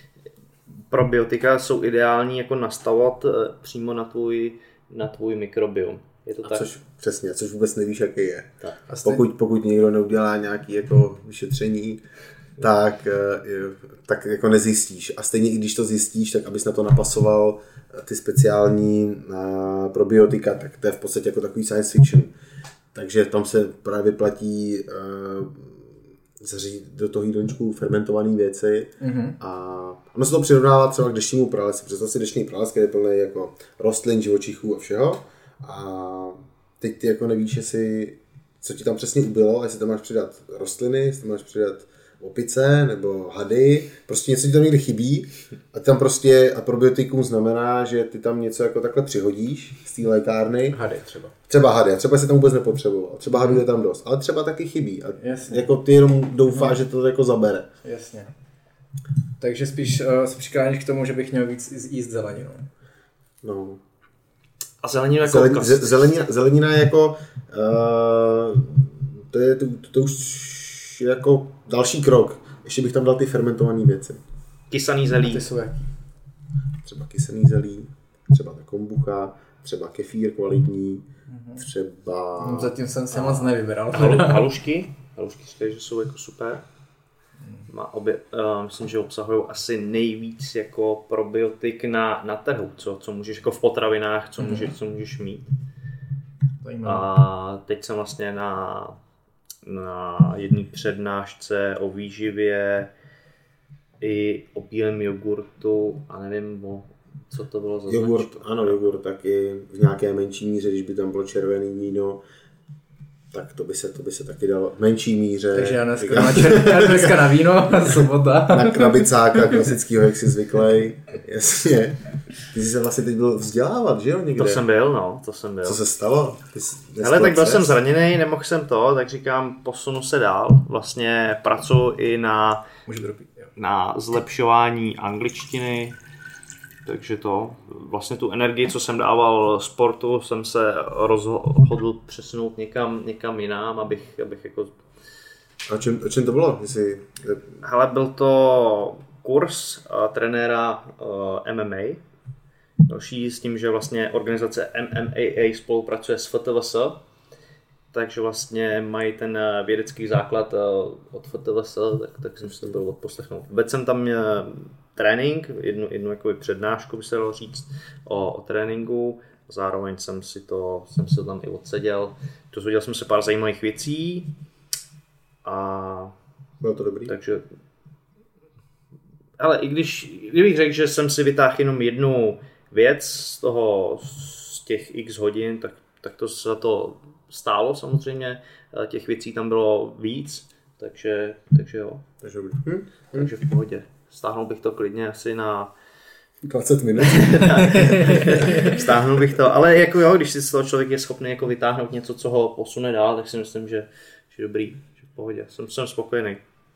probiotika jsou ideální jako nastavovat přímo na tvůj, na tvůj mikrobiom. Je to a tak? Což, přesně, což vůbec nevíš, jaký je. Tak. Pokud, pokud někdo neudělá nějaké jako vyšetření, tak, tak jako nezjistíš. A stejně i když to zjistíš, tak abys na to napasoval ty speciální probiotika, tak to je v podstatě jako takový science fiction. Takže tam se právě platí uh, zařídit do toho jídelníčku fermentované věci mm-hmm. a ono se to přirovnává třeba k deštnímu pralesu. Představ si deštný prales, který je plný jako rostlin, živočichů a všeho. A teď ty jako nevíš, jestli, co ti tam přesně ubylo, jestli tam máš přidat rostliny, jestli tam máš přidat opice nebo hady, prostě něco ti tam někdy chybí a tam prostě a probiotikum znamená, že ty tam něco jako takhle přihodíš z té lékárny. Hady třeba. Třeba hady, a třeba se tam vůbec nepotřeboval, třeba hadů je tam dost, ale třeba taky chybí a Jasně. jako ty jenom doufáš, že to jako zabere. Jasně. Takže spíš uh, se přikláníš k tomu, že bych měl víc jíst zeleninu. No. A zelenina jako Zelen, zelenina, zelenina je jako uh, to je to, to už jako další krok. Ještě bych tam dal ty fermentované věci. Kysaný zelí. A ty jsou jaký? Třeba kysaný zelí, třeba ta kombucha, třeba kefír kvalitní, mm-hmm. třeba... No, zatím jsem se moc nevybral. Halušky. Halušky říkají, že jsou jako super. Má obě, uh, myslím, že obsahují asi nejvíc jako probiotik na, na trhu, co, co můžeš jako v potravinách, co můžeš, co můžeš mít. A teď jsem vlastně na, na jedné přednášce o výživě i o bílém jogurtu a nevím, o, co to bylo za Jogurt, značku. ano, jogurt taky v nějaké menší míře, když by tam bylo červené víno, tak to by se, to by se taky dalo v menší míře. Takže já dneska, na, čer, já dneska na víno, sobota. Na krabicáka klasického, jak jsi zvyklý. Jasně. Ty jsi se vlastně teď byl vzdělávat, že jo, někde? To jsem byl, no, to jsem byl. Co se stalo? Ale tak byl jsem zraněný, nemohl jsem to, tak říkám, posunu se dál. Vlastně pracuji i na, na zlepšování angličtiny, takže to, vlastně tu energii, co jsem dával sportu, jsem se rozhodl přesunout někam, někam jinam, abych, abych jako... A čem, o čem to bylo? Jsi... Hele, byl to kurz uh, trenéra uh, M M A. Další s tím, že vlastně organizace M M A A spolupracuje s F T V S, takže vlastně mají ten vědecký základ uh, od F T V S, tak, tak jsem si to byl odposlechnout. Vedl jsem tam uh, trénink, jednu, jednu jakoby přednášku, by se dalo říct, o, o tréninku. Zároveň jsem si to, jsem si to tam i odseděl. Dozvěděl jsem se pár zajímavých věcí. A bylo to dobrý? Takže, ale i když, kdybych řekl, že jsem si vytáhl jenom jednu věc z toho, z těch x hodin, tak, tak to za to stálo samozřejmě. Těch věcí tam bylo víc, takže, takže jo. Takže, hm? Takže v pohodě. Stáhnul bych to klidně asi na dvacet minut. Stáhnul bych to, ale jako jo, když si z toho člověk je schopný jako vytáhnout něco, co ho posune dál, tak si myslím, že, že dobrý, že v pohodě. Jsem, jsem spokojený.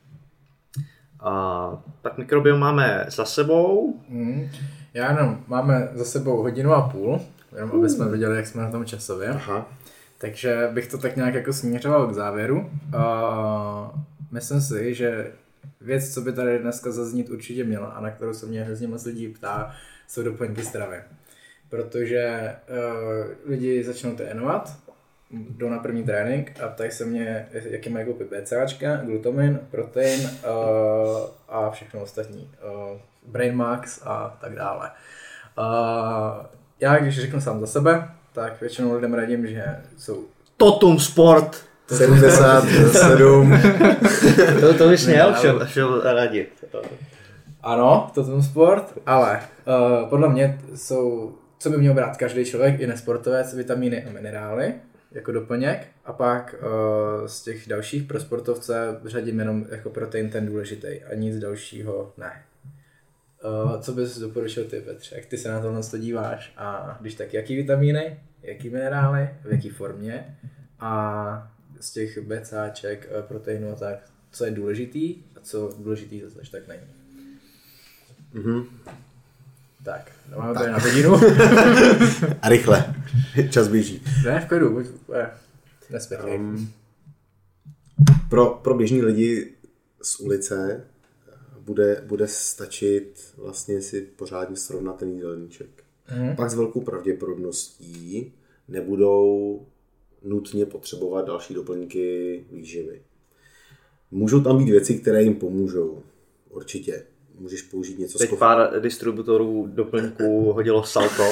A tak mikrobiom máme za sebou. Mm. Já jenom, máme za sebou hodinu a půl, jenom aby jsme viděli, jak jsme na tom časově. Aha. Takže bych to tak nějak jako směřoval k závěru. A myslím si, že věc, co by tady dneska zaznít určitě měla a na kterou se mě hrozně moc lidí ptá, jsou doplňky stravy. Protože uh, lidi začnou trénovat, jdou na první trénink a ptají se mě, jaký mají koupit BCAčka, glutamin, protein uh, a všechno ostatní. Uh, Brain Max a tak dále. Uh, já, když řeknu sám za sebe, tak většinou lidem radím, že jsou Totum Sport. sedmdesát sedm. to, to bys měl šel, šel radit. Ano, Totum Sport, ale uh, podle mě jsou, co by měl brát každý člověk, i nesportovec, vitamíny a minerály jako doplněk a pak uh, z těch dalších pro sportovce řadím jenom jako protein ten důležitý a nic dalšího ne. Uh, co bys doporučil ty, Petře? Jak ty se na tohle to díváš? A když tak, jaký vitamíny, jaký minerály, v jaký formě a z těch BCáček, proteinů a tak, co je důležitý a co důležitý zase až tak není. Mhm. Tak, máme tady na hodinu. A rychle. Čas běží. Ne, v klidu, buď, ne, nespěchej. Um, pro, pro běžní lidi z ulice bude, bude stačit vlastně si pořádně srovnat ten jídelníček. Mm. Pak s velkou pravděpodobností nebudou nutně potřebovat další doplňky výživy. Můžou tam být věci, které jim pomůžou. Určitě. Můžeš použít něco... Teď skov... pár distributorů doplňků hodilo salto.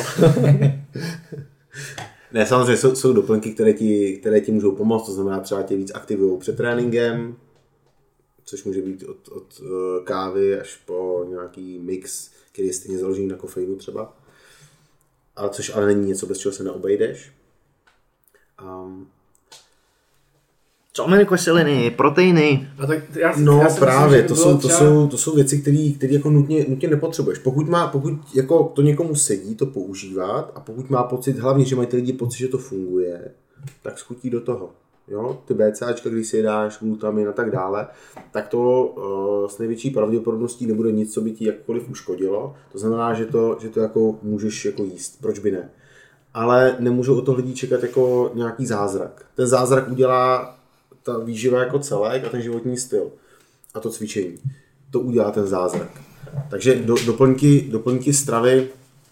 Ne, samozřejmě jsou, jsou doplňky, které ti, které ti můžou pomoct, to znamená třeba tě víc aktivují před tréninkem, což může být od, od kávy až po nějaký mix, který je stejně založený na kofeinu třeba. Ale což ale není něco, bez čeho se neobejdeš. Um, Co aminokyseliny, proteiny? No, tak já, no já právě, myslím, to, jsou, to, třeba... jsou, to jsou věci, které jako nutně, nutně nepotřebuješ. Pokud, má, pokud jako to někomu sedí, to používat a pokud má pocit, hlavně, že mají ty lidi pocit, že to funguje, tak schutí do toho. Jo? Ty BCáčka, když si je dáš, glutamin a tak dále, tak to uh, s největší pravděpodobností nebude nic, co by ti jakkoliv uškodilo. To znamená, že to, že to jako můžeš jako jíst. Proč by ne? Ale nemůžou od toho lidi čekat jako nějaký zázrak. Ten zázrak udělá ta výživa jako celek a ten životní styl a to cvičení. To udělá ten zázrak. Takže do, doplňky, doplňky stravy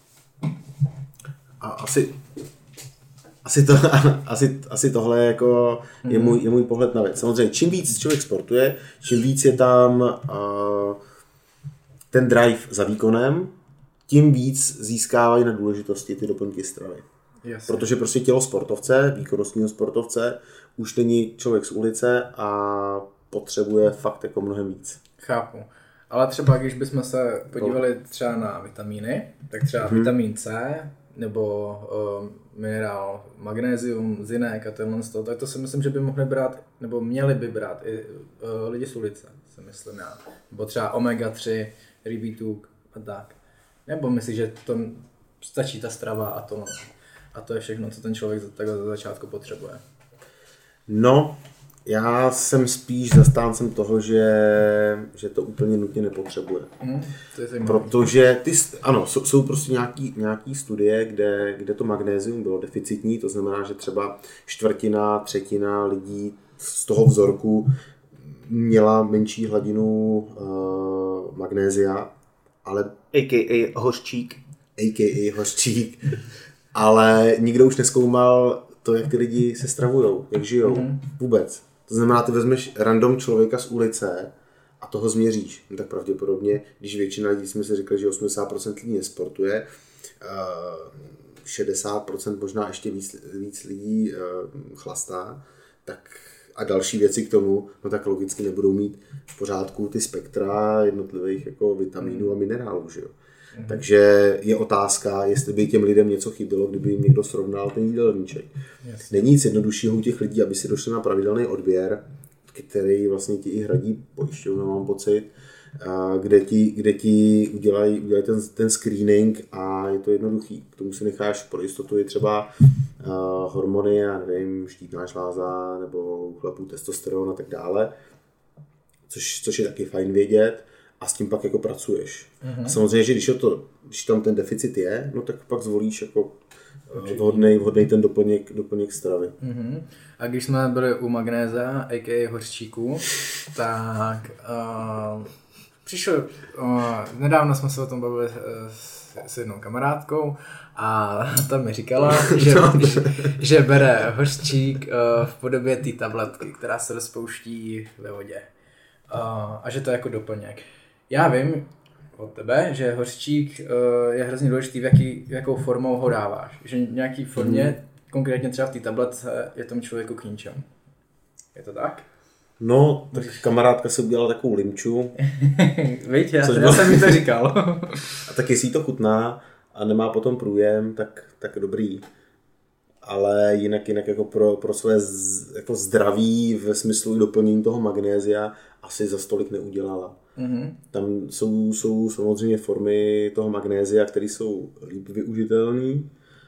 a asi, asi, to, asi, asi tohle jako je, můj, je můj pohled na věc. Samozřejmě, čím víc člověk sportuje, čím víc je tam uh, ten drive za výkonem, tím víc získávají na důležitosti ty doplňky stravy. Jasně. Protože prostě tělo sportovce, výkonnostního sportovce, už není člověk z ulice a potřebuje fakt jako mnohem víc. Chápu. Ale třeba když bychom se podívali třeba na vitamíny, tak třeba hmm. vitamin C nebo uh, minerál magnézium, zinek a tenhle z toho, tak to si myslím, že by mohli brát, nebo měli by brát i uh, lidi z ulice, si myslím já. Nebo třeba omega tři, rybí tuk a tak. Nebo myslíš, že to stačí ta strava a to, a to je všechno, co ten člověk takhle za začátku potřebuje? No, já jsem spíš zastáncem toho, že, že to úplně nutně nepotřebuje. Mm, to je Protože ty, ano, jsou, jsou prostě nějaký, nějaký studie, kde, kde to magnézium bylo deficitní, to znamená, že třeba čtvrtina, třetina lidí z toho vzorku měla menší hladinu uh, magnézia, ale... A K A hořčík. A K A hořčík. Ale nikdo už nezkoumal to, jak ty lidi se stravujou, jak žijou, mm-hmm. vůbec. To znamená, ty vezmeš random člověka z ulice a toho změříš. No tak pravděpodobně, když většina lidí, jsme si řekli, že osmdesát procent lidí nesportuje, šedesát procent možná ještě víc, víc lidí chlastá, tak a další věci k tomu, no tak logicky nebudou mít v pořádku ty spektra jednotlivých jako vitamínů a minerálů, že jo. Mm-hmm. Takže je otázka, jestli by těm lidem něco chybělo, kdyby jim někdo srovnal ten jídelníček. Yes. Není nic jednoduššího u těch lidí, aby si došli na pravidelný odběr, který vlastně ti i hradí pojišťovna, mám pocit, kde ti, kde ti udělají, udělají ten, ten screening a je to jednoduchý. K tomu si necháš pro jistotu i třeba uh, hormony, já nevím, štítná žláza nebo chlapů testosteron a tak dále, což, což je taky fajn vědět a s tím pak jako pracuješ. Mm-hmm. A samozřejmě, že když, je to, když tam ten deficit je, no tak pak zvolíš jako vhodnej, vhodnej ten doplněk, doplněk stravy. Mm-hmm. A když jsme byli u magnéza, a ká a hořčíků, tak uh, přišel, uh, nedávno jsme se o tom bavili s, s jednou kamarádkou a ta mi říkala, že, že, že bere hořčík uh, v podobě té tabletky, která se rozpouští ve vodě. Uh, a že to je jako doplněk. Já vím od tebe, že hořčík uh, je hrozně důležitý, v, jaký, v jakou formou ho dáváš. Že v nějaký formě, mm. konkrétně třeba v té tabletce, je tomu člověku k ničemu. Je to tak? No, tak kamarádka si udělala takovou limču. Víš, já, já jsem mi to říkal. A tak jestli to chutná a nemá potom průjem, tak, tak dobrý. Ale jinak, jinak jako pro, pro své z, jako zdraví ve smyslu doplnění toho magnézia asi za stolik neudělala. Mm-hmm. Tam jsou, jsou samozřejmě formy toho magnézia, které jsou líp využitelné.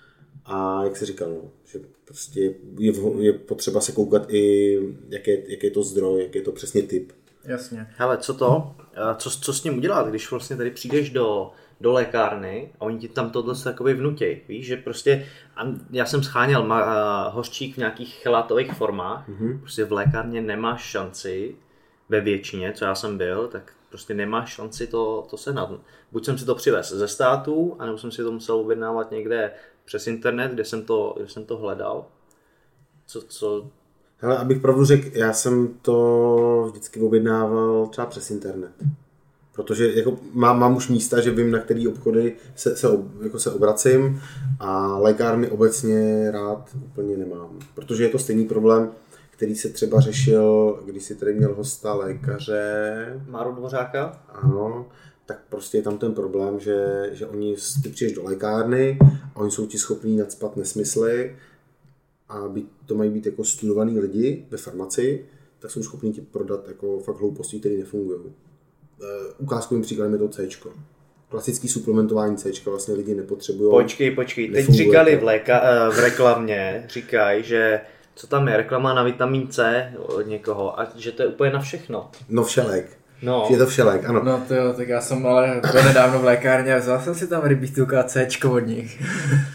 A jak se říkal, no, že prostě je, je potřeba se koukat i, jak je, jak je to zdroj, jak je to přesně typ. Jasně. Hele, co to? Co, co s ním udělat, když vlastně tady přijdeš do, do lékárny a oni ti tam tohle takový vnutěj, víš, že prostě, já jsem scháněl ma, hořčík v nějakých chelátových formách, mm-hmm. prostě v lékárně nemáš šanci, ve většině, co já jsem byl, tak prostě nemáš šanci to, to sehnat. Buď jsem si to přivez ze státu, anebo jsem si to musel objednávat někde přes internet, kde jsem to, kde jsem to hledal. Co, co... Hele, abych pravdu řekl, já jsem to vždycky objednával třeba přes internet. Protože jako mám, mám už místa, že vím, na který obchody se, se, jako se obracím a lékárny obecně rád úplně nemám. Protože je to stejný problém, který se třeba řešil, když si tady měl hosta lékaře. Máru Dvořáka? Ano, tak prostě je tam ten problém, že, že oni, ty přijdeš do lékárny a oni jsou ti schopní nacpat nesmysly a být, to mají být jako studovaný lidi ve farmacii, tak jsou schopní ti prodat jako fakt hlouposti, které nefungují. Uh, ukázkovým příkladem je to C-čko. Klasický suplementování C-čka vlastně lidi nepotřebují. Počkej, počkej, teď říkali v, léka, v reklamě, říkají, že co tam je, reklama na vitamin C od někoho a že to je úplně na všechno. No všelek. No. Je to všelek, ano. No to jo, tak já jsem ale byl nedávno v lékárně a vzal jsem si tam rybítuka a Cčko od nich.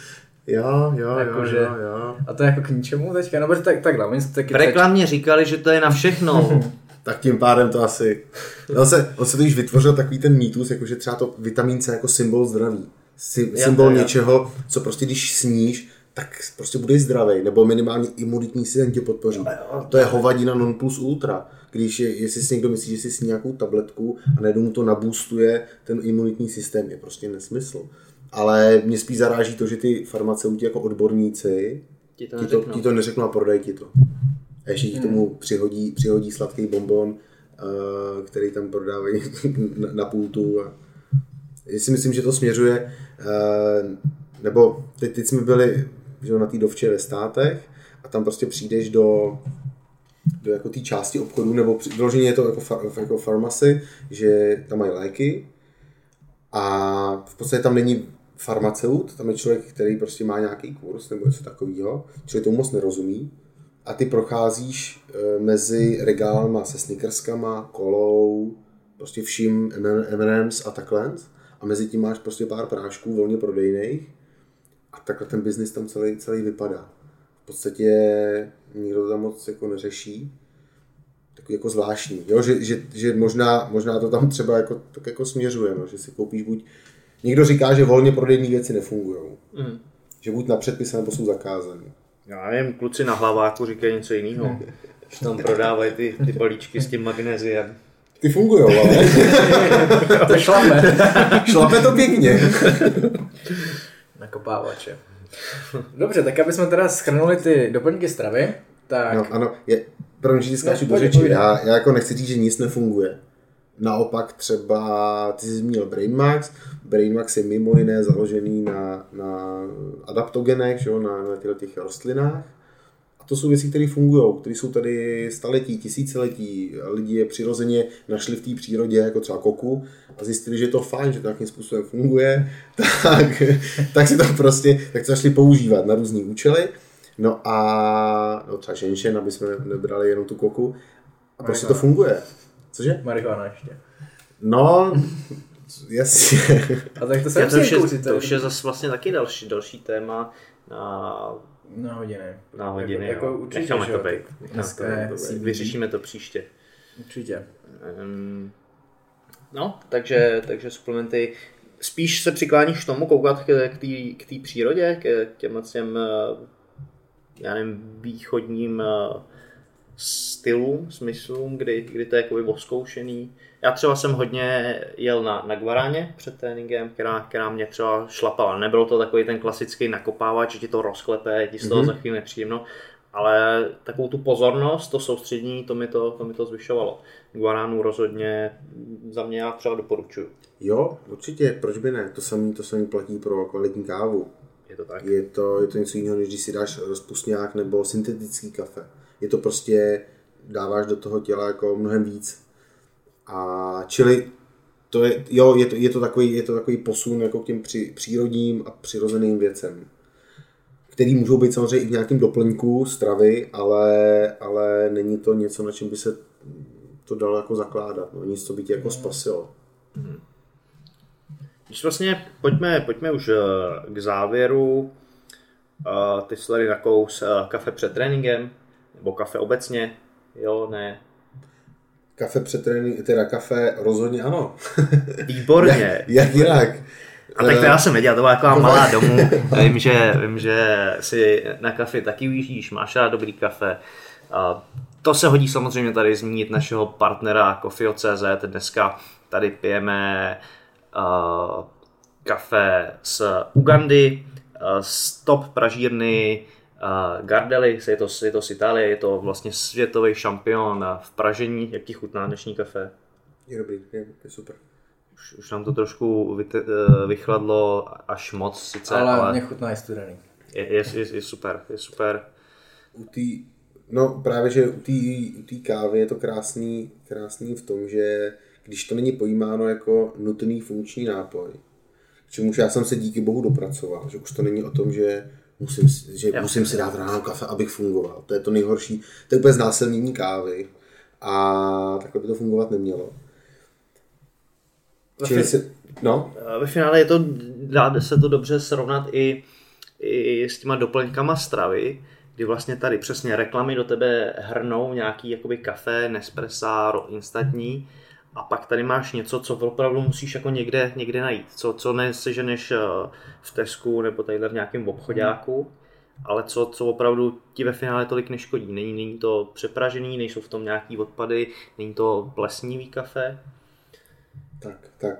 Jo, jo, jako jo, že... jo, jo. A to je jako k ničemu teďka, no tak, takhle, oni jsou taky... V reklamě říkali, že to je na všechno. Tak tím pádem to asi... On se, on se to již vytvořil takový ten mýtus, jakože třeba to vitamin C jako symbol zdraví. Sy, symbol já, něčeho, co prostě když sníš, tak prostě budeš zdravý, nebo minimálně imunitní systém tě podpoří. To je hovadina non plus ultra. Když je, jestli si někdo myslí, že si sní nějakou tabletku a najednou mu to naboostuje ten imunitní systém, je prostě nesmysl. Ale mě spíš zaráží to, že ty farmaceuti jako odborníci ti to, ti to, ti to neřeknou a prodají ti to. A ještě ti k tomu přihodí, přihodí sladký bonbon, uh, který tam prodávají na, na pultu. A já si myslím, že to směřuje, uh, nebo teď, teď jsme byli že na té dovče ve státech a tam prostě přijdeš do, do jako té části obchodu, nebo vyloženě je to jako, far, jako farmacy, že tam mají léky a v podstatě tam není farmaceut, tam je člověk, který prostě má nějaký kurz nebo něco takového, člověk tomu moc nerozumí a ty procházíš e, mezi regálama se snickerskama, kolou, prostě vším em end ems a takhle a mezi tím máš prostě pár prášků volně prodejných a takhle ten biznis tam celý, celý vypadá. V podstatě nikdo to tam moc jako neřeší. Takový jako zvláštní, jo? Že, že, že možná, možná to tam třeba jako, tak jako směřuje, no? Že si koupíš buď... Někdo říká, že volně prodejné věci nefungují. Mm. Že buď na předpis, nebo jsou zakázané. Já nevím, kluci na Hlaváku říkají něco jiného. Že tam prodávají ty, ty balíčky s tím magnéziem. Ty fungujou, ale... To šlape. Šlape to pěkně. Nakopávače. Dobře, tak aby jsme teda shrnuli ty doplňky stravy, tak... No, ano, je, první, že ti skáču do řeči, já, já jako nechci říct, že nic nefunguje. Naopak třeba, ty jsi zmínil BrainMax, BrainMax je mimo jiné založený na, na adaptogenech, že? Na, na těchto těch rostlinách. A to jsou věci, které fungují, které jsou tady staletí, tisíciletí. Lidi je přirozeně našli v té přírodě, jako třeba koku, a zjistili, že je to fajn, že to nějakým způsobem funguje, tak, tak si to prostě, tak to začali používat na různý účely. No a no třeba ženšen, aby jsme nebrali jenom tu koku. A prostě to funguje. Cože? Marihuana ještě. No, jasně. A tak to, Já to, už je, to už je zase vlastně taky další, další téma na, na hodiny. Na hodiny, jako, jo. Jako určitě, Necháme že to být. Necháme to být. Vyřešíme to příště. Určitě. Um, no, takže, takže suplementy. Spíš se přikláníš k tomu koukat k té přírodě, k těm, těm já nevím, východním stylům, smyslům, kdy, kdy to je jakoby oskoušený. Já třeba jsem hodně jel na, na Guaráně před tréninkem, která, která mě třeba šlapala. Nebylo to takový ten klasický nakopávač, že ti to rozklepe, ti z toho mm-hmm. za chvíli nepříjemno, ale takovou tu pozornost, to soustředění, to mi to, to, mi to zvyšovalo. Guaránu rozhodně za mě já třeba doporučuju. Jo, určitě, proč by ne? To samé to samý platí pro kvalitní kávu. Je to tak. Je to, je to něco jiného, než když si dáš rozpustňák nebo syntetický kafe. Je to prostě, dáváš do toho těla jako mnohem víc. A čili to je, jo, je to, je to, takový, je to takový posun jako k těm při, přírodním a přirozeným věcem, který můžou být samozřejmě i v nějakém doplňku stravy, ale, ale není to něco, na čem by se to dalo jako zakládat. No, nic, co by tě jako spasilo. Hmm. Když vlastně pojďme, pojďme už k závěru. Ty jsi tady nakous kafe před tréninkem, nebo kafe obecně, jo, ne? Kafe před tréninkem, teda kafe rozhodně ano. Výborně. jak, jak jinak? A tak to já jsem nedělal, to byla taková malá domů. Vím, že, vím, že si na kafe taky ujíždíš, máš rád dobrý kafe. A to se hodí samozřejmě tady zmínit našeho partnera Coffee tečka cé zet. Dneska tady pijeme uh, kafe z Ugandy, uh, z top pražírny uh, Gardelli, je to, je to z Itálie, je to vlastně světový šampion v pražení. Jak ti chutná dnešní kafe? Je dobrý, je, je super. Už, už nám to trošku vyte, vychladlo až moc sice, ale... ale mě chutná i studený. Je, je, je, je super, je super. U tý, no právě, že u té kávy je to krásný, krásný v tom, že když to není pojímáno jako nutný funkční nápoj, k čemuž já jsem se díky bohu dopracoval, že už to není o tom, že musím, že musím si dát ráno kafe, abych fungoval. To je to nejhorší, to je úplně znásilnění kávy a takhle by to fungovat nemělo. Čili si, no? Ve finále je to, dá se to dobře srovnat i, i s těma doplňkama stravy, kdy vlastně tady přesně reklamy do tebe hrnou nějaký jakoby kafe, Nespresso, instantní, a pak tady máš něco, co opravdu musíš jako někde, někde najít, co, co neseženeš v Tesku nebo tadyhle v nějakém obchodáku, ale co, co opravdu ti ve finále tolik neškodí. Není, není to přepražený, nejsou v tom nějaký odpady, není to plesnivý kafe. Tak, tak.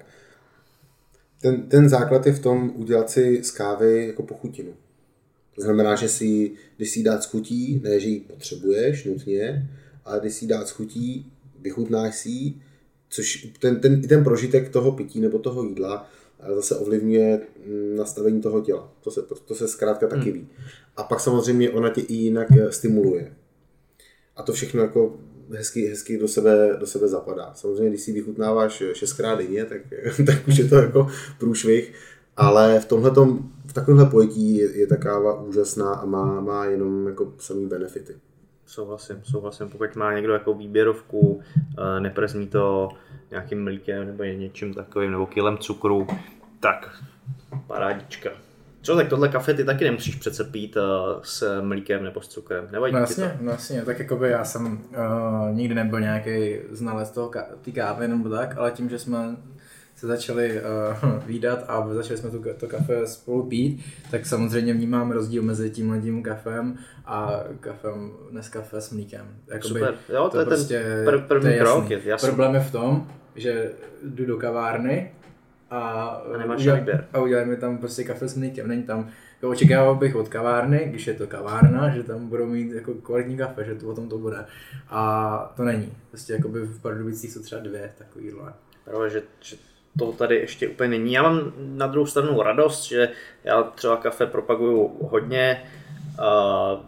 Ten, ten základ je v tom udělat si z kávy jako pochutinu. To znamená, že si, když si ji dát z chutí, ne, že ji potřebuješ nutně, ale když si ji dát z chutí, vychutnáš si ji, což ten, ten, i ten prožitek toho pití nebo toho jídla zase ovlivňuje nastavení toho těla. To se, to se zkrátka taky ví. A pak samozřejmě ona tě i jinak stimuluje. A to všechno jako hezky, hezky do sebe, do sebe zapadá. Samozřejmě, když si vychutnáváš šestkrát denně, tak, tak už je to jako průšvih, ale v tomhletom, v takovémhle pojetí je, je ta káva úžasná a má, má jenom jako samý benefity. Souhlasím, souhlasím. Pokud má někdo jako výběrovku, neprezmí to nějakým mlíkem nebo něčím takovým, nebo kilem cukru, tak parádička. Co, tak tohle kafe ty taky nemusíš přece pít uh, s mlíkem nebo s cukrem, nevadí no ti to? Jasně, no jasně, tak jakoby já jsem uh, nikdy nebyl nějaký znalec toho ka- ty kávy nebo tak, ale tím, že jsme se začali uh, vídat a začali jsme tu, to kafe spolu pít, tak samozřejmě vnímám rozdíl mezi tímhle tím kafem a kafem Nescafé s mlíkem. Jakoby, super, jo, to, to je prostě, ten pr- první to je krok, je jasný. Problém je v tom, že jdu do kavárny a, a nemáš udělá, výběr. A udělají mi tam prostě kafe s mlíkem. Není tam, jako očekával bych od kavárny, když je to kavárna, že tam budou mít jako kvalitní kafe, že to o tom to bude. A to není. Prostě jakoby v Pardubicích jsou třeba dvě takovýhle. Právě, že, že to tady ještě úplně není. Já mám na druhou stranu radost, že já třeba kafe propaguju hodně. Uh,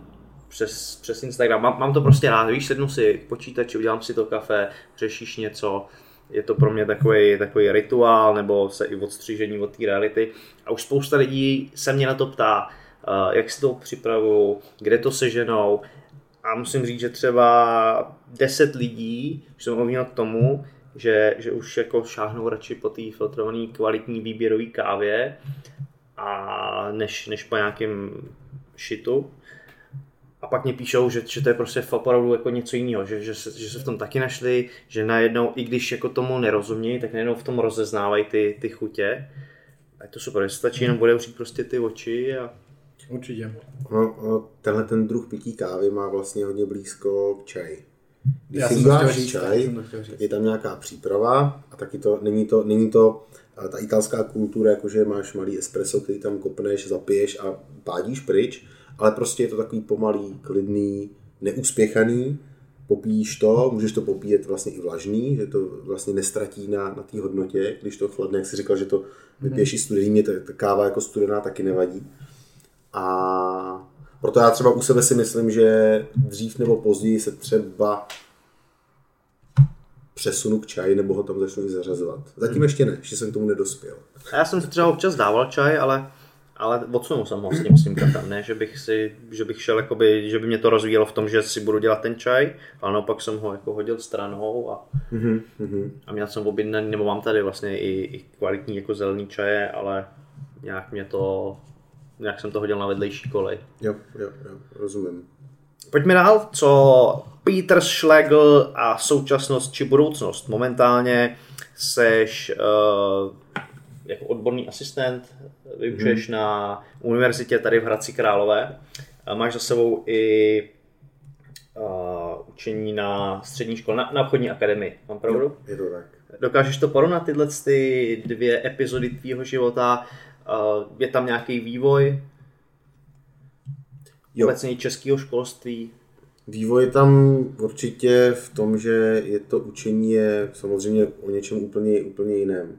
přes, přes Instagram. Mám, mám to prostě rád, víš, sednu si k počítači, udělám si to kafe, řešíš něco, je to pro mě takový, takový rituál, nebo se i odstřižení od té reality. A už spousta lidí se mě na to ptá, uh, jak si to připravují, kde to seženou. A musím říct, že třeba deset lidí už jsem mluvil k tomu, že, že už jako šáhnou radši po té filtrované kvalitní výběrové kávě a než, než po nějakém shitu. A pak mě píšou, že, že to je prostě opravdu jako něco jiného, že, že, se, že se v tom taky našli, že najednou, i když jako tomu nerozumí, tak najednou v tom rozeznávají ty, ty chutě. A je to super, že stačí jenom otevřít prostě ty oči a... Určitě. No, no, tenhle ten druh pití kávy má vlastně hodně blízko k čaji. Když Já si jsem to chtěl uděláš říct, čaj, jsem to chtěl říct. je tam nějaká příprava a taky to, není to, není to ta italská kultura, jakože máš malý espresso, který tam kopneš, zapiješ a pádíš pryč, ale prostě je to takový pomalý, klidný, neuspěchaný, popíš to, můžeš to popíjet vlastně i vlažný, že to vlastně nestratí na, na té hodnotě, když to chladne, jak jsi říkal, že to vypiješ i studený, mě ta, ta káva jako studená taky nevadí. A proto já třeba u sebe si myslím, že dřív nebo později se třeba přesunu k čaji nebo ho tam začnu i zařazovat. Zatím hmm. ještě ne, ještě jsem k tomu nedospěl. A já jsem si třeba občas dával čaj, ale, ale odsunul jsem ho s tím, s tím kafem, ne, že bych si, že bych šel, jakoby, že by mě to rozvíjelo v tom, že si budu dělat ten čaj, ale naopak jsem ho jako hodil stranou a, Mm-hmm. a měl jsem objednaný, nebo mám tady vlastně i, i kvalitní jako zelený čaje, ale nějak mě to, nějak jsem to hodil na vedlejší kolej. Jo, jo, jo, rozumím. Pojďme dál, co Peter Schlegel a současnost či budoucnost. Momentálně seš uh, jako odborný asistent, vyučuješ hmm. na univerzitě tady v Hradci Králové. Máš za sebou i uh, učení na střední škole, na, na obchodní akademii. Mám pravdu? Jo, je to tak. Dokážeš to porovnat, tyhle ty dvě epizody tvýho života? Uh, je tam nějaký vývoj? Obecně českého školství? Vývoj je tam určitě v tom, že je to učení je samozřejmě o něčem úplně, úplně jiném.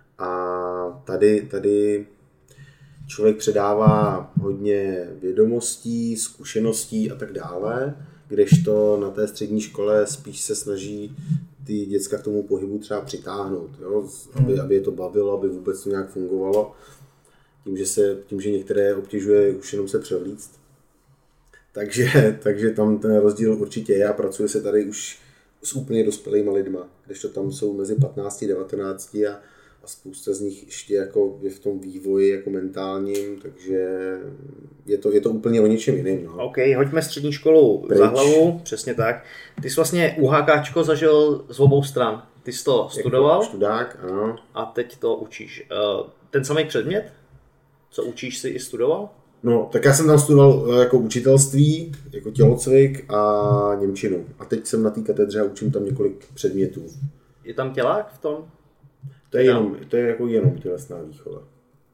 A tady, tady člověk předává hodně vědomostí, zkušeností a tak dále, kdežto na té střední škole spíš se snaží ty děcka k tomu pohybu třeba přitáhnout, jo? Aby, aby je to bavilo, aby vůbec to nějak fungovalo. Tím, že, se, tím, že některé obtěžuje už jenom se převlíct. Takže, takže tam ten rozdíl určitě je a pracuje se tady už s úplně dospělýma lidma, kdežto tam jsou mezi patnácti a devatenácti a, a spousta z nich ještě jako je v tom vývoji jako mentálním, takže je to, je to úplně o něčem jiném. No. OK, hoďme střední školu Pryč. Za hlavu, přesně tak. Ty jsi vlastně UHKčko zažil z obou stran. Ty jsi to studoval jako studák, ano. A teď to učíš. Ten samý předmět, co učíš, si i studoval? No, tak já jsem tam studoval jako učitelství, jako tělocvik a němčinu. A teď jsem na té katedře a učím tam několik předmětů. Je tam tělák v tom? To je, jenom, to je jako jenom tělesná výchova.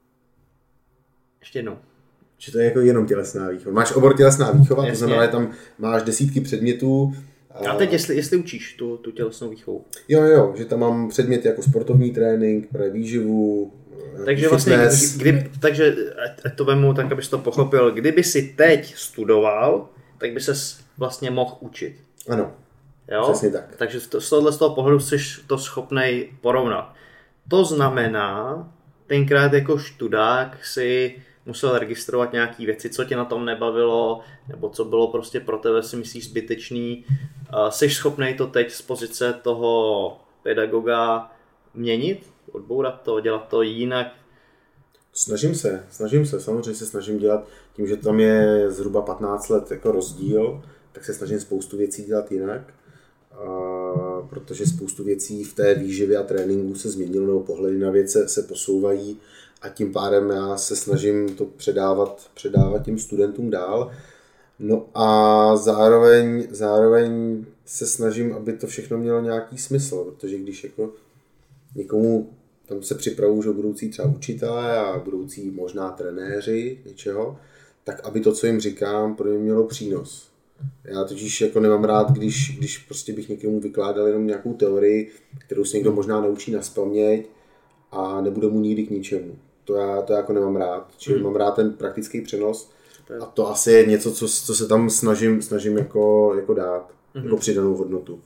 Ještě jednou. Že to je jako jenom tělesná výchova. Máš obor tělesná výchova, Jasně. To znamená, že tam máš desítky předmětů. A, a teď jestli, jestli učíš tu, tu tělesnou výchovu? Jo, jo, že tam mám předměty jako sportovní trénink, právě výživu, takže vlastně, kdy, takže ať to vemu tak, abys to pochopil, kdyby si teď studoval, tak by ses vlastně mohl učit. Ano, jo? Přesně tak. Takže z tohohle z toho pohledu jsi to schopnej porovnat. To znamená, tenkrát jako studák si musel registrovat nějaké věci, co tě na tom nebavilo, nebo co bylo prostě pro tebe, si myslíš, zbytečný. Jsi schopnej to teď z pozice toho pedagoga měnit? Odbourat to, dělat to jinak? Snažím se, snažím se, samozřejmě se snažím dělat, tím, že tam je zhruba patnáct let jako rozdíl, tak se snažím spoustu věcí dělat jinak, a protože spoustu věcí v té výživě a tréninku se změnilo, nebo pohledy na věc se, se posouvají a tím pádem já se snažím to předávat, předávat těm studentům dál. No a zároveň, zároveň se snažím, aby to všechno mělo nějaký smysl, protože když jako někomu tam se připravují, že budoucí třeba učitelé a budoucí možná trenéři něčeho, tak aby to, co jim říkám, pro ně mělo přínos. Já totiž jako nemám rád, když, když prostě bych někomu vykládal jenom nějakou teorii, kterou si někdo možná naučí nazpaměť a nebude mu nikdy k ničemu. To já, to já jako nemám rád. Čili mm. mám rád ten praktický přenos, A to asi je něco, co, co se tam snažím, snažím jako, jako dát, mm-hmm. jako přidanou hodnotu.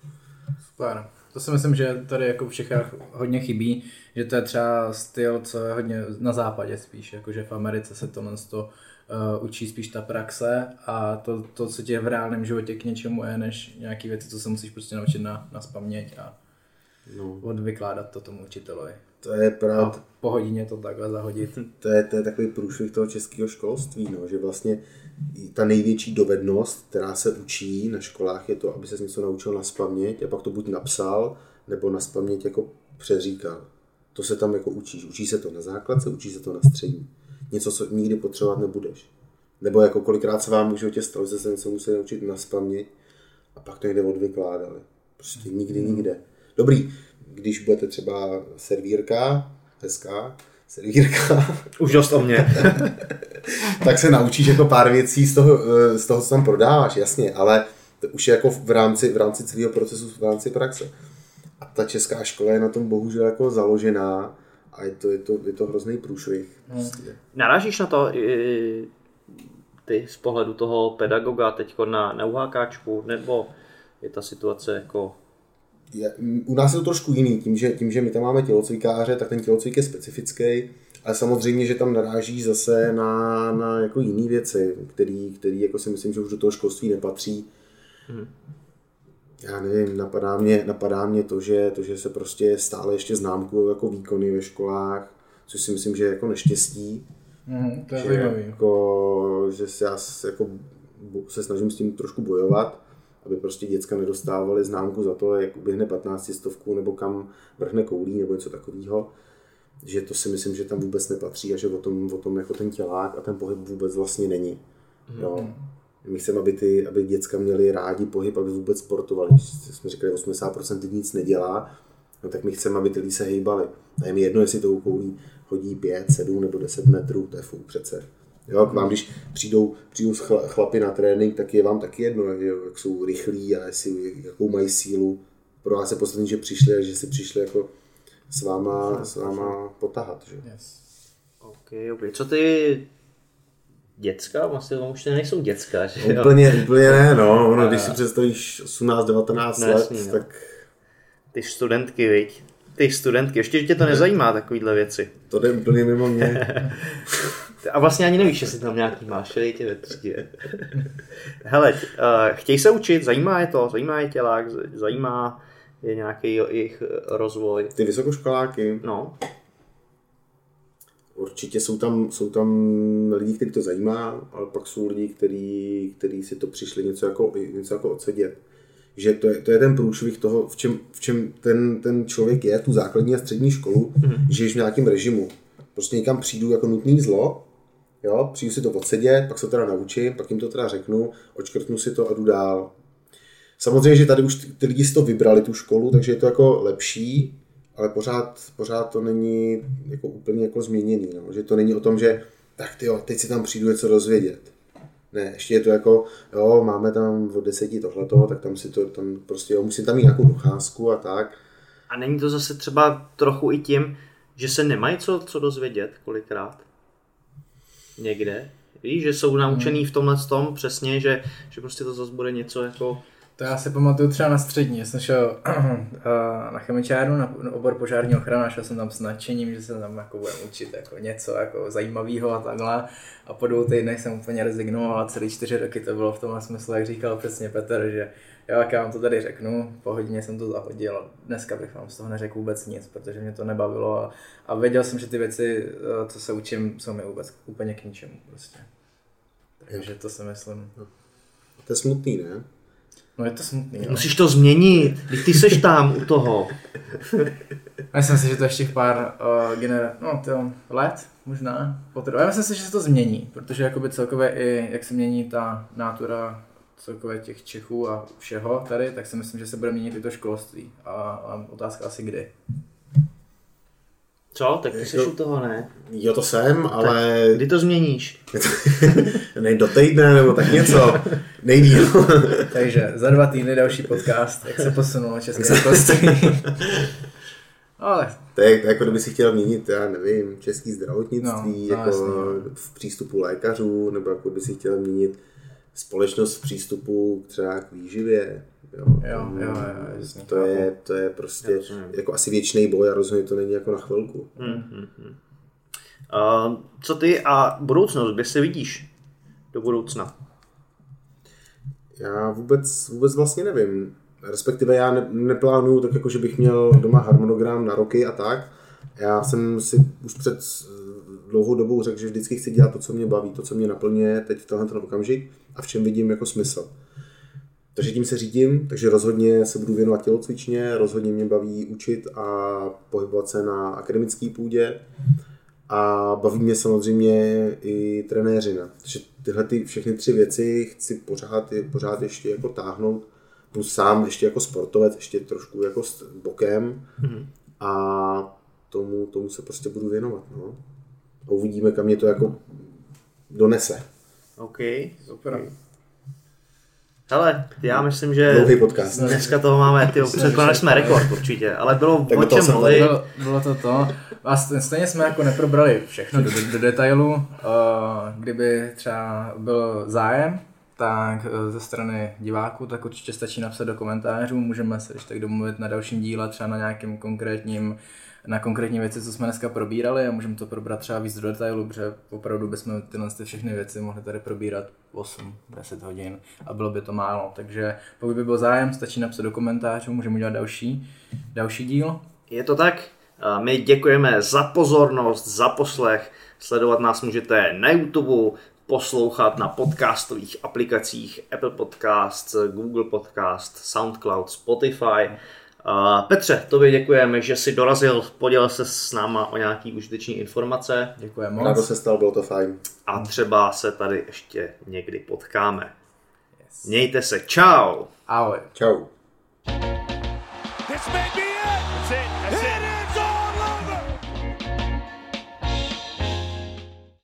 Super. To si myslím, že tady jako v Čechách hodně chybí, že to je třeba styl, co je hodně na západě spíš, jakože v Americe se tohle to uh, učí spíš ta praxe a to, to, co tě v reálném životě k něčemu je, než nějaký věci, co se musíš prostě naučit na, na spaměť a no. odvykládat to tomu učitelovi. To je právě... po hodině to takhle zahodit. To je, to je takový průšvih toho českého školství, no, že vlastně ta největší dovednost, která se učí na školách, je to, aby se něco naučil naspaměť a pak to buď napsal, nebo naspaměť jako přeříkal. To se tam jako učíš. Učí se to na základce, učí se to na střední. Něco, co nikdy potřebovat nebudeš. Nebo jako kolikrát se vám v životě stalo, že se něco museli naučit naspaměť a pak to někde odvykládali. Prostě nikdy, nikde. Dobrý, když budete třeba servírka, hezká, servírka. Už dost o mě. Tak se naučíš jako pár věcí z toho, z toho, co tam prodáváš, jasně, ale to už je jako v rámci, v rámci celého procesu, v rámci praxe. A ta česká škola je na tom bohužel jako založená a je to, je to, je to hrozný průšvih. Hmm. Narážíš na to i ty z pohledu toho pedagoga teďko na, na uhákáčku, nebo je ta situace jako... Je, u nás je to trošku jiný, tím že, tím, že my tam máme tělocvikáře, tak ten tělocvik je specifický, ale samozřejmě, že tam naráží zase na, na jako jiné věci, který, který jako si myslím, že už do toho školství nepatří. Hmm. Já nevím, napadá mě, napadá mě to, že, to, že se prostě stále ještě známkují jako výkony ve školách, což si myslím, že je jako neštěstí. Hmm, to je že, zajímavý. Jako, že se já jako, se snažím s tím trošku bojovat, aby prostě děcka nedostávaly známku za to, jak uběhne patnáctistovku nebo kam vrhne koulí nebo něco takového. Že to si myslím, že tam vůbec nepatří a že o tom, o tom jako ten tělák a ten pohyb vůbec vlastně není. Mm. Jo. My chceme, aby, ty, aby děcka měli rádi pohyb, aby vůbec sportovali. Když jsme říkali, že osmdesát procent nic nedělá, no tak my chceme, aby ty lidi se hejbali. A je mi jedno, jestli tou koulí hodí pět, sedm nebo deset metrů, to je fuk přece. Jo, k vám, když přijdou, přijdou chlapi na trénink, tak je vám taky jedno, jak jsou rychlí a jestli, jakou mají sílu. Pro vás je poslední, že přišli a že si přišli jako s váma, s váma potahat. Že? Yes. Okay, okay. Co ty děcka? Vlastně už to nejsou děcka, že jo? Úplně, úplně ne, no. Ono, když si představíš osmnáct devatenáct no, let, jasný, tak... Ty studentky, viď? Ty studentky, ještě že tě to nezajímá, takovýhle věci. To jde úplně mimo mě. A vlastně ani nevíš, jestli tam nějaký máš, je tě ve třídě. Hele, uh, chtějí se učit, zajímá je to, zajímá je tělák, zajímá je nějaký jejich rozvoj. Ty vysokoškoláky? No. Určitě jsou tam, jsou tam lidi, kteří to zajímá, ale pak jsou lidi, kteří, kteří si to přišli něco jako, něco jako odsedět. Že to je, to je ten průšvih toho, v čem, v čem ten, ten člověk je, tu základní a střední školu, mm-hmm. žiješ v nějakém režimu. Prostě někam přijdu jako nutný zlo, jo, přijdu si to odsedět, pak se to teda naučím, pak jim to teda řeknu, odškrtnu si to a jdu dál. Samozřejmě, že tady už ty, ty lidi si to vybrali, tu školu, takže je to jako lepší, ale pořád, pořád to není jako úplně jako změněný, no. Že to není o tom, že tak tyjo, teď si tam přijdu něco dozvědět. Ne, ještě je to jako, jo, máme tam od deseti tohleto, tak tam si to, tam prostě, jo, musím tam mít nějakou docházku a tak. A není to zase třeba trochu i tím, že se nemají co, co dozvědět kolikrát? Někde? Víš, že jsou naučený v tomhle tom přesně, že, že prostě to zase bude něco jako... To já si pamatuju třeba na střední, já jsem šel na chemičárnu, na obor požární ochrana, šel jsem tam s nadšením, že se tam jako budeme učit jako něco jako zajímavého a takhle. A po dvou týdnech jsem úplně rezignoval a celý čtyři roky to bylo v tomhle smyslu, jak říkal přesně Petr, že jo, jak já vám to tady řeknu, po hodině jsem to zahodil. Dneska bych vám z toho neřekl vůbec nic, protože mě to nebavilo a, a věděl jsem, že ty věci, co se učím, jsou mi vůbec úplně k ničemu prostě. Takže to si myslím. To je smutný, ne? No je to smutný, no. Musíš to změnit, když ty seš tam u toho. Myslím si, že to ještě v pár uh, gener... no, tyjo, let možná potrvá. Já myslím si, že se to změní, protože jakoby celkově i jak se mění ta nátura celkově těch Čechů a všeho tady, tak si myslím, že se bude měnit i to školství. A, a otázka asi kdy. Co? Tak ty seš u toho, ne? Jo, to jsem, ale... Tak kdy to změníš? Nej do týdne, nebo tak něco. Nejdýl. Takže za dva týdny další podcast, jak se posunulo české školství. Ale To je, to je jako kdyby si chtěl měnit, já nevím, český zdravotnictví, no, no, jako jasný, v přístupu lékařů, nebo jako by si chtěl měnit společnost v přístupu třeba k výživě. Jo, jo, jo, jo jasný, to, je, to je prostě jasný. jako asi věčný boj a rozhodně to není jako na chvilku. Hmm, hmm, hmm. Uh, co ty a budoucnost, kde se vidíš do budoucna? Já vůbec, vůbec vlastně nevím. Respektive já ne, neplánuju tak jako, že bych měl doma harmonogram na roky a tak. Já jsem si už před dlouhou dobou řekl, že vždycky chci dělat to, co mě baví, to, co mě naplňuje teď v tenhle ten okamžik a v čem vidím jako smysl. Takže tím se řídím, takže rozhodně se budu věnovat tělocvičně, rozhodně mě baví učit a pohybovat se na akademické půdě a baví mě samozřejmě i trenéřina. Takže tyhle ty všechny tři věci chci pořád, pořád ještě jako táhnout, plus sám ještě jako sportovec, ještě trošku jako bokem mm-hmm. a tomu, tomu se prostě budu věnovat. No. A uvidíme, kam mě to jako donese. OK, super. Hele, já myslím, že dlouhý podcast. Dneska toho máme, tyjo, předkládali jsme rekord určitě, ale bylo tak o čem mluvit. Bylo, bylo to to. A stejně jsme jako neprobrali všechno do, do detailu. Kdyby třeba byl zájem, tak ze strany diváků, tak určitě stačí napsat do komentářů. Můžeme se ještě tak domluvit na dalším díle, třeba na nějakým konkrétním na konkrétní věci, co jsme dneska probírali a můžeme to probrat třeba víc do detailu, protože opravdu bychom tyhle všechny věci mohli tady probírat osm deset hodin a bylo by to málo. Takže pokud by byl zájem, stačí napsat do komentářů, můžeme udělat další, další díl. Je to tak? My děkujeme za pozornost, za poslech. Sledovat nás můžete na YouTube, poslouchat na podcastových aplikacích Apple Podcasts, Google Podcast, SoundCloud, Spotify. Uh, Petře, tobě děkujeme, že jsi dorazil, podělil se s náma o nějaký užitečné informace. Děkujeme moc. Rádo se stalo, bylo to fajn. A třeba se tady ještě někdy potkáme. Yes. Mějte se, čau. Ahoj. Čau. This may be